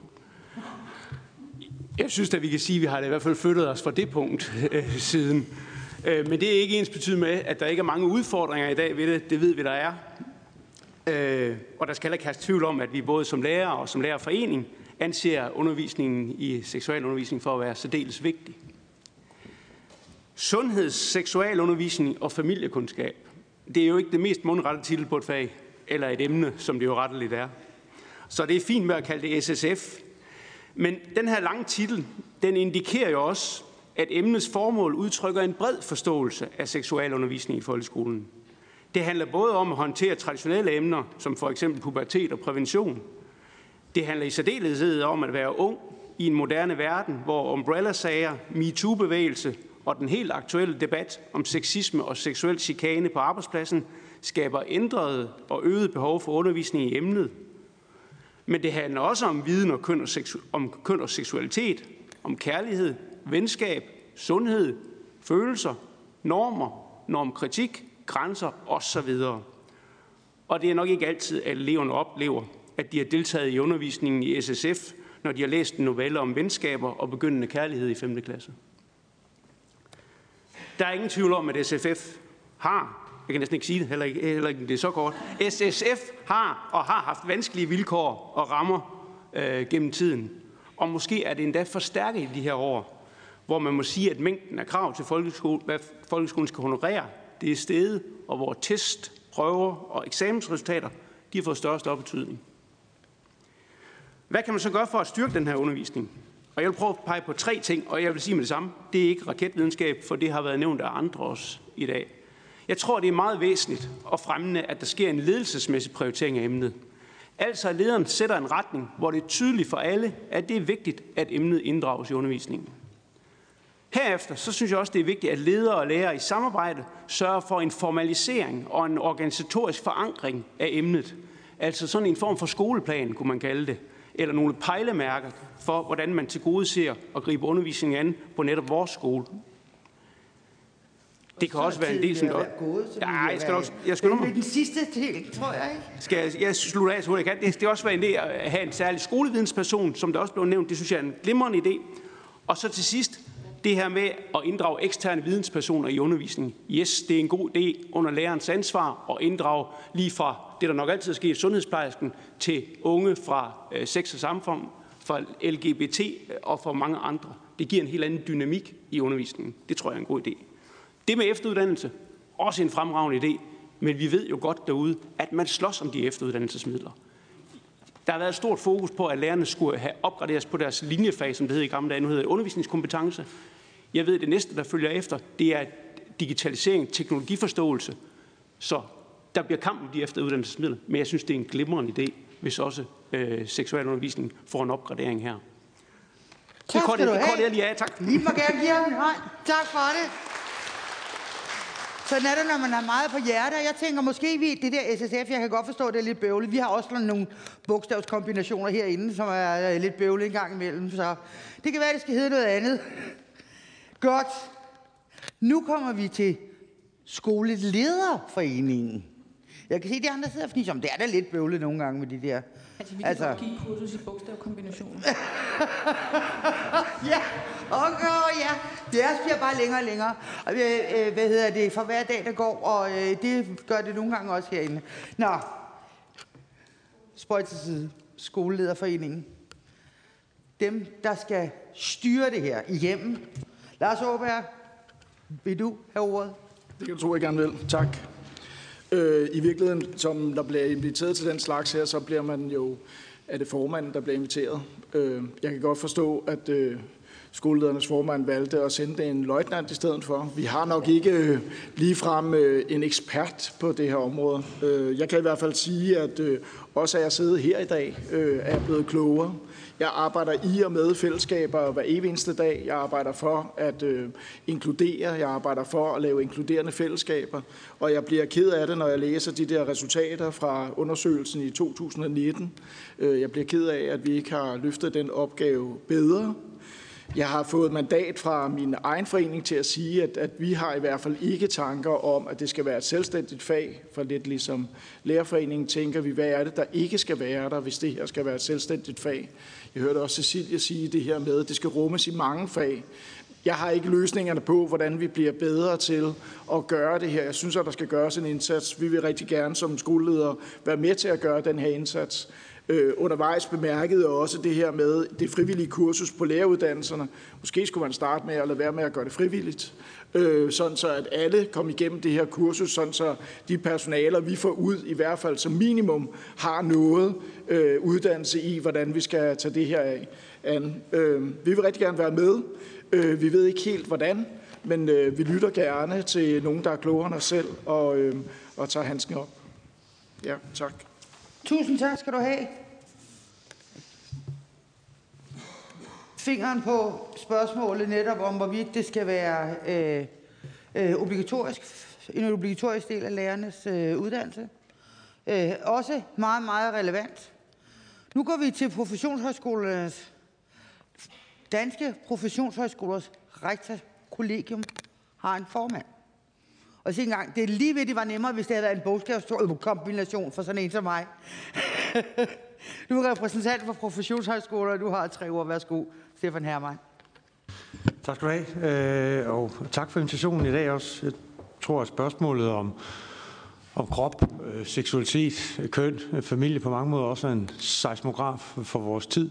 Jeg synes, at vi kan sige, at vi har i hvert fald flyttet os fra det punkt øh, siden. Øh, men det er ikke ens betydende med, at der ikke er mange udfordringer i dag ved det. Det ved vi, der er. Øh, og der skal heller ikke have tvivl om, at vi både som lærer og som lærerforening anser undervisningen i seksualundervisning for at være særdeles vigtig. Sundheds-, seksualundervisning og familiekundskab. Det er jo ikke det mest mundrette titel på et fag, eller et emne, som det jo retteligt er. Så det er fint med at kalde det S S F. Men den her lange titel, den indikerer jo også, at emnets formål udtrykker en bred forståelse af seksualundervisning i folkeskolen. Det handler både om at håndtere traditionelle emner, som for eksempel pubertet og prævention. Det handler i særdeleshed om at være ung i en moderne verden, hvor umbrella-sager, MeToo-bevægelse og den helt aktuelle debat om sexisme og seksuel chikane på arbejdspladsen skaber ændrede og øget behov for undervisning i emnet. Men det handler også om viden og køn og, seksu- om køn og seksualitet, om kærlighed, venskab, sundhed, følelser, normer, normkritik, grænser osv. Og det er nok ikke altid, at eleverne oplever, at de har deltaget i undervisningen i S S F, når de har læst en novelle om venskaber og begyndende kærlighed i femte klasse. Der er ingen tvivl om, at S F F har, jeg kan næsten ikke sige det, heller ikke, heller ikke det er så kort, S S F har og har haft vanskelige vilkår og rammer øh, gennem tiden. Og måske er det endda forstærket i de her år, hvor man må sige, at mængden af krav til folkeskole, hvad folkeskolen skal honorere, det er steget, og hvor test, prøver og eksamensresultater, de har fået større og større betydning. Hvad kan man så gøre for at styrke den her undervisning? Og jeg vil prøve at pege på tre ting, og jeg vil sige med det samme. Det er ikke raketvidenskab, for det har været nævnt af andre også i dag. Jeg tror, det er meget væsentligt og fremmende, at der sker en ledelsesmæssig prioritering af emnet. Altså at lederen sætter en retning, hvor det er tydeligt for alle, at det er vigtigt, at emnet inddrages i undervisningen. Herefter så synes jeg også, det er vigtigt, at ledere og lærere i samarbejde sørger for en formalisering og en organisatorisk forankring af emnet. Altså sådan en form for skoleplan, kunne man kalde det, eller nogle pejlemærker for, hvordan man tilgodeser og griber undervisningen an på netop vores skole. Det kan også være en del, som godt. Ja, jeg skal nok. Jeg skal nok. Den sidste del, tror jeg ikke. Skal jeg, jeg slutter af, så jeg kan. Det skal også være en idé at have en særlig skolevidensperson, som der også blev nævnt. Det synes jeg er en glimrende idé. Og så til sidst, det her med at inddrage eksterne videnspersoner i undervisningen. Yes, det er en god idé under lærerens ansvar at inddrage lige fra det, der nok altid sker i sundhedsplejersken, til unge fra øh, sex og samfund, fra L G B T og fra mange andre. Det giver en helt anden dynamik i undervisningen. Det tror jeg er en god idé. Det med efteruddannelse, også en fremragende idé, men vi ved jo godt derude, at man slås om de efteruddannelsesmidler. Der har været et stort fokus på, at lærerne skulle have opgraderet på deres linjefag, som det hed i gamle dage, nu hedder det undervisningskompetence. Jeg ved, at det næste, der følger efter, det er digitalisering, teknologiforståelse. Så der bliver kamp om de efteruddannelsesmidler, men jeg synes, det er en glimrende idé, hvis også øh, seksualundervisning får en opgradering her. Tak skal det, du det, have. Det, lige, ja, tak. Lige må gerne give ham en hånd. Tak for det. Sådan er det, når man har meget på hjertet. Jeg tænker måske, vi det der S S F, jeg kan godt forstå, det er lidt bøvlet. Vi har også nogle bogstavskombinationer herinde, som er lidt bøvlet en gang imellem. Så det kan være, det skal hedde noget andet. Godt. Nu kommer vi til Skolelederforeningen. Jeg kan se, de andre sidder og fniser om. Det er da lidt bøvlet nogle gange med de der. Altså, vi kan altså... godt give kursus i bogstavkombinationer. Ja, okay, ja. Det bliver bare længere og længere. Og, øh, hvad hedder det? For hver dag, der går, og øh, det gør det nogle gange også herinde. Nå. Spøj til side. Skolelederforeningen. Dem, der skal styre det her i hjemmet. Lars Åberg, Vil du have ordet? Det kan du tro, jeg gerne vil. Tak. Øh, I virkeligheden, som der bliver inviteret til den slags her, så bliver man jo, er det formanden, der bliver inviteret. Øh, jeg kan godt forstå, at øh, skoleledernes formand valgte at sende en løjtnant i stedet for. Vi har nok ikke øh, ligefrem øh, en ekspert på det her område. Øh, jeg kan i hvert fald sige, at øh, også at jeg sidder her i dag, øh, er jeg blevet klogere. Jeg arbejder i og med fællesskaber hver evig eneste dag. Jeg arbejder for at øh, inkludere. Jeg arbejder for at lave inkluderende fællesskaber. Og jeg bliver ked af det, når jeg læser de der resultater fra undersøgelsen i to tusind nitten. Øh, jeg bliver ked af, at vi ikke har løftet den opgave bedre. Jeg har fået mandat fra min egen forening til at sige, at, at vi har i hvert fald ikke tanker om, at det skal være et selvstændigt fag. For lidt ligesom Lærerforeningen tænker vi, hvad er det, der ikke skal være der, hvis det her skal være et selvstændigt fag. Jeg hørte også Cecilia sige det her med, at det skal rummes i mange fag. Jeg har ikke løsningerne på, hvordan vi bliver bedre til at gøre det her. Jeg synes, at der skal gøres en indsats. Vi vil rigtig gerne som skoleledere være med til at gøre den her indsats. Øh, undervejs bemærkede jeg også det her med det frivillige kursus på læreruddannelserne. Måske skulle man starte med at lade være med at gøre det frivilligt, øh, sådan så at alle kom igennem det her kursus, sådan så de personaler, vi får ud, i hvert fald som minimum, har noget øh, uddannelse i, hvordan vi skal tage det her af. an. Øh, vi vil rigtig gerne være med. Øh, vi ved ikke helt, hvordan, men øh, vi lytter gerne til nogen, der er klogere end os selv, og, øh, og tager handsken op. Ja, tak. Tusind tak skal du have. Fingeren på spørgsmålet netop om, hvorvidt det skal være øh, øh, obligatorisk, en obligatorisk del af lærernes øh, uddannelse. Øh, også meget, meget relevant. Nu går vi til professionshøjskolernes, danske professionshøjskolers rektorkollegium har en formand. Og så engang, det er lige ved, det var nemmere, hvis det havde været en bogstavskombination for sådan en som mig. Du er repræsentant for professionshøjskoler, og du har tre ord. Værsgo, Stefan Hermann. Tak skal du have, og tak for invitationen i dag også. Jeg tror, at spørgsmålet om, om krop, seksualitet, køn, familie på mange måder også er en seismograf for vores tid.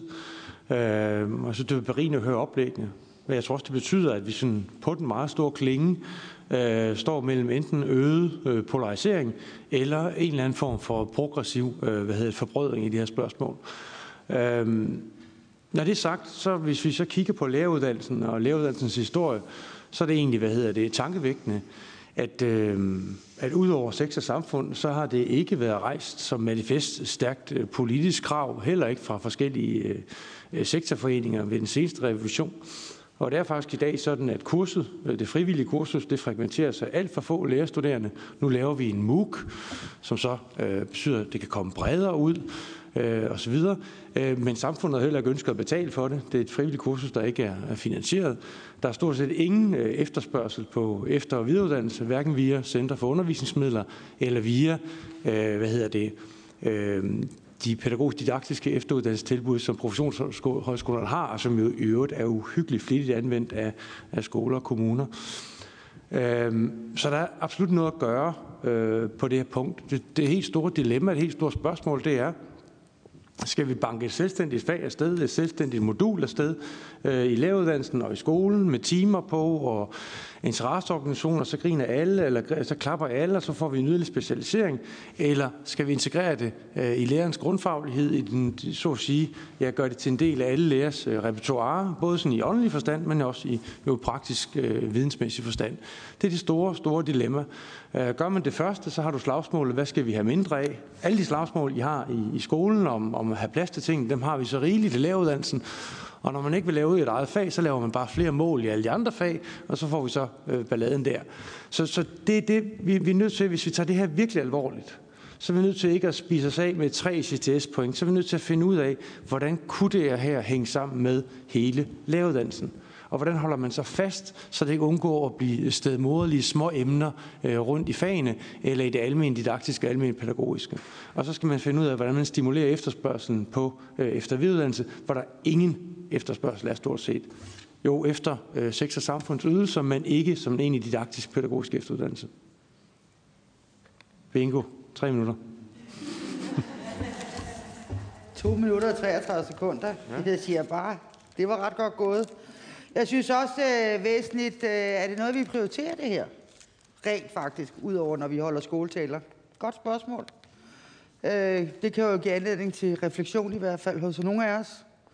Og så det er berigende at høre oplæggene. Men jeg tror også, det betyder, at vi sådan på den meget store klinge øh, står mellem enten øget øh, polarisering eller en eller anden form for progressiv øh, hvad hedder det, forbrødring i de her spørgsmål. Øh, når det er sagt, så hvis vi så kigger på læreruddannelsen og læreruddannelsens historie, så er det egentlig, hvad hedder det, tankevækkende, at, øh, at ud over sex og samfund, så har det ikke været rejst som manifest stærkt øh, politisk krav, heller ikke fra forskellige øh, sektorforeninger ved den seneste revolution. Og det er faktisk i dag sådan, at kurset, det frivillige kursus, det fragmenteres af alt for få lærerstuderende. Nu laver vi en MOOC, som så øh, betyder, at det kan komme bredere ud øh, osv. Øh, men samfundet har heller ikke ønsket at betale for det. Det er et frivilligt kursus, der ikke er, er finansieret. Der er stort set ingen øh, efterspørgsel på efter- og videreuddannelse, hverken via Center for Undervisningsmidler eller via, øh, hvad hedder det, øh, de pædagogisk-didaktiske efteruddannelsestilbud, som professionshøjskolerne har, og som jo i øvrigt er uhyggeligt flittigt anvendt af, af skoler og kommuner. Øhm, så der er absolut noget at gøre øh, på det her punkt. Det, det helt store dilemma, det helt store spørgsmål, det er, skal vi banke et selvstændigt fag afsted, et selvstændigt modul afsted øh, i læreruddannelsen og i skolen med timer på og interesseorganisationer, så griner alle, eller så klapper alle, og så får vi en yderligere specialisering, eller skal vi integrere det øh, i lærerens grundfaglighed, i den, så at sige, ja, gør det til en del af alle lærers øh, repertoire, både sådan i åndelig forstand, men også i jo praktisk øh, vidensmæssig forstand. Det er det store, store dilemma. Øh, gør man det første, så har du slagsmålet, hvad skal vi have mindre af? Alle de slagsmål, I har i, i skolen om, om at have plads til ting, dem har vi så rigeligt i læreruddannelsen. Og når man ikke vil lave et eget fag, så laver man bare flere mål i alle de andre fag, og så får vi så øh, balladen der. Så, så det er det, vi, vi er nødt til, hvis vi tager det her virkelig alvorligt, så er vi nødt til ikke at spise os af med tre C T S-point, så er vi nødt til at finde ud af, hvordan kunne det her hænge sammen med hele læreruddannelsen. Og hvordan holder man sig fast, så det ikke undgår at blive stedmoderlige små emner øh, rundt i fagene, eller i det almene didaktiske og almene pædagogiske. Og så skal man finde ud af, hvordan man stimulerer efterspørgselen på øh, efter videreuddannelse, hvor der ingen efterspørgsel er stort set. Jo, efter øh, sex- og samfundsydelser, men ikke som en i didaktisk pædagogisk efteruddannelse. Bingo. Tre minutter. To minutter og treogtredive sekunder. Ja. Det siger bare, det var ret godt gået. Jeg synes også øh, væsentligt, øh, er det noget, vi prioriterer det her? Rent faktisk, udover når vi holder skoletaler. Godt spørgsmål. Øh, det kan jo give anledning til refleksion i hvert fald hos nogle af os.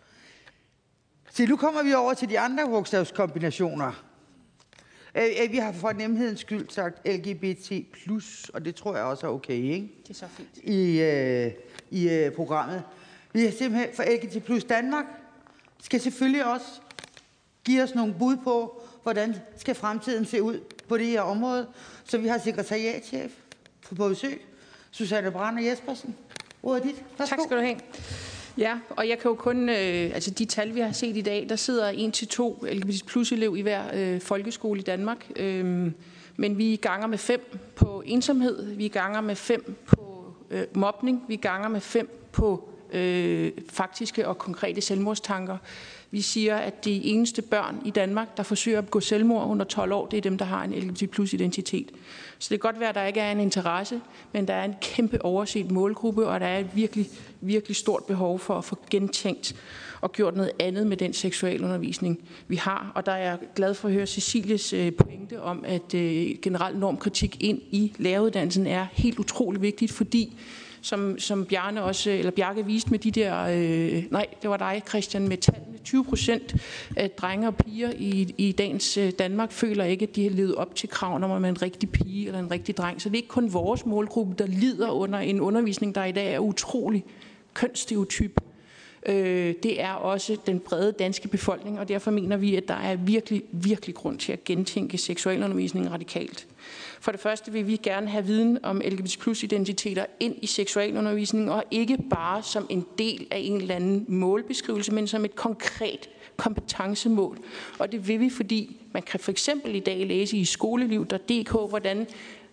Så nu kommer vi over til de andre bogstavskombinationer. Øh, vi har for nemhedens skyld sagt L G B T plus, og det tror jeg også er okay, ikke? Det er så fint. I, øh, i øh, programmet. Vi har simpelthen for L G B T plus Danmark skal selvfølgelig også give os nogle bud på, hvordan skal fremtiden se ud på det her område. Så vi har sekretariatschef på besøg, Susanne Brander Jespersen. Ordet er dit. Værsgo. Tak skal du have. Ja, og jeg kan jo kun, øh, altså de tal, vi har set i dag, der sidder en til to L G B T plus elev i hver øh, folkeskole i Danmark. Øh, men vi ganger med fem på ensomhed, vi ganger med fem på øh, mobning, vi ganger med fem på øh, faktiske og konkrete selvmordstanker. Vi siger, at de eneste børn i Danmark, der forsøger at begå selvmord under tolv år, det er dem, der har en L G B T plus identitet. Så det kan godt være, at der ikke er en interesse, men der er en kæmpe overset målgruppe, og der er et virkelig, virkelig stort behov for at få gentænkt og gjort noget andet med den seksualundervisning, vi har. Og der er jeg glad for at høre Cecilies pointe om, at generel normkritik ind i læreruddannelsen er helt utrolig vigtigt, fordi som, som Bjarne også, eller Bjarke viste med de der, øh, nej, det var dig, Christian, med tallene. tyve procent af drenge og piger i, i dagens Danmark føler ikke, at de har levet op til kravene om, at man er en rigtig pige eller en rigtig dreng. Så det er ikke kun vores målgruppe, der lider under en undervisning, der i dag er utrolig kønsstereotyp. Øh, det er også den brede danske befolkning, og derfor mener vi, at der er virkelig, virkelig grund til at gentænke seksualundervisningen radikalt. For det første vil vi gerne have viden om L G B T plus identiteter ind i seksualundervisningen, og ikke bare som en del af en eller anden målbeskrivelse, men som et konkret kompetencemål. Og det vil vi, fordi man kan for eksempel i dag læse i skoleliv punktum d k, hvordan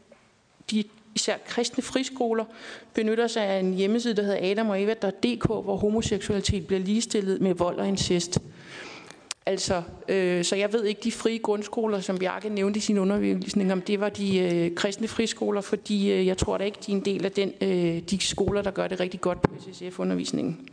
de især kristne friskoler benytter sig af en hjemmeside, der hedder adam og eva punktum d k, hvor homoseksualitet bliver ligestillet med vold og incest. Altså, øh, så jeg ved ikke, de frie grundskoler, som Bjarke nævnte i sin undervisning, om det var de øh, kristne friskoler, fordi øh, jeg tror da ikke, de er en del af den, øh, de skoler, der gør det rigtig godt på S S F-undervisningen.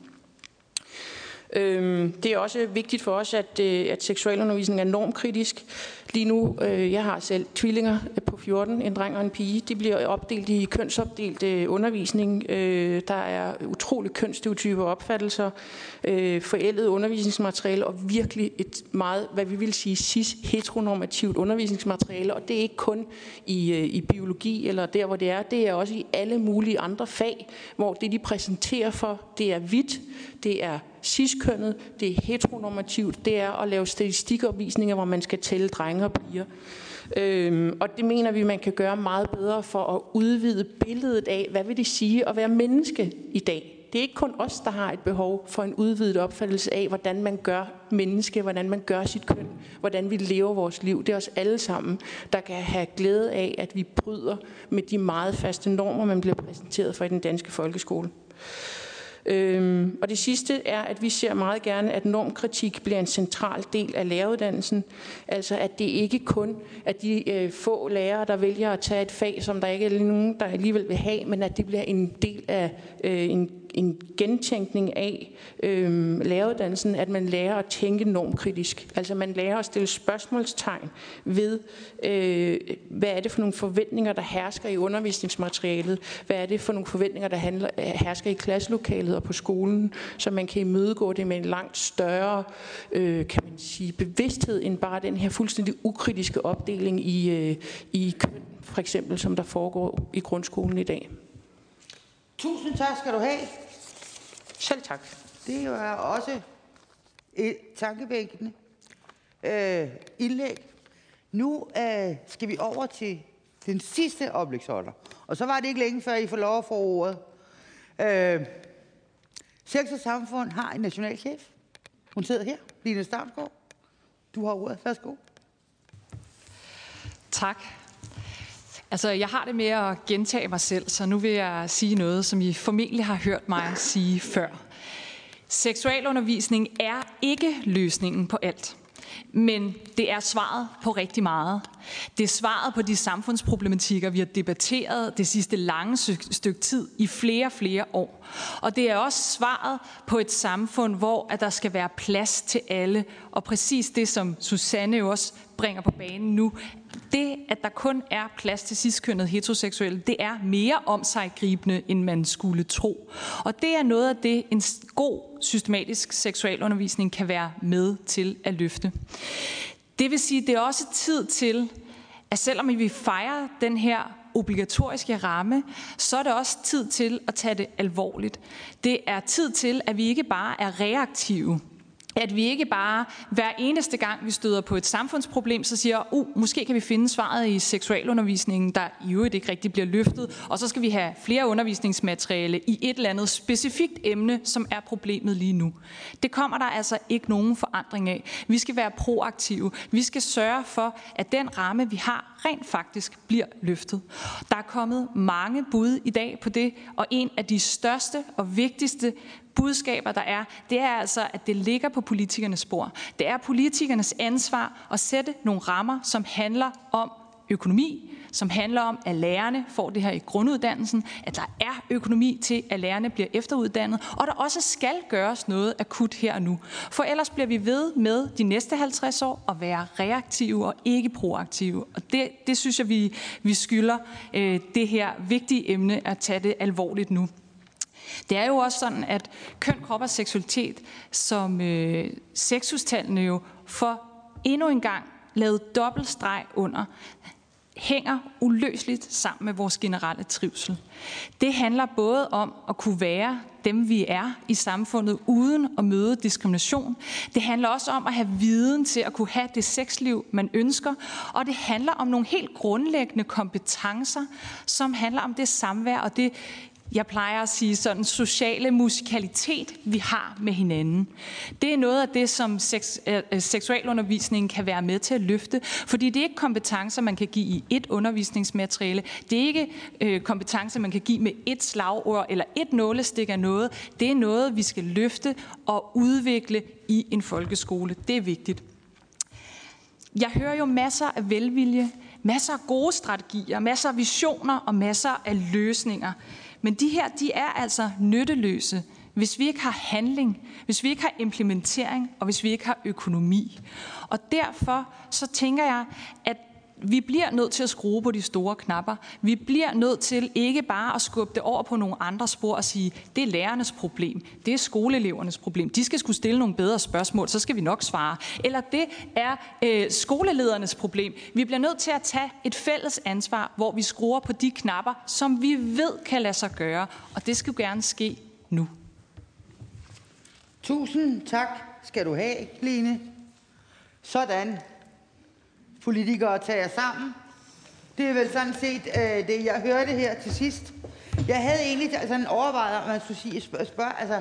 Øh, det er også vigtigt for os, at, øh, at seksualundervisning er normkritisk. Lige nu, øh, jeg har selv tvillinger på fjorten, en dreng og en pige. De bliver opdelt i kønsopdelt øh, undervisning. Øh, der er utrolig kønsstereotype opfattelser, øh, forældet undervisningsmateriale og virkelig et meget, hvad vi vil sige, cis-heteronormativt undervisningsmateriale. Og det er ikke kun i, øh, i biologi eller der, hvor det er. Det er også i alle mulige andre fag, hvor det, de præsenterer for, det er hvidt, det er cis-kønnet, det er heteronormativt, det er at lave statistikopvisninger, hvor man skal tælle drenge og piger. Øhm, og det mener vi, man kan gøre meget bedre for at udvide billedet af, hvad vil det sige at være menneske i dag. Det er ikke kun os, der har et behov for en udvidet opfattelse af, hvordan man gør menneske, hvordan man gør sit køn, hvordan vi lever vores liv. Det er os alle sammen, der kan have glæde af, at vi bryder med de meget faste normer, man bliver præsenteret for i den danske folkeskole. Øhm, og det sidste er, at vi ser meget gerne, at normkritik bliver en central del af læreruddannelsen. Altså at det ikke kun er de øh, få lærere, der vælger at tage et fag, som der ikke er nogen, der alligevel vil have, men at det bliver en del af øh, en, en gentænkning af øh, læreruddannelsen, at man lærer at tænke normkritisk. Altså man lærer at stille spørgsmålstegn ved, øh, hvad er det for nogle forventninger, der hersker i undervisningsmaterialet? Hvad er det for nogle forventninger, der handler, hersker i klasselokalet og på skolen, så man kan imødegå det med en langt større øh, kan man sige, bevidsthed end bare den her fuldstændig ukritiske opdeling i, øh, i køn, for eksempel, som der foregår i grundskolen i dag. Tusind tak skal du have. Selv tak. Det er jo også et tankevækkende øh, indlæg. Nu øh, skal vi over til den sidste oplægsholder. Og så var det ikke længe før, I får lov at få ordet. Øh, Sex og Samfund har en nationalchef. Hun sidder her, Line Stavnsgaard. Du har ordet. Værsgo. Tak. Altså, jeg har det med at gentage mig selv, så nu vil jeg sige noget, som I formentlig har hørt mig sige før. Seksualundervisning er ikke løsningen på alt, men det er svaret på rigtig meget. Det er svaret på de samfundsproblematikker, vi har debatteret det sidste lange stykke tid i flere flere år. Og det er også svaret på et samfund, hvor at der skal være plads til alle. Og præcis det, som Susanne jo også bringer på banen nu, det, at der kun er plads til cis-kønnede heteroseksuelle, det er mere omsiggribende, end man skulle tro. Og det er noget af det, en god systematisk seksualundervisning kan være med til at løfte. Det vil sige, det er også tid til, at selvom vi fejrer den her obligatoriske ramme, så er det også tid til at tage det alvorligt. Det er tid til, at vi ikke bare er reaktive. At vi ikke bare hver eneste gang, vi støder på et samfundsproblem, så siger, uh, måske kan vi finde svaret i seksualundervisningen, der i øvrigt ikke rigtig bliver løftet, og så skal vi have flere undervisningsmateriale i et eller andet specifikt emne, som er problemet lige nu. Det kommer der altså ikke nogen forandring af. Vi skal være proaktive. Vi skal sørge for, at den ramme, vi har, rent faktisk bliver løftet. Der er kommet mange bud i dag på det, og en af de største og vigtigste budskaber, der er, det er altså, at det ligger på politikernes spor. Det er politikernes ansvar at sætte nogle rammer, som handler om økonomi, som handler om, at lærerne får det her i grunduddannelsen, at der er økonomi til, at lærerne bliver efteruddannet, og der også skal gøres noget akut her og nu. For ellers bliver vi ved med de næste halvtreds år at være reaktive og ikke proaktive. Og det, det synes jeg, vi, vi skylder øh, det her vigtige emne at tage det alvorligt nu. Det er jo også sådan, at køn, krop og seksualitet, som øh, sexustallene jo for endnu en gang lavet dobbeltstreg under, hænger uløseligt sammen med vores generelle trivsel. Det handler både om at kunne være dem, vi er i samfundet, uden at møde diskrimination. Det handler også om at have viden til at kunne have det sexliv, man ønsker. Og det handler om nogle helt grundlæggende kompetencer, som handler om det samvær og det, jeg plejer at sige, sådan sociale musikalitet, vi har med hinanden. Det er noget af det, som sex, øh, seksualundervisningen kan være med til at løfte, fordi det er ikke kompetencer, man kan give i et undervisningsmateriale. Det er ikke øh, kompetencer, man kan give med et slagord eller et nålestik af noget. Det er noget, vi skal løfte og udvikle i en folkeskole. Det er vigtigt. Jeg hører jo masser af velvilje, masser af gode strategier, masser af visioner og masser af løsninger. Men de her, de er altså nytteløse, hvis vi ikke har handling, hvis vi ikke har implementering, og hvis vi ikke har økonomi. Og derfor så tænker jeg, at vi bliver nødt til at skrue på de store knapper. Vi bliver nødt til ikke bare at skubbe det over på nogle andre spor og sige, det er lærernes problem, det er skoleelevernes problem. De skal skulle stille nogle bedre spørgsmål, så skal vi nok svare. Eller det er øh, skoleledernes problem. Vi bliver nødt til at tage et fælles ansvar, hvor vi skruer på de knapper, som vi ved kan lade sig gøre. Og det skal gerne ske nu. Tusind tak skal du have, Line. Sådan. Politikere tager sammen. Det er vel sådan set øh, det, jeg hørte her til sidst. Jeg havde egentlig sådan overvejet, om man skulle sige, spørg, spørg, altså,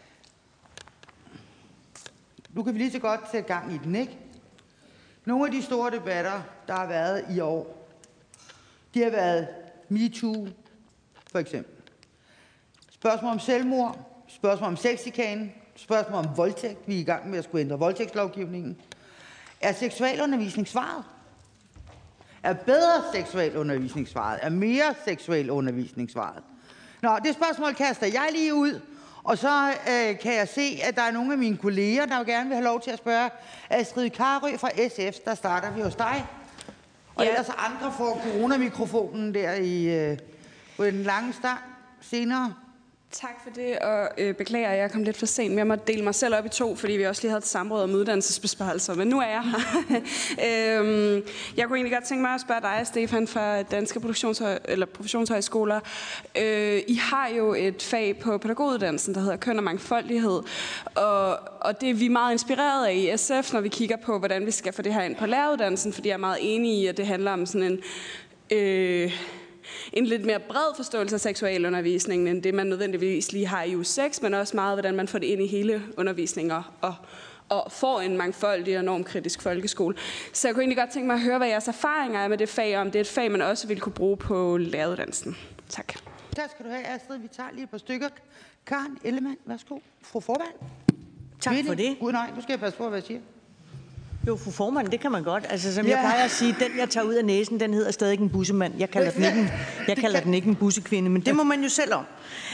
nu kan vi lige så godt sætte gang i den, ikke? Nogle af de store debatter, der har været i år, de har været MeToo, for eksempel. Spørgsmål om selvmord, spørgsmål om sexchikane, spørgsmål om voldtægt. Vi er i gang med at skulle ændre voldtægtslovgivningen. Er seksualundervisning svaret? Er bedre seksualundervisning svaret? Er mere seksualundervisning svaret? Nå, det spørgsmål kaster jeg lige ud, og så øh, kan jeg se, at der er nogle af mine kolleger, der jo gerne vil have lov til at spørge. Astrid Carøe fra S F, der starter vi hos dig. Og ja. Ellers andre får coronamikrofonen der i, øh, på den lange start senere. Tak for det, og øh, beklager, at jeg kom lidt for sent, men jeg måtte dele mig selv op i to, fordi vi også lige havde et samråd om uddannelsesbesparelser, men nu er jeg her. øhm, jeg kunne egentlig godt tænke mig at spørge dig, Stefan, fra Danske Produktionshøj- eller Professionshøjskoler. Øh, I har jo et fag på pædagoguddannelsen, der hedder køn og mangfoldighed, og, og det er vi meget inspireret af i S F, når vi kigger på, hvordan vi skal få det her ind på læreruddannelsen, fordi jeg er meget enig i, at det handler om sådan en... Øh, en lidt mere bred forståelse af seksualundervisningen, end det man nødvendigvis lige har i U seks, men også meget, hvordan man får det ind i hele undervisningen og, og får en mangfoldig og normkritisk folkeskole. Så jeg kunne egentlig godt tænke mig at høre, hvad jeres erfaringer er med det fag, og om det er et fag, man også vil kunne bruge på læreruddannelsen. Tak. Tak skal du have, Astrid. Vi tager lige et par stykker. Karen Ellemann, værsgo. Fru formand. Tak for det. Gud nej, nu skal jeg passe på, hvad jeg siger. Jo, fru formand, det kan man godt. Altså, som Ja. jeg plejer at sige, den jeg tager ud af næsen, den hedder stadig en bussemand. Jeg kalder den ikke en, jeg kalder den ikke en bussekvinde, men det må man jo selv om.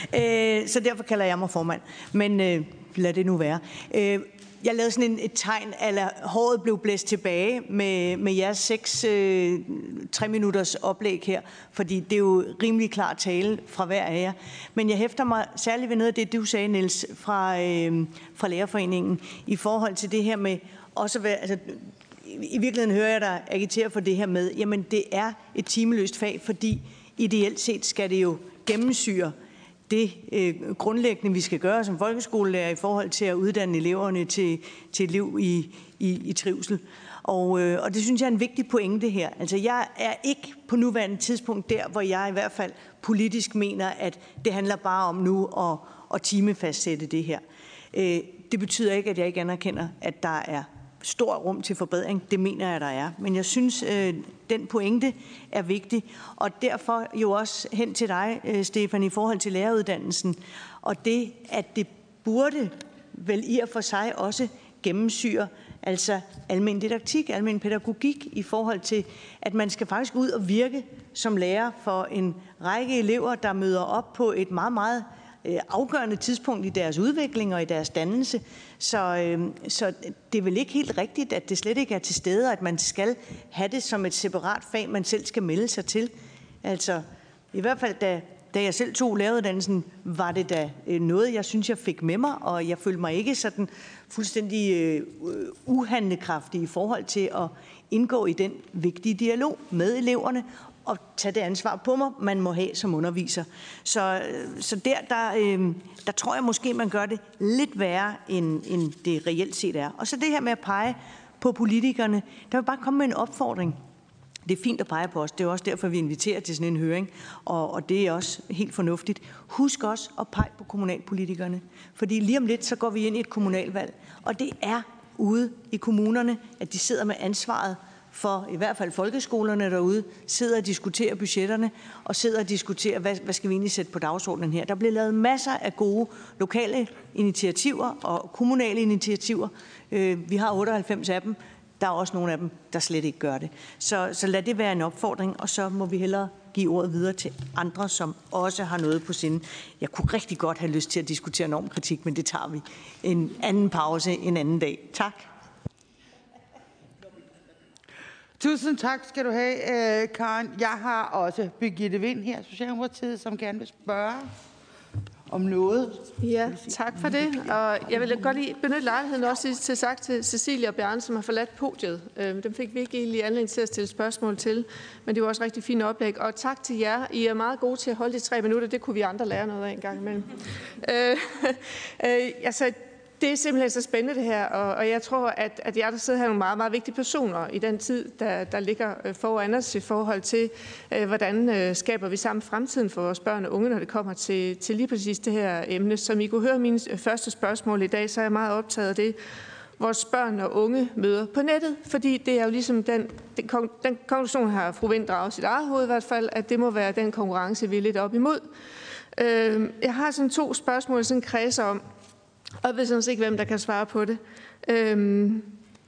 Øh, så derfor kalder jeg mig formand. Men øh, lad det nu være. Øh, Jeg lavede sådan en, et tegn, eller håret blev blæst tilbage med, med jeres seks øh, tre minutters oplæg her, fordi det er jo rimelig klar tale fra hver af jer. Men jeg hæfter mig særligt ved noget af det, du sagde, Niels, fra, øh, fra Lærerforeningen, i forhold til det her med også at være, altså, i virkeligheden hører jeg dig agitere for det her med, jamen det er et timeløst fag, fordi ideelt set skal det jo gennemsyre det øh, grundlæggende, vi skal gøre som folkeskolelærer i forhold til at uddanne eleverne til, til et liv i, i, i trivsel. Og, øh, og det synes jeg er en vigtig pointe her. Altså jeg er ikke på nuværende tidspunkt der, hvor jeg i hvert fald politisk mener, at det handler bare om nu at, at timefastsætte det her. Øh, det betyder ikke, at jeg ikke anerkender, at der er stor rum til forbedring. Det mener jeg, der er. Men jeg synes, øh, den pointe er vigtig. Og derfor jo også hen til dig, øh, Stefan, i forhold til læreruddannelsen. Og det, at det burde vel i og for sig også gennemsyre altså almen didaktik, almen pædagogik, i forhold til, at man skal faktisk ud og virke som lærer for en række elever, der møder op på et meget, meget afgørende tidspunkt i deres udvikling og i deres dannelse. Så, øh, så det er vel ikke helt rigtigt, at det slet ikke er til stede, at man skal have det som et separat fag, man selv skal melde sig til. Altså, i hvert fald, da, da jeg selv tog læreruddannelsen, var det da noget, jeg synes, jeg fik med mig, og jeg følte mig ikke sådan fuldstændig øh, uhandlekraftig i forhold til at indgå i den vigtige dialog med eleverne, og tage det ansvar på mig, man må have som underviser. Så, så der, der, øh, der tror jeg måske, man gør det lidt værre, end, end det reelt set er. Og så det her med at pege på politikerne, der vil bare komme med en opfordring. Det er fint at pege på os. Det er også derfor, vi inviterer til sådan en høring, og, og det er også helt fornuftigt. Husk også at pege på kommunalpolitikerne, fordi lige om lidt, så går vi ind i et kommunalvalg, og det er ude i kommunerne, at de sidder med ansvaret for i hvert fald folkeskolerne derude, sidder og diskuterer budgetterne, og sidder og diskuterer, hvad, hvad skal vi egentlig sætte på dagsordenen her. Der bliver lavet masser af gode lokale initiativer og kommunale initiativer. Øh, vi har otteoghalvfems af dem. Der er også nogle af dem, der slet ikke gør det. Så, så lad det være en opfordring, og så må vi hellere give ordet videre til andre, som også har noget på sinde. Jeg kunne rigtig godt have lyst til at diskutere normkritik, men det tager vi en anden pause en anden dag. Tak. Tusind tak skal du have, Karen. Jeg har også Birgitte Vind her, Socialdemokratiet, som gerne vil spørge om noget. Ja, tak for det. Og jeg vil godt lige benytte lejligheden også til sagt til Cecilia og Bjarne, som har forladt podiet. Dem fik vi ikke egentlig anledning til at stille spørgsmål til, men det var også rigtig fint oplæg. Og tak til jer. I er meget gode til at holde de tre minutter. Det kunne vi andre lære noget af en gang imellem. øh, øh, altså, det er simpelthen så spændende det her, og, og jeg tror, at, at jer, der sidder her, er nogle meget, meget vigtige personer i den tid, der, der ligger foran os i forhold til, øh, hvordan øh, skaber vi sammen fremtiden for vores børn og unge, når det kommer til, til lige præcis det her emne. Som I kunne høre mine første spørgsmål i dag, så er jeg meget optaget af det, vores børn og unge møder på nettet, fordi det er jo ligesom den, den, den konklusion har fru Vind draget sit eget hoved i hvert fald, at det må være den konkurrence, vi er lidt op imod. Øh, jeg har sådan to spørgsmål, sådan kredser om, og jeg ved sådan set ikke, hvem der kan svare på det. Øhm,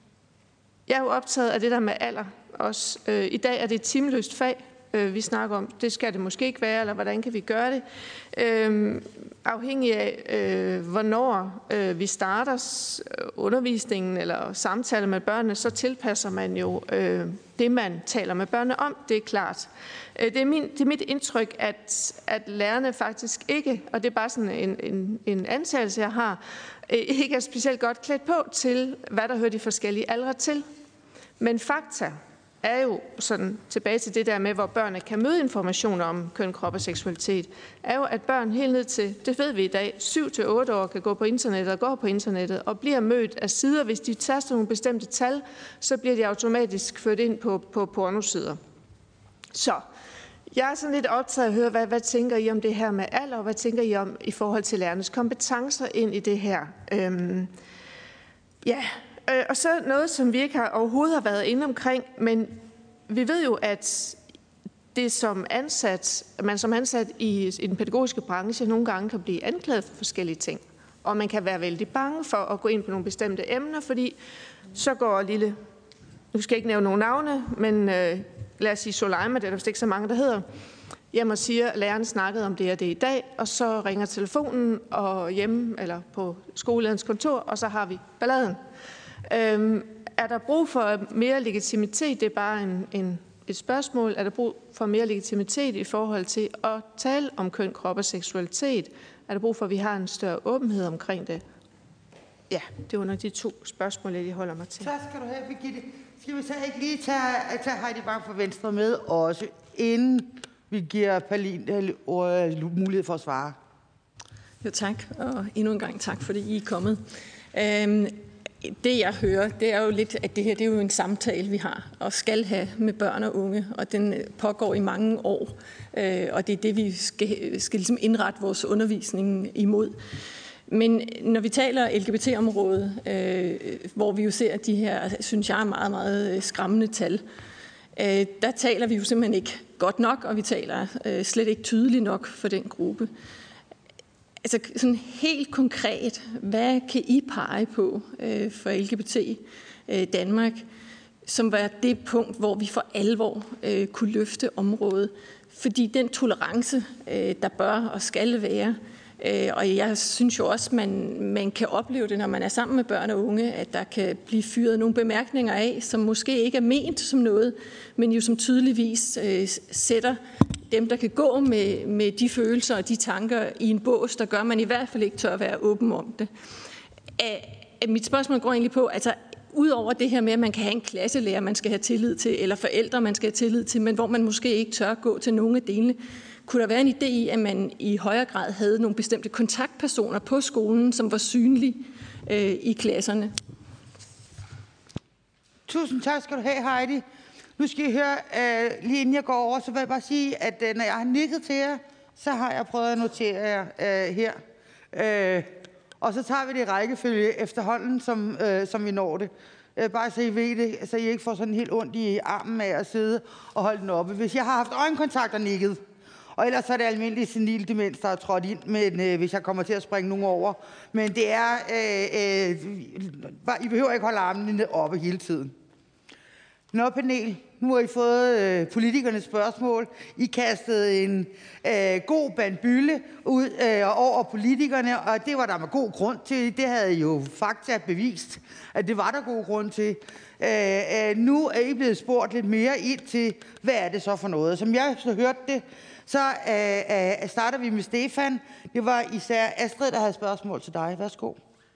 jeg er jo optaget af det der med alder også. Øh, I dag er det et timeløst fag, øh, vi snakker om. Det skal det måske ikke være, eller hvordan kan vi gøre det? Øh, afhængig af, øh, hvornår øh, vi starter undervisningen eller samtaler med børnene, så tilpasser man jo øh, det, man taler med børnene om. Det er klart. Det er, min, det er mit indtryk, at, at lærerne faktisk ikke, og det er bare sådan en, en, en antagelse, jeg har, ikke er specielt godt klædt på til, hvad der hører de forskellige aldre til. Men fakta er jo sådan, tilbage til det der med, hvor børnene kan møde information om køn, krop og seksualitet, er jo, at børn helt ned til, det ved vi i dag, syv til otte år kan gå på internettet og går på internettet og bliver mødt af sider. Hvis de taster nogle bestemte tal, så bliver de automatisk ført ind på, på pornosider. Så jeg er sådan lidt optaget af at høre, hvad, hvad tænker I om det her med alder, og hvad tænker I om i forhold til lærernes kompetencer ind i det her? Øhm, ja, øh, og så noget, som vi ikke har, overhovedet har været inde omkring, men vi ved jo, at det som ansat, man som ansat i, i den pædagogiske branche nogle gange kan blive anklaget for forskellige ting. Og man kan være vældig bange for at gå ind på nogle bestemte emner, fordi så går lille nu skal jeg ikke nævne nogen navne, men øh, lad os sige Soleima, det er der vist ikke så mange, der hedder, hjem og siger, at læreren snakkede om det og det i dag, og så ringer telefonen og hjemme eller på skolelederens kontor, og så har vi balladen. Øhm, er der brug for mere legitimitet? Det er bare en, en, et spørgsmål. Er der brug for mere legitimitet i forhold til at tale om køn, krop og seksualitet? Er der brug for, at vi har en større åbenhed omkring det? Ja, det er under de to spørgsmål, jeg lige holder mig til. Så skal du have, Birgitte. Skal vi så ikke lige tage, tage Heidi Bank fra Venstre med også, inden vi giver Palin mulighed for at svare? Jo, tak. Og endnu en gang tak, fordi I er kommet. Øhm, det, jeg hører, det er jo lidt, at det her det er jo en samtale, vi har og skal have med børn og unge, og den pågår i mange år. Øh, og det er det, vi skal, skal ligesom indrette vores undervisning imod. Men når vi taler L G B T-området, øh, hvor vi jo ser de her, synes jeg, meget, meget skræmmende tal, øh, der taler vi jo simpelthen ikke godt nok, og vi taler øh, slet ikke tydeligt nok for den gruppe. Altså sådan helt konkret, hvad kan I pege på øh, for L G B T øh, Danmark, som var det punkt, hvor vi for alvor øh, kunne løfte området? Fordi den tolerance, øh, der bør og skal være, og jeg synes jo også, man man kan opleve det, når man er sammen med børn og unge, at der kan blive fyret nogle bemærkninger af, som måske ikke er ment som noget, men jo som tydeligvis øh, sætter dem, der kan gå med, med de følelser og de tanker i en bås, der gør, at man i hvert fald ikke tør at være åben om det. Æh, mit spørgsmål går egentlig på, altså udover det her med, at man kan have en klasselærer, man skal have tillid til, eller forældre, man skal have tillid til, men hvor man måske ikke tør gå til nogle af delene, kunne der være en idé i, at man i højere grad havde nogle bestemte kontaktpersoner på skolen, som var synlige øh, i klasserne? Tusind tak skal du have, Heidi. Nu skal I høre, øh, lige inden jeg går over, så vil jeg bare sige, at øh, når jeg har nikket til jer, så har jeg prøvet at notere jer øh, her. Øh, og så tager vi det i rækkefølge efterhånden, som, øh, som vi når det. Øh, bare så I ved det, så I ikke får sådan helt ondt i armen af at sidde og holde den oppe. Hvis jeg har haft øjenkontakt og nikket, og ellers er det almindelig senil demens, der er trådt ind, men, øh, hvis jeg kommer til at springe nogen over. Men det er, øh, øh, I behøver ikke holde armene oppe hele tiden. Nå, panel, nu har I fået øh, politikernes spørgsmål. I kastede en øh, god bandbylle ud øh, over politikerne, og det var der med god grund til. Det havde jo fakta bevist, at det var der god grund til. Øh, øh, nu er I blevet spurgt lidt mere ind til, hvad er det så for noget. Som jeg så hørte det, så øh, øh, starter vi med Stefan. Det var især Astrid, der havde spørgsmål til dig. Værsgo.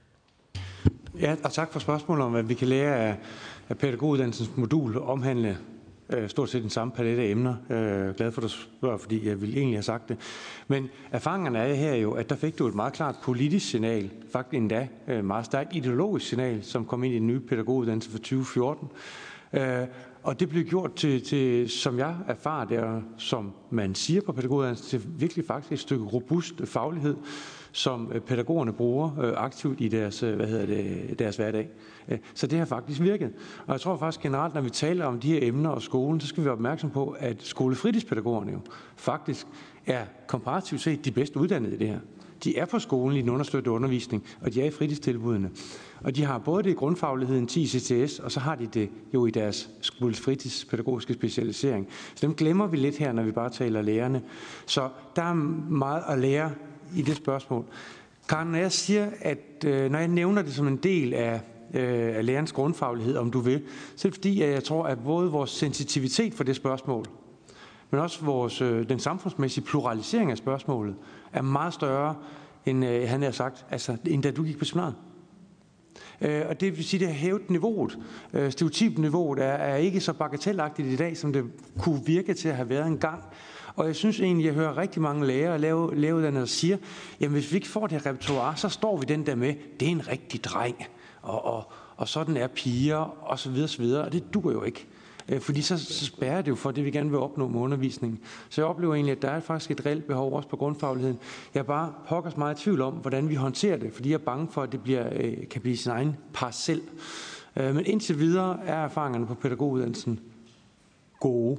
Ja, og tak for spørgsmålet om, hvad vi kan lære af, af pædagoguddannelsens modul omhandle øh, stort set den samme palet af emner. Øh, glad for, at du spørger, fordi jeg ville egentlig have sagt det. Men erfaringerne er her jo, at der fik du et meget klart politisk signal, faktisk endda øh, meget stærkt ideologisk signal, som kom ind i den nye pædagoguddannelse for tyve fjorten. Øh, og det blev gjort til, til, som jeg erfarer det, og som man siger på pædagoguddannelsen, til virkelig faktisk et stykke robust faglighed, som pædagogerne bruger øh, aktivt i deres, hvad hedder det, deres hverdag. Så det har faktisk virket. Og jeg tror faktisk generelt, når vi taler om de her emner og skolen, så skal vi være opmærksom på, at skolefritidspædagogerne jo faktisk er komparativt set de bedst uddannede i det her. De er på skolen i den understøttede undervisning, og de er i fritidstilbudene. Og de har både det i grundfagligheden ti C T S, og så har de det jo i deres skolefritidspædagogiske specialisering. Så dem glemmer vi lidt her, når vi bare taler lærerne. Så der er meget at lære i det spørgsmål. Karen, når jeg siger, at øh, når jeg nævner det som en del af, øh, af lærernes grundfaglighed, om du vil, så er det fordi, at jeg tror, at både vores sensitivitet for det spørgsmål, men også vores, øh, den samfundsmæssige pluralisering af spørgsmålet, er meget større, end øh, han har sagt, altså, end da du gik på seminariet. Øh, og det vil sige, at det har hævet niveauet. Øh, stereotypniveauet er, er ikke så bagatelagtigt i dag, som det kunne virke til at have været engang. Og jeg synes egentlig, jeg hører rigtig mange lærere lave, lave den, der siger, jamen hvis vi ikke får det her repertoire, så står vi den der med, det er en rigtig dreng, og, og, og sådan er piger, og så videre, så videre. Og det duer jo ikke. Fordi så, så spærrer det jo for det, vi gerne vil opnå med undervisningen. Så jeg oplever egentlig, at der er faktisk et reelt behov også på grundfagligheden. Jeg er bare pokkers meget i tvivl om, hvordan vi håndterer det, fordi jeg er bange for, at det bliver, kan blive sin egen parcel. Men indtil videre er erfaringerne på pædagoguddannelsen gode.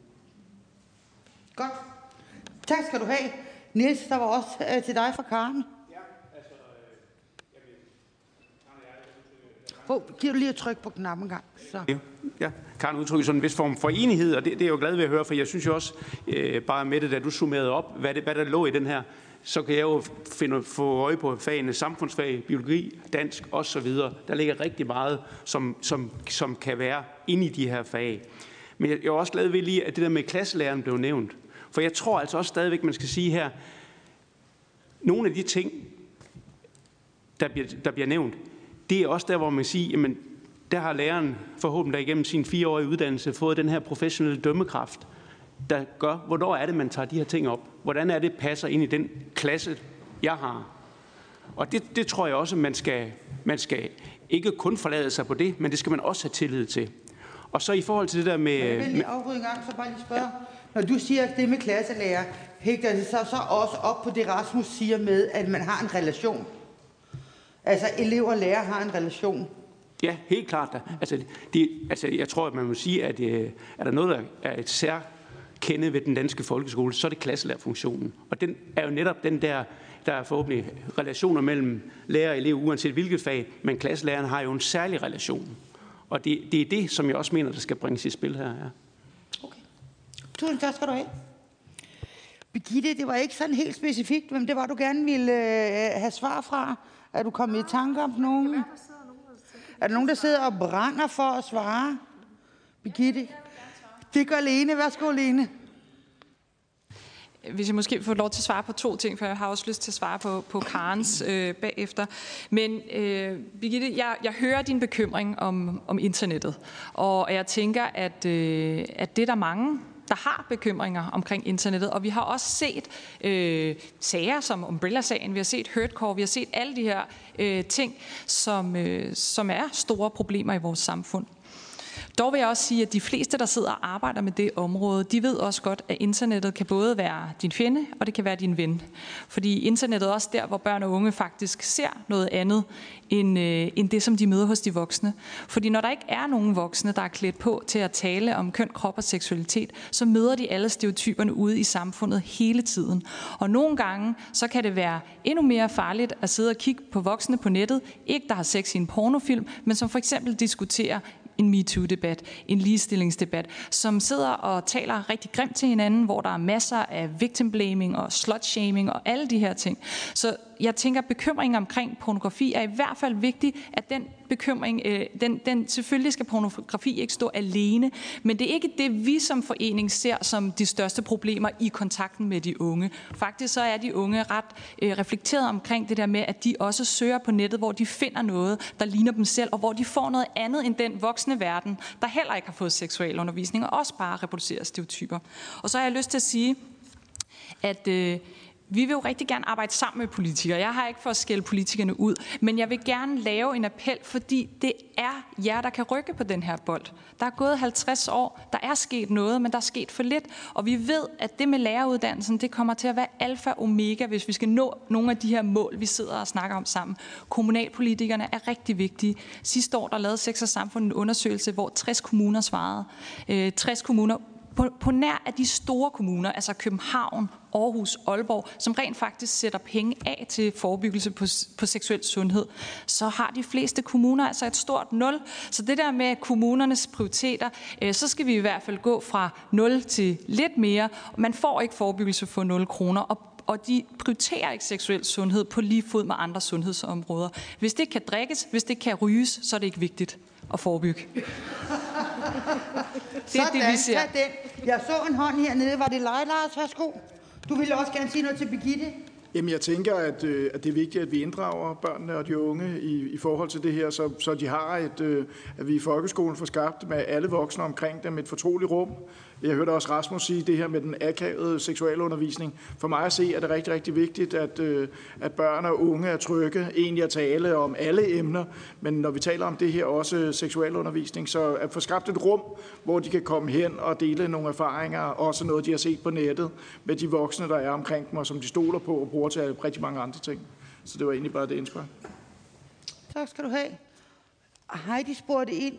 Godt. Tak skal du have. Niels, der var også øh, til dig fra Karen. Få, giv du lige et tryk på knappen en gang. Så. Ja, ja. Karen udtrykker sådan en vis form for enighed, og det, det er jeg jo glad ved at høre, for jeg synes jo også, øh, bare med det, da du summerede op, hvad, det, hvad der lå i den her, så kan jeg jo finde, få øje på fagene samfundsfag, biologi, dansk osv. Der ligger rigtig meget, som, som, som kan være inde i de her fag. Men jeg er også glad ved lige, at det der med klasselæreren blev nævnt. For jeg tror altså også stadigvæk, man skal sige her, nogle af de ting, der bliver, der bliver nævnt, det er også der, hvor man siger, jamen, der har læreren forhåbentlig igennem sin fireårige uddannelse fået den her professionelle dømmekraft, der gør, hvornår er det, man tager de her ting op? Hvordan er det, passer ind i den klasse, jeg har? Og det, det tror jeg også, man skal, man skal ikke kun forlade sig på det, men det skal man også have tillid til. Og så i forhold til det der med... Jeg vil lige afbryde en gang, så bare lige spørge. Ja. Når du siger, at det med klasselærer, hægter det så, så også op på det, Rasmus siger med, at man har en relation? Altså, elever og lærer har en relation? Ja, helt klart. Da. Altså, det, altså, jeg tror, at man må sige, at øh, er der noget, der er et særkende ved den danske folkeskole, så er det klasselærerfunktionen. Og den er jo netop den der, der er forhåbentlig relationer mellem lærer og elev, uanset hvilket fag, men klasselæreren har jo en særlig relation. Og det, det er det, som jeg også mener, der skal bringes i spil her. Ja. Okay. Tusind tak skal du have. Birgitte, det var ikke sådan helt specifikt, men det var, du gerne ville øh, have svar fra. Er du kommet i tanker om nogen? Er der nogen, der sidder og brænder for at svare? Birgitte? Det gør Lene. Værsgo, Lene. Hvis jeg måske får lov til at svare på to ting, for jeg har også lyst til at svare på, på Karens øh, bagefter. Men øh, Birgitte, jeg, jeg hører din bekymring om, om internettet, og jeg tænker, at, øh, at det er der mange, der har bekymringer omkring internettet, og vi har også set øh, sager som Umbrella-sagen, vi har set Hurtcore, vi har set alle de her øh, ting, som, øh, som er store problemer i vores samfund. Dog vil jeg også sige, at de fleste, der sidder og arbejder med det område, de ved også godt, at internettet kan både være din fjende, og det kan være din ven. Fordi internettet er også der, hvor børn og unge faktisk ser noget andet, end, øh, end det, som de møder hos de voksne. Fordi når der ikke er nogen voksne, der er klædt på til at tale om køn, krop og seksualitet, så møder de alle stereotyperne ude i samfundet hele tiden. Og nogle gange, så kan det være endnu mere farligt at sidde og kigge på voksne på nettet, ikke der har sex i en pornofilm, men som for eksempel diskuterer en MeToo-debat, en ligestillingsdebat, som sidder og taler rigtig grimt til hinanden, hvor der er masser af victim blaming og slut-shaming og alle de her ting. Så jeg tænker, at bekymringen omkring pornografi er i hvert fald vigtig, at den bekymring, øh, den, den, selvfølgelig skal pornografi ikke stå alene, men det er ikke det, vi som forening ser som de største problemer i kontakten med de unge. Faktisk så er de unge ret øh, reflekteret omkring det der med, at de også søger på nettet, hvor de finder noget, der ligner dem selv, og hvor de får noget andet end den voksne verden, der heller ikke har fået seksualundervisning, og også bare reproducerer stereotyper. Og så har jeg lyst til at sige, at øh, vi vil jo rigtig gerne arbejde sammen med politikere. Jeg har ikke for at skælde politikerne ud, men jeg vil gerne lave en appel, fordi det er jer, der kan rykke på den her bold. Der er gået halvtreds år, der er sket noget, men der er sket for lidt. Og vi ved, at det med læreruddannelsen, det kommer til at være alfa og omega, hvis vi skal nå nogle af de her mål, vi sidder og snakker om sammen. Kommunalpolitikerne er rigtig vigtige. Sidste år, der lavede Sex og Samfund en undersøgelse, hvor tres kommuner svarede. Øh, tres kommuner På, på nær af de store kommuner, altså København, Aarhus, Aalborg, som rent faktisk sætter penge af til forebyggelse på, på seksuel sundhed, så har de fleste kommuner altså et stort nul. Så det der med kommunernes prioriteter, øh, så skal vi i hvert fald gå fra nul til lidt mere. Man får ikke forebyggelse for nul kroner, og og de prioriterer ikke seksuel sundhed på lige fod med andre sundhedsområder. Hvis det kan drikkes, hvis det kan ryges, så er det ikke vigtigt at forebygge. Det er Sådan, det, vi ser. Den. Jeg så en hånd hernede. Var det dig, Lars? Værsgo. Du ville også gerne sige noget til Birgitte. Jamen, jeg tænker, at, øh, at det er vigtigt, at vi inddrager børnene og de unge i, i forhold til det her, så, så de har et, øh, at vi i folkeskolen får skabt med alle voksne omkring dem et fortroligt rum. Jeg hørte også Rasmus sige det her med den akavede seksualundervisning. For mig at se er det rigtig, rigtig vigtigt, at, øh, at børn og unge er trygge, egentlig at tale om alle emner, men når vi taler om det her også seksualundervisning, så at få skabt et rum, hvor de kan komme hen og dele nogle erfaringer, også noget, de har set på nettet, med de voksne, der er omkring dem, og som de stoler på og bruger til rigtig mange andre ting. Så det var egentlig bare det indspark. Tak skal du have. Heidi spurgte ind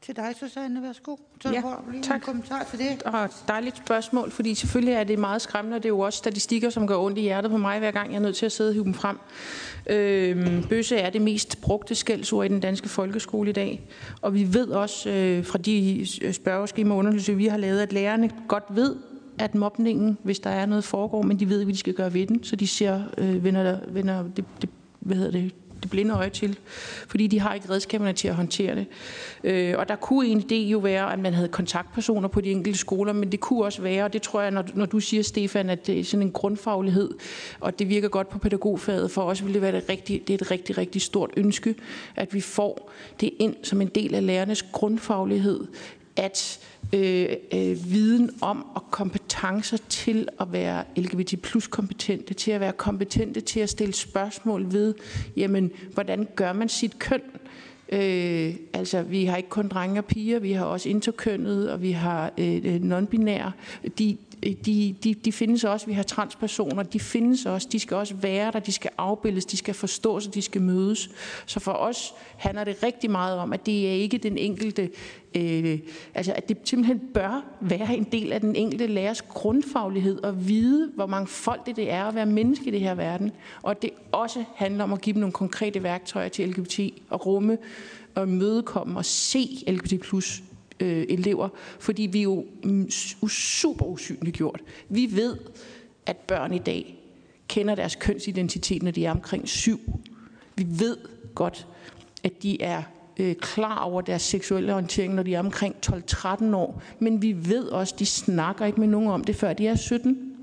til dig, Susanne. Værsgo. Så Ja, får lige tak. en kommentar til det. Og dejligt spørgsmål, fordi selvfølgelig er det meget skræmmende, og det er jo også statistikker, som gør ondt i hjertet på mig, hver gang jeg er nødt til at sidde og hive dem frem. Øhm, bøsse er det mest brugte skældsord i den danske folkeskole i dag, og vi ved også øh, fra de spørgeskemaer og undersøgelser, vi har lavet, at lærerne godt ved, at mobningen, hvis der er noget foregår, men de ved ikke, hvad de skal gøre ved den, så de siger, øh, vender, vender det, det, hvad hedder det, det blinde øje til, fordi de har ikke redskaberne til at håndtere det. Øh, og der kunne en idé jo være, at man havde kontaktpersoner på de enkelte skoler, men det kunne også være, og det tror jeg, når, når du siger, Stefan, at det er sådan en grundfaglighed, og det virker godt på pædagogfaget, for os vil det være det, rigtig, det er et rigtig, rigtig stort ønske, at vi får det ind som en del af lærernes grundfaglighed, at øh, øh, viden om og kompetencer til at være L G B T plus kompetente, til at være kompetente til at stille spørgsmål ved, jamen, hvordan gør man sit køn? Øh, altså, vi har ikke kun drenge og piger, vi har også interkønnet, og vi har øh, non-binære. De, de, de, de findes også, vi har transpersoner, de findes også, de skal også være der, de skal afbildes, de skal forstås, og de skal mødes. Så for os handler det rigtig meget om, at det er ikke den enkelte, øh, altså at det simpelthen bør være en del af den enkelte lærers grundfaglighed og vide, hvor mangfoldigt det er at være menneske i det her verden. Og at det også handler om at give dem nogle konkrete værktøjer til L G B T og rumme og mødekomme og se L G B T plus Øh, elever, fordi vi er jo mm, super usynliggjort. Vi ved, at børn i dag kender deres kønsidentitet, når de er omkring syv. Vi ved godt, at de er øh, klar over deres seksuelle orientering, når de er omkring tolv tretten år. Men vi ved også, at de snakker ikke med nogen om det, før de er sytten.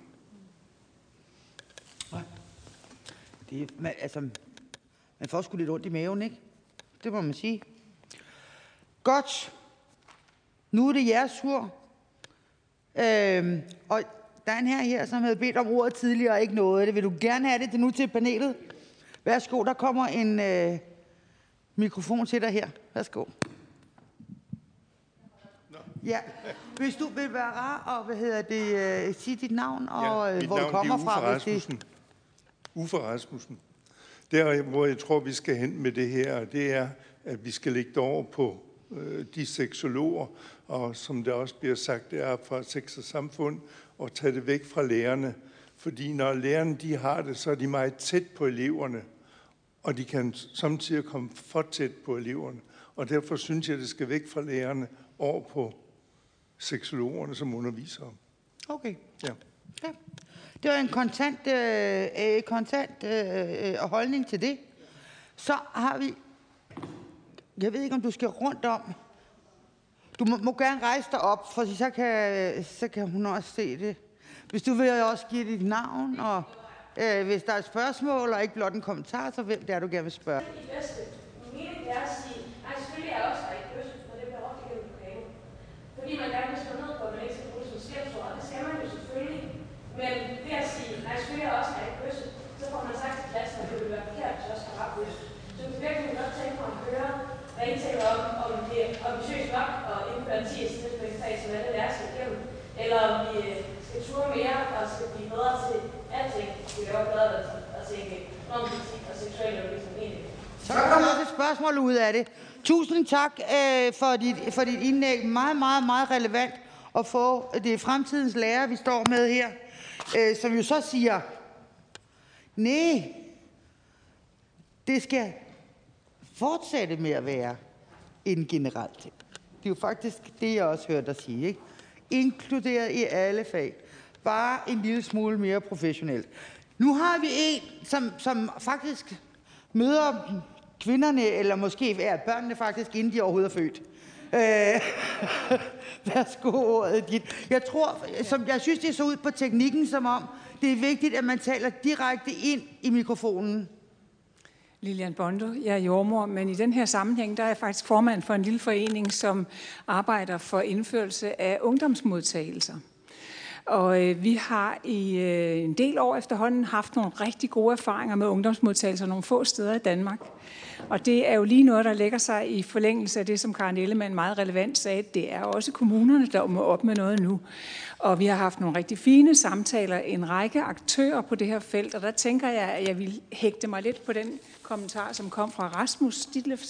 Det, man, altså, man får sgu lidt ondt i maven, ikke? Det må man sige. Godt. Nu er det jeres tur. Øhm, og der er en her, her, som havde bedt om ordet tidligere og ikke noget. Det vil du gerne have det til nu til panelet. Værsgo, der kommer en øh, mikrofon til dig her. Værsgo. Ja, hvis du vil være rar og hvad hedder det, øh, sige dit navn og ja, øh, hvor du kommer fra. Hvis det... Uffe Rasmussen. Der, hvor jeg tror, vi skal hen med det her, det er, at vi skal lægge det over på de seksologer, og som det også bliver sagt, det er fra Sex og Samfund, og tage det væk fra lærerne. Fordi når lærerne de har det, så er de meget tæt på eleverne, og de kan samtidig komme for tæt på eleverne. Og derfor synes jeg, det skal væk fra lærerne over på seksologerne som undervisere. Okay. Ja. Ja. Det var en kontant, øh, kontant øh, holdning til det. Så har vi... Jeg ved ikke, om du skal rundt om. Du må, må gerne rejse dig op, for så kan, så kan hun også se det. Hvis du vil også give dit navn, og øh, hvis der er et spørgsmål, og ikke blot en kommentar, så hvem det er, du gerne vil spørge. Det bedste. Min er at sige, nej, selvfølgelig er også rigtig bøsse, når det bliver ofte gennem lokalet. Fordi man gerne vil slå ned på, at man ikke skal bruge som skældsord, og det skal man jo selvfølgelig. Men det at sige, nej, selvfølgelig er også rigtig bøsse, så får man sagt til klassen, at det vil være forkert, hvis også er bøsse. Så vi virkelig godt tænke mig at høre, hvad I tænker om, om det er ambitiøst nok at indføre en ti fag, som alle lærer sig igennem, eller om vi skal ture mere og skal blive bedre til alting. Vi laver bedre at tænke normpolitik og seksuel undervisning egentlig. Så kommer også et spørgsmål ud af det. Tusind tak øh, for, dit, for dit indlæg. Meget, meget, meget relevant at få det fremtidens lærer, vi står med her, øh, som jo så siger, nej, det skal fortsætte med at være en generel ting. Det er jo faktisk det, jeg også hørte dig sige, ikke? Inkluderet i alle fag. Bare en lille smule mere professionelt. Nu har vi en, som, som faktisk møder kvinderne, eller måske er børnene faktisk, inden de overhovedet er født. Øh, værsgo ordet dit. Jeg tror, som jeg synes, det så ud på teknikken, som om det er vigtigt, at man taler direkte ind i mikrofonen. Lilian Bondo, jeg er jordmor, men i den her sammenhæng, der er jeg faktisk formand for en lille forening, som arbejder for indførelse af ungdomsmodtagelser. Og øh, vi har i øh, en del år efterhånden haft nogle rigtig gode erfaringer med ungdomsmodtagelser nogle få steder i Danmark. Og det er jo lige noget, der lægger sig i forlængelse af det, som Karen Ellemann meget relevant sagde. Det er også kommunerne, der må op med noget nu. Og vi har haft nogle rigtig fine samtaler, en række aktører på det her felt, og der tænker jeg, at jeg vil hægte mig lidt på den kommentar, som kom fra Rasmus Stitlefsen,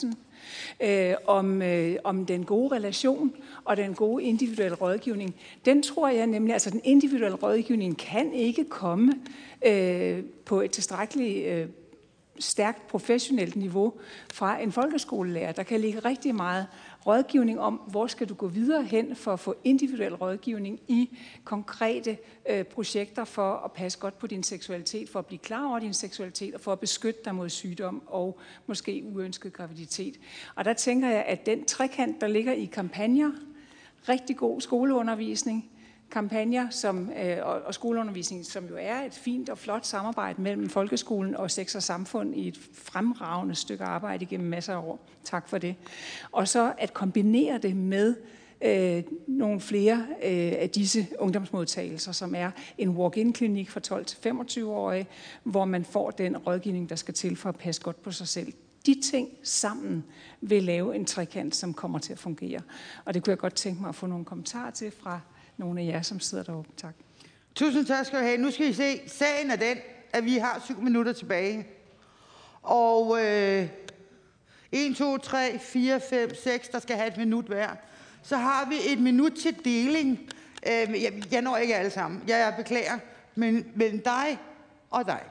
øh, om, øh, om den gode relation og den gode individuelle rådgivning. Den tror jeg nemlig, altså den individuelle rådgivning kan ikke komme øh, på et tilstrækkeligt øh, stærkt professionelt niveau fra en folkeskolelærer. Der kan ligge rigtig meget rådgivning om, hvor skal du gå videre hen for at få individuel rådgivning i konkrete øh, projekter for at passe godt på din seksualitet, for at blive klar over din seksualitet og for at beskytte dig mod sygdom og måske uønsket graviditet. Og der tænker jeg, at den trekant, der ligger i kampagner, rigtig god skoleundervisning, kampagner som, øh, og, og skoleundervisning, som jo er et fint og flot samarbejde mellem folkeskolen og Sex og Samfund i et fremragende stykke arbejde gennem masser af år. Tak for det. Og så at kombinere det med øh, nogle flere øh, af disse ungdomsmodtagelser, som er en walk-in-klinik for tolv til femogtyve-årige, hvor man får den rådgivning, der skal til for at passe godt på sig selv. De ting sammen vil lave en trekant, som kommer til at fungere. Og det kunne jeg godt tænke mig at få nogle kommentarer til fra nogle af jer, som sidder deroppe. Tak. Tusind tak skal du have. Nu skal I se. Sagen er den, at vi har syv minutter tilbage. Og øh, en, to, tre, fire, fem, seks, der skal have et minut hver. Så har vi et minut til deling. Øh, jeg, jeg når ikke alle sammen. Jeg, jeg beklager. Men mellem dig og dig.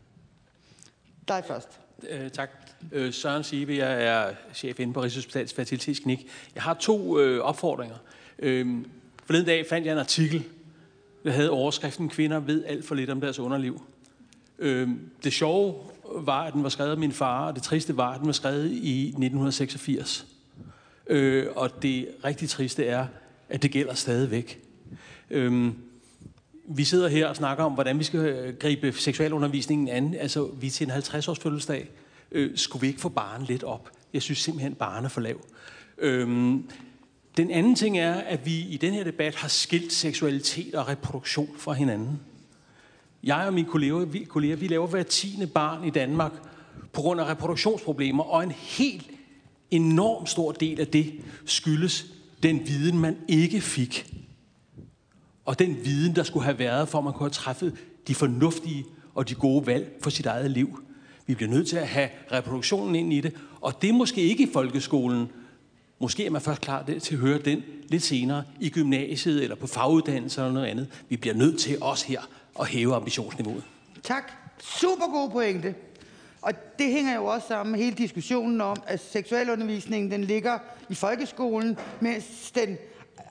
Dig først. Øh, tak. Øh, Søren Sibe, jeg er chef inde på Rigshospitalets Fertilitetsklinik. Jeg har to øh, opfordringer. Øh, Forleden dag fandt jeg en artikel, der havde overskriften "Kvinder ved alt for lidt om deres underliv". Øh, det sjove var, at den var skrevet af min far, og det triste var, at den var skrevet i nitten seksogfirs. Øh, og det rigtig triste er, at det gælder stadigvæk. Øh, vi sidder her og snakker om, hvordan vi skal gribe seksualundervisningen an. Altså, vi er til en halvtreds års fødselsdag. Øh, skulle vi ikke få barren lidt op? Jeg synes simpelthen, barren er for lav. Øh, Den anden ting er, at vi i den her debat har skilt seksualitet og reproduktion fra hinanden. Jeg og mine kolleger, vi, kolleger, vi laver hver tiende barn i Danmark på grund af reproduktionsproblemer, og en helt enorm stor del af det skyldes den viden, man ikke fik. Og den viden, der skulle have været, for at man kunne have træffet de fornuftige og de gode valg for sit eget liv. Vi bliver nødt til at have reproduktionen ind i det, og det er måske ikke i folkeskolen. Måske er man først klar til at høre den lidt senere i gymnasiet eller på faguddannelser eller noget andet. Vi bliver nødt til også her at hæve ambitionsniveauet. Tak. Super god pointe. Og det hænger jo også sammen med hele diskussionen om, at seksualundervisningen den ligger i folkeskolen, mens den,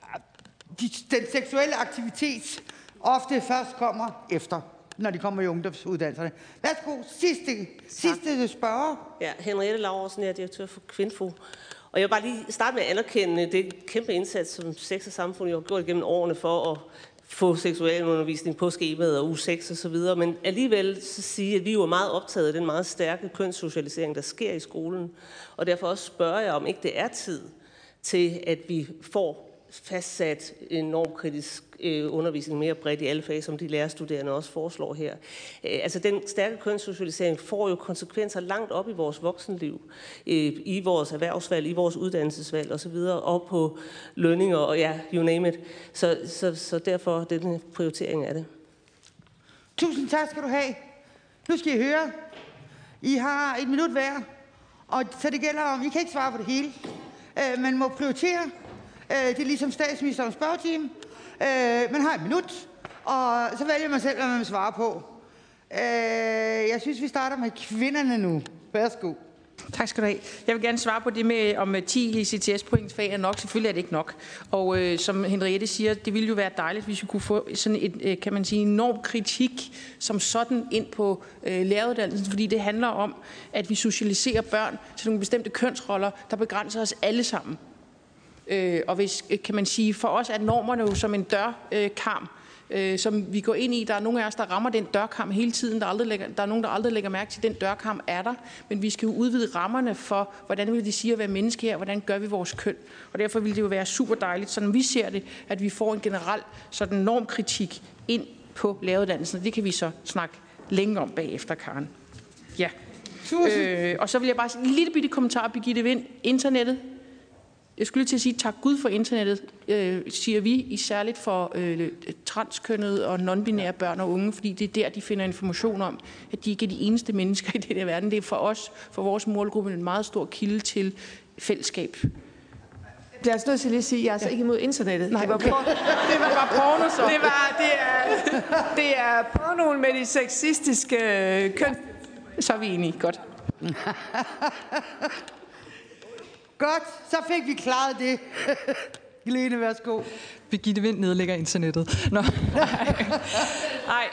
den seksuelle aktivitet ofte først kommer efter, når de kommer i ungdomsuddannelserne. Værsgo, sidste, sidste spørger. Ja, Henriette Laursen, jeg er direktør for Kvinfo. Og jeg vil bare lige starte med at anerkende det kæmpe indsats, som Sex og Samfund har gjort gennem årene for at få seksualundervisning på skemaet og uge seks og så videre. Men alligevel så sige, at vi jo er meget optaget af den meget stærke kønssocialisering, der sker i skolen. Og derfor også spørger jeg, om ikke det er tid til, at vi får fastsat en normkritisk øh, undervisning mere bredt i alle fag, som de lærerstuderende også foreslår her. Øh, altså den stærke kønssocialisering får jo konsekvenser langt op i vores voksenliv, øh, i vores erhvervsvalg, i vores uddannelsesvalg osv., og på lønninger og ja, you name it. Så, så, så derfor den prioritering af det. Tusind tak skal du have. Nu skal I høre. I har et minut hver, og så det gælder om, I kan ikke svare på det hele. Øh, man må prioritere. Det er ligesom statsministerens spørgetime. Man har et minut, og så vælger man selv, hvad man vil svare på. Jeg synes, vi starter med kvinderne nu. Værsgo. Tak skal du have. Jeg vil gerne svare på det med, om ti E C T S-pointsfag er nok. Selvfølgelig er det ikke nok. Og øh, som Henriette siger, det ville jo være dejligt, hvis vi kunne få sådan et, øh, kan man sige, enorm kritik som sådan ind på øh, læreruddannelsen, fordi det handler om, at vi socialiserer børn til nogle bestemte kønsroller, der begrænser os alle sammen. Øh, og hvis, kan man sige, for os er normerne jo som en dørkarm, øh, som vi går ind i. Der er nogle af os, der rammer den dørkarm hele tiden. Der er, aldrig lægger, der er nogen, der aldrig lægger mærke til, at den dørkarm er der. Men vi skal jo udvide rammerne for, hvordan vil det sige at være menneske her, hvordan gør vi vores køn. Og derfor vil det jo være super dejligt, sådan vi ser det, at vi får en generel sådan normkritik ind på læreruddannelsen. Det kan vi så snakke længe om bagefter, Karen. Ja. Øh, og så vil jeg bare sige en lille bitte kommentar, Birgitte Vind. Internettet. Jeg skulle til at sige tak Gud for internettet, øh, siger vi, i særligt for øh, transkønnede og non-binære børn og unge, fordi det er der, de finder information om, at de ikke er de eneste mennesker i den her verden. Det er for os, for vores målgruppe, en meget stor kilde til fællesskab. Jeg er altså nødt til lige at sige, at jeg er altså ja. ikke imod internettet. Nej, det var, okay. porno. Det var bare porno, så. Det, var, det, er, det er pornoen med de sexistiske køn. Så er vi enige. Godt. Godt, så fik vi klaret det. Helene, værsgo. Birgitte Vind nedlægger internettet. Nå. Nej.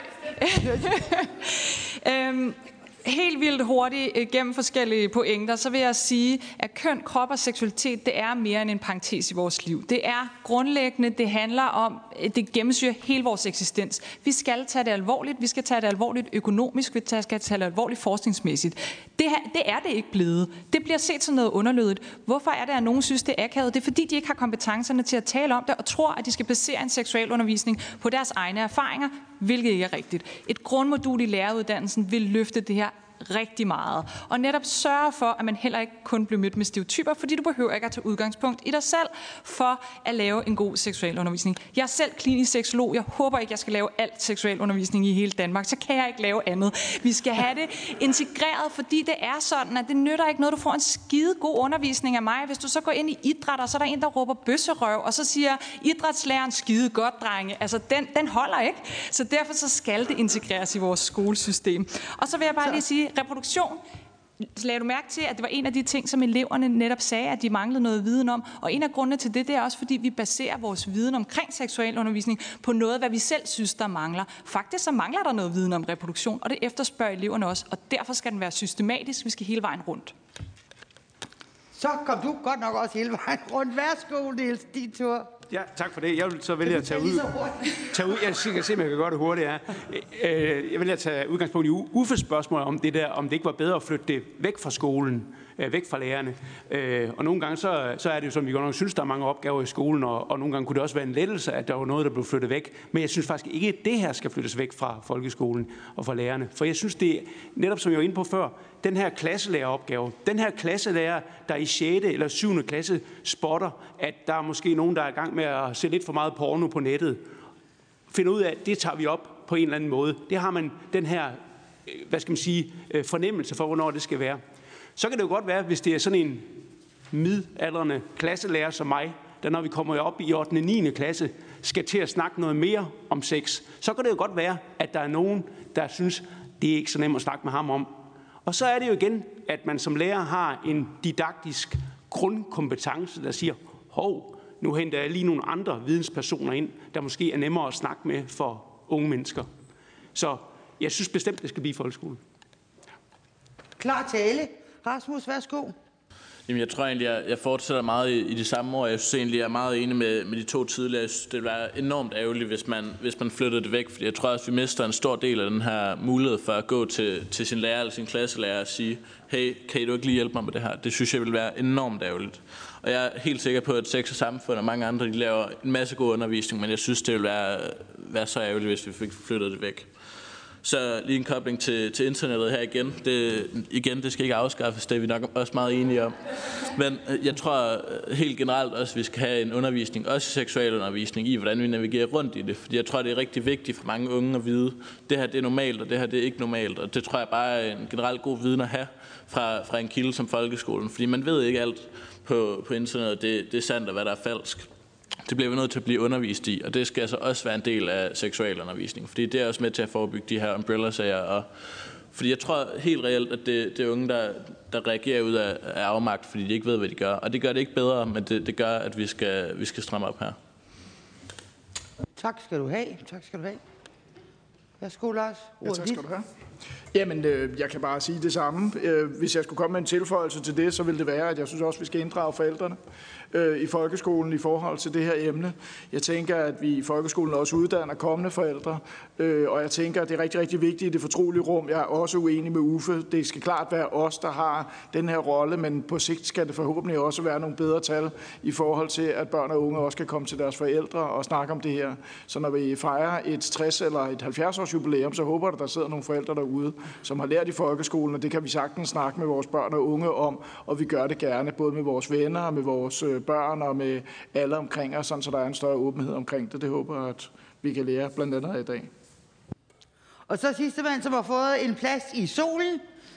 øhm, Helt vildt hurtigt gennem forskellige pointer, så vil jeg sige, at køn, krop og seksualitet, det er mere end en parentes i vores liv. Det er grundlæggende, det handler om, det gennemsyrer hele vores eksistens. Vi skal tage det alvorligt, vi skal tage det alvorligt økonomisk, vi skal tage det alvorligt forskningsmæssigt. Det, her, det er det ikke blevet. Det bliver set som noget underlødigt. Hvorfor er det, at nogen synes, det er akavet? Det er fordi, de ikke har kompetencerne til at tale om det, og tror, at de skal basere en seksualundervisning på deres egne erfaringer, hvilket ikke er rigtigt. Et grundmodul i læreruddannelsen vil løfte det her rigtig meget. Og netop sørge for, at man heller ikke kun bliver mødt med stereotyper, fordi du behøver ikke at tage udgangspunkt i dig selv for at lave en god seksualundervisning. Jeg er selv klinisk seksolog. Jeg håber ikke, jeg skal lave alt seksualundervisning i hele Danmark. Så kan jeg ikke lave andet. Vi skal have det integreret, fordi det er sådan, at det nytter ikke noget, du får en skide god undervisning af mig. Hvis du så går ind i idræt, og så er der en, der råber bøsserøv, og så siger idrætslæreren skide godt, drenge. Altså, den, den holder ikke. Så derfor så skal det integreres i vores skolesystem. Og så vil jeg bare lige sige, reproduktion. Så lagde du mærke til, at det var en af de ting, som eleverne netop sagde, at de manglede noget viden om. Og en af grundene til det, det er også, fordi vi baserer vores viden omkring seksualundervisning på noget, hvad vi selv synes, der mangler. Faktisk så mangler der noget viden om reproduktion, og det efterspørger eleverne også. Og derfor skal den være systematisk. Vi skal hele vejen rundt. Så kom du godt nok også hele vejen rundt. Værsgo, Niels, din tur. Ja, tak for det. Jeg vil så vælge at tage ud. Tage ud. Jeg kan se, om jeg kan gøre det hurtigt. Ja. Jeg vil at tage udgangspunkt i Uffes spørgsmål om det der, om det ikke var bedre at flytte det væk fra skolen, væk fra lærerne. Og nogle gange så, så er det jo sådan, vi godt nok synes, der er mange opgaver i skolen, og, og nogle gange kunne det også være en lettelse, at der var noget, der blev flyttet væk. Men jeg synes faktisk ikke, at det her skal flyttes væk fra folkeskolen og fra lærerne. For jeg synes, det er netop, som jeg var inde på før, den her klasselæreropgave, den her klasselærer, der i sjette eller syvende klasse spotter, at der er måske nogen, der er i gang med at se lidt for meget porno på nettet, finder ud af, at det tager vi op på en eller anden måde. Det har man den her, hvad skal man sige, fornemmelse for, hvornår det skal være. Så kan det jo godt være, hvis det er sådan en midaldrende klasselærer som mig, der når vi kommer op i ottende og niende klasse, skal til at snakke noget mere om sex, så kan det jo godt være, at der er nogen, der synes, det er ikke så nemt at snakke med ham om. Og så er det jo igen, at man som lærer har en didaktisk grundkompetence, der siger, hov, nu henter jeg lige nogle andre videnspersoner ind, der måske er nemmere at snakke med for unge mennesker. Så jeg synes bestemt, det skal blive folkeskolen. Klar tale. Rasmus, værsgo. Jamen, jeg tror egentlig, jeg, jeg fortsætter meget i, i de samme år. Jeg synes egentlig, jeg er meget enig med, med de to tidligere. Jeg synes, det ville være enormt ærgerligt, hvis man, hvis man flyttede det væk. Fordi jeg tror også, vi mister en stor del af den her mulighed for at gå til, til sin lærer eller sin klasselærer og sige, hey, kan du ikke lige hjælpe mig med det her? Det synes jeg ville være enormt ærgerligt. Og jeg er helt sikker på, at Sex og Samfund og mange andre, de laver en masse god undervisning, men jeg synes, det ville være, være så ærgerligt, hvis vi fik flyttet det væk. Så lige en kobling til, til internettet her igen. Det, igen, det skal ikke afskaffes, det er vi nok også meget enige om. Men jeg tror helt generelt også, at vi skal have en undervisning, også seksualundervisning, i hvordan vi navigerer rundt i det. Fordi jeg tror, det er rigtig vigtigt for mange unge at vide, det her det er normalt, og det her det er ikke normalt. Og det tror jeg bare er en generelt god viden at have fra, fra en kilde som folkeskolen. Fordi man ved ikke alt på, på internettet, det, det er sandt og hvad der er falsk. Det bliver vi nødt til at blive undervist i, og det skal altså også være en del af seksualundervisning, fordi det er også med til at forebygge de her umbrella-sager. Og fordi jeg tror helt reelt, at det, det er unge, der, der reagerer ud af, af afmagt, fordi de ikke ved, hvad de gør. Og det gør det ikke bedre, men det, det gør, at vi skal, vi skal stramme op her. Tak skal du have. Tak skal du have. Værsgo, Lars. Ja, tak skal du have. Jamen, øh, jeg kan bare sige det samme. Øh, hvis jeg skulle komme med en tilføjelse til det, så ville det være, at jeg synes også, at vi skal inddrage forældrene øh, i folkeskolen i forhold til det her emne. Jeg tænker, at vi i folkeskolen også uddanner kommende forældre, øh, og jeg tænker, at det er rigtig, rigtig vigtigt i det fortrolige rum. Jeg er også uenig med Uffe. Det skal klart være os, der har den her rolle, men på sigt skal det forhåbentlig også være nogle bedre tal i forhold til, at børn og unge også kan komme til deres forældre og snakke om det her. Så når vi fejrer et tres- eller et halvfjerds års jubilæum, så håber jeg, at der sidder nogle forældre derude, som har lært i folkeskolen, og det kan vi sagtens snakke med vores børn og unge om, og vi gør det gerne både med vores venner, og med vores børn og med alle omkring os, sådan, så der er en større åbenhed omkring det. Det håber jeg, at vi kan lære blandt andet i dag. Og så sidste mand, som har fået en plads i solen,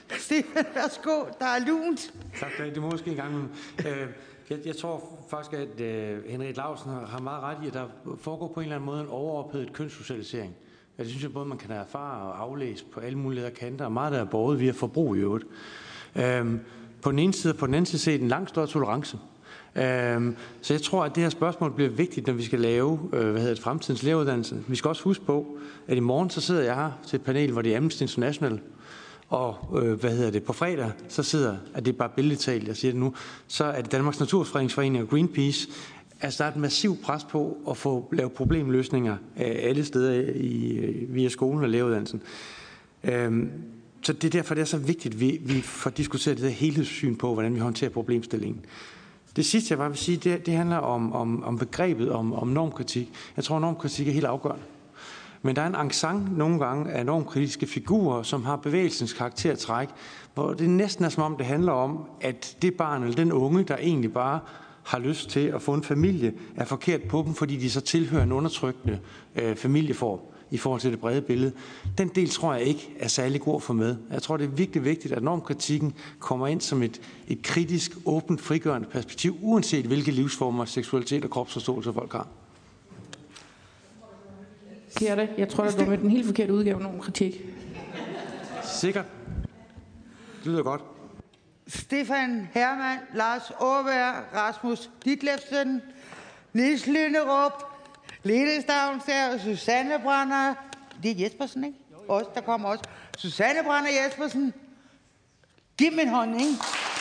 Stefan, værsgo, der er lunt. Tak for det. Det må måske en gang. Øh, jeg, jeg tror faktisk, at øh, Henrik Lausen har, har meget ret i, at der foregår på en eller anden måde en overophedet kønssocialisering. Ja, det synes jeg både, man kan erfare og aflæse på alle mulige kanter, og meget der er båret via forbrug i øvrigt. Øhm, på den ene side og på den anden side set en langt større tolerance. Øhm, så jeg tror, at det her spørgsmål bliver vigtigt, når vi skal lave øh, hvad hedder det, fremtidens læreruddannelse. Vi skal også huske på, at i morgen så sidder jeg her til et panel, hvor det er Amnesty International, og øh, hvad hedder det, på fredag, så sidder, at det er bare billedligt talt, jeg siger det nu, så er det Danmarks Naturfredningsforening og Greenpeace. Altså, der er et massivt pres på at få lavet problemløsninger alle steder i, via skolen og læreruddannelsen. Øhm, så det er derfor, det er så vigtigt, at vi, vi får diskuteret det der helhedssyn på, hvordan vi håndterer problemstillingen. Det sidste, jeg bare vil sige, det, det handler om, om, om begrebet om, om normkritik. Jeg tror, at normkritik er helt afgørende. Men der er en accent nogle gange af normkritiske figurer, som har bevægelsens karaktertræk, hvor det næsten er som om, det handler om, at det barn eller den unge, der egentlig bare har lyst til at få en familie, er forkert på dem, fordi de så tilhører en undertrykkende øh, familieform i forhold til det brede billede. Den del tror jeg ikke er særlig god at få med. Jeg tror, det er virkelig vigtigt, at normkritikken kommer ind som et, et kritisk, åbent, frigørende perspektiv, uanset hvilke livsformer, seksualitet og kropsforståelse folk har. Siger det? Jeg tror, det var med den helt forkerte udgave normkritik. Sikkert. Det lyder godt. Stefan Hermann, Lars Aarberg, Rasmus Ditlevsen, Niels Linderup, Lene Stavnsær, Susanne Brander. Det er Jespersen, ikke? Også, der kommer også. Susanne Brander Jespersen. Giv mig en hånd, ikke?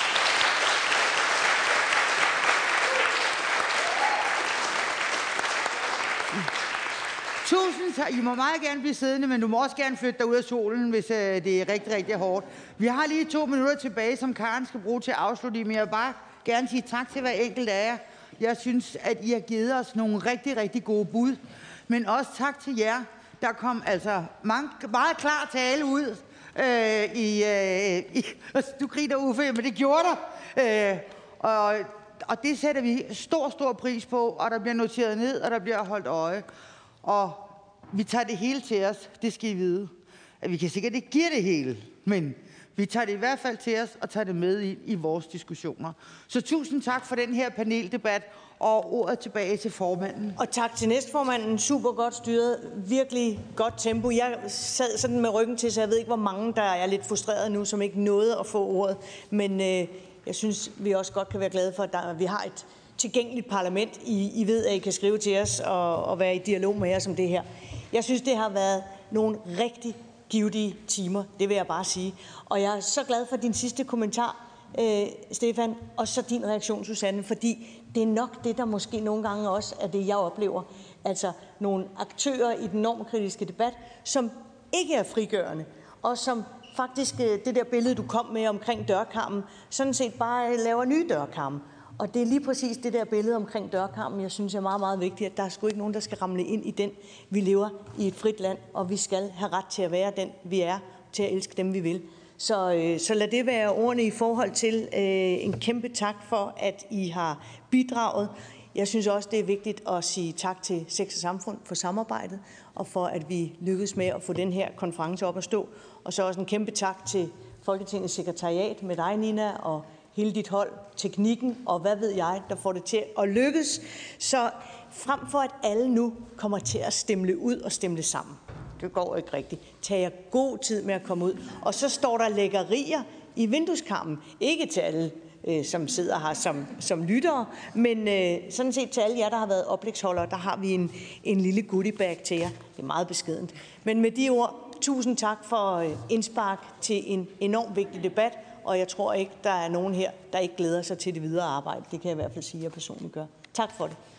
Tusind tak. I må meget gerne blive siddende, men du må også gerne flytte dig ud af solen, hvis øh, det er rigtig, rigtig hårdt. Vi har lige to minutter tilbage, som Karen skal bruge til at afslutte, men jeg vil bare gerne sige tak til hver enkelt af jer. Jeg synes, at I har givet os nogle rigtig, rigtig gode bud. Men også tak til jer, der kom altså mange, meget klar tale ud. Øh, i, øh, i, du griner, Uffe, men det gjorde der. Øh, og, og det sætter vi stor, stor pris på, og der bliver noteret ned, og der bliver holdt øje. Og vi tager det hele til os, det skal I vide. At vi kan sikkert ikke give det hele, men vi tager det i hvert fald til os og tager det med i, i vores diskussioner. Så tusind tak for den her paneldebat, og ordet tilbage til formanden. Og tak til næstformanden. Super godt styret. Virkelig godt tempo. Jeg sad sådan med ryggen til, så jeg ved ikke, hvor mange, der er lidt frustreret nu, som ikke nåede at få ordet. Men øh, jeg synes, vi også godt kan være glade for, at der, vi har et tilgængeligt parlament. I, I ved, at I kan skrive til os og, og være i dialog med os om det her. Jeg synes, det har været nogle rigtig givtige timer, det vil jeg bare sige. Og jeg er så glad for din sidste kommentar, øh, Stefan, og så din reaktion, Susanne, fordi det er nok det, der måske nogle gange også er det, jeg oplever. Altså nogle aktører i den normkritiske debat, som ikke er frigørende, og som faktisk det der billede, du kom med omkring dørkarmen, sådan set bare laver nye dørkarme. Og det er lige præcis det der billede omkring dørkarmen, jeg synes er meget, meget vigtigt, at der er sgu ikke nogen, der skal ramle ind i den. Vi lever i et frit land, og vi skal have ret til at være den, vi er, til at elske dem, vi vil. Så, øh, så lad det være ordene i forhold til øh, en kæmpe tak for, at I har bidraget. Jeg synes også, det er vigtigt at sige tak til Sex og Samfund for samarbejdet, og for, at vi lykkedes med at få den her konference op at stå. Og så også en kæmpe tak til Folketingets sekretariat med dig, Nina, og hele dit hold, teknikken, og hvad ved jeg, der får det til at lykkes. Så frem for, at alle nu kommer til at stemle ud og stemle sammen, det går ikke rigtigt, tag jer god tid med at komme ud. Og så står der lækkerier i vindueskarmen. Ikke til alle, øh, som sidder her som, som lyttere, men øh, sådan set til alle jer, der har været oplægsholdere, der har vi en, en lille goodiebag til jer. Det er meget beskedent. Men med de ord, tusind tak for øh, indspark til en enormt vigtig debat, og jeg tror ikke, der er nogen her, der ikke glæder sig til det videre arbejde. Det kan jeg i hvert fald sige, at jeg personligt gør. Tak for det.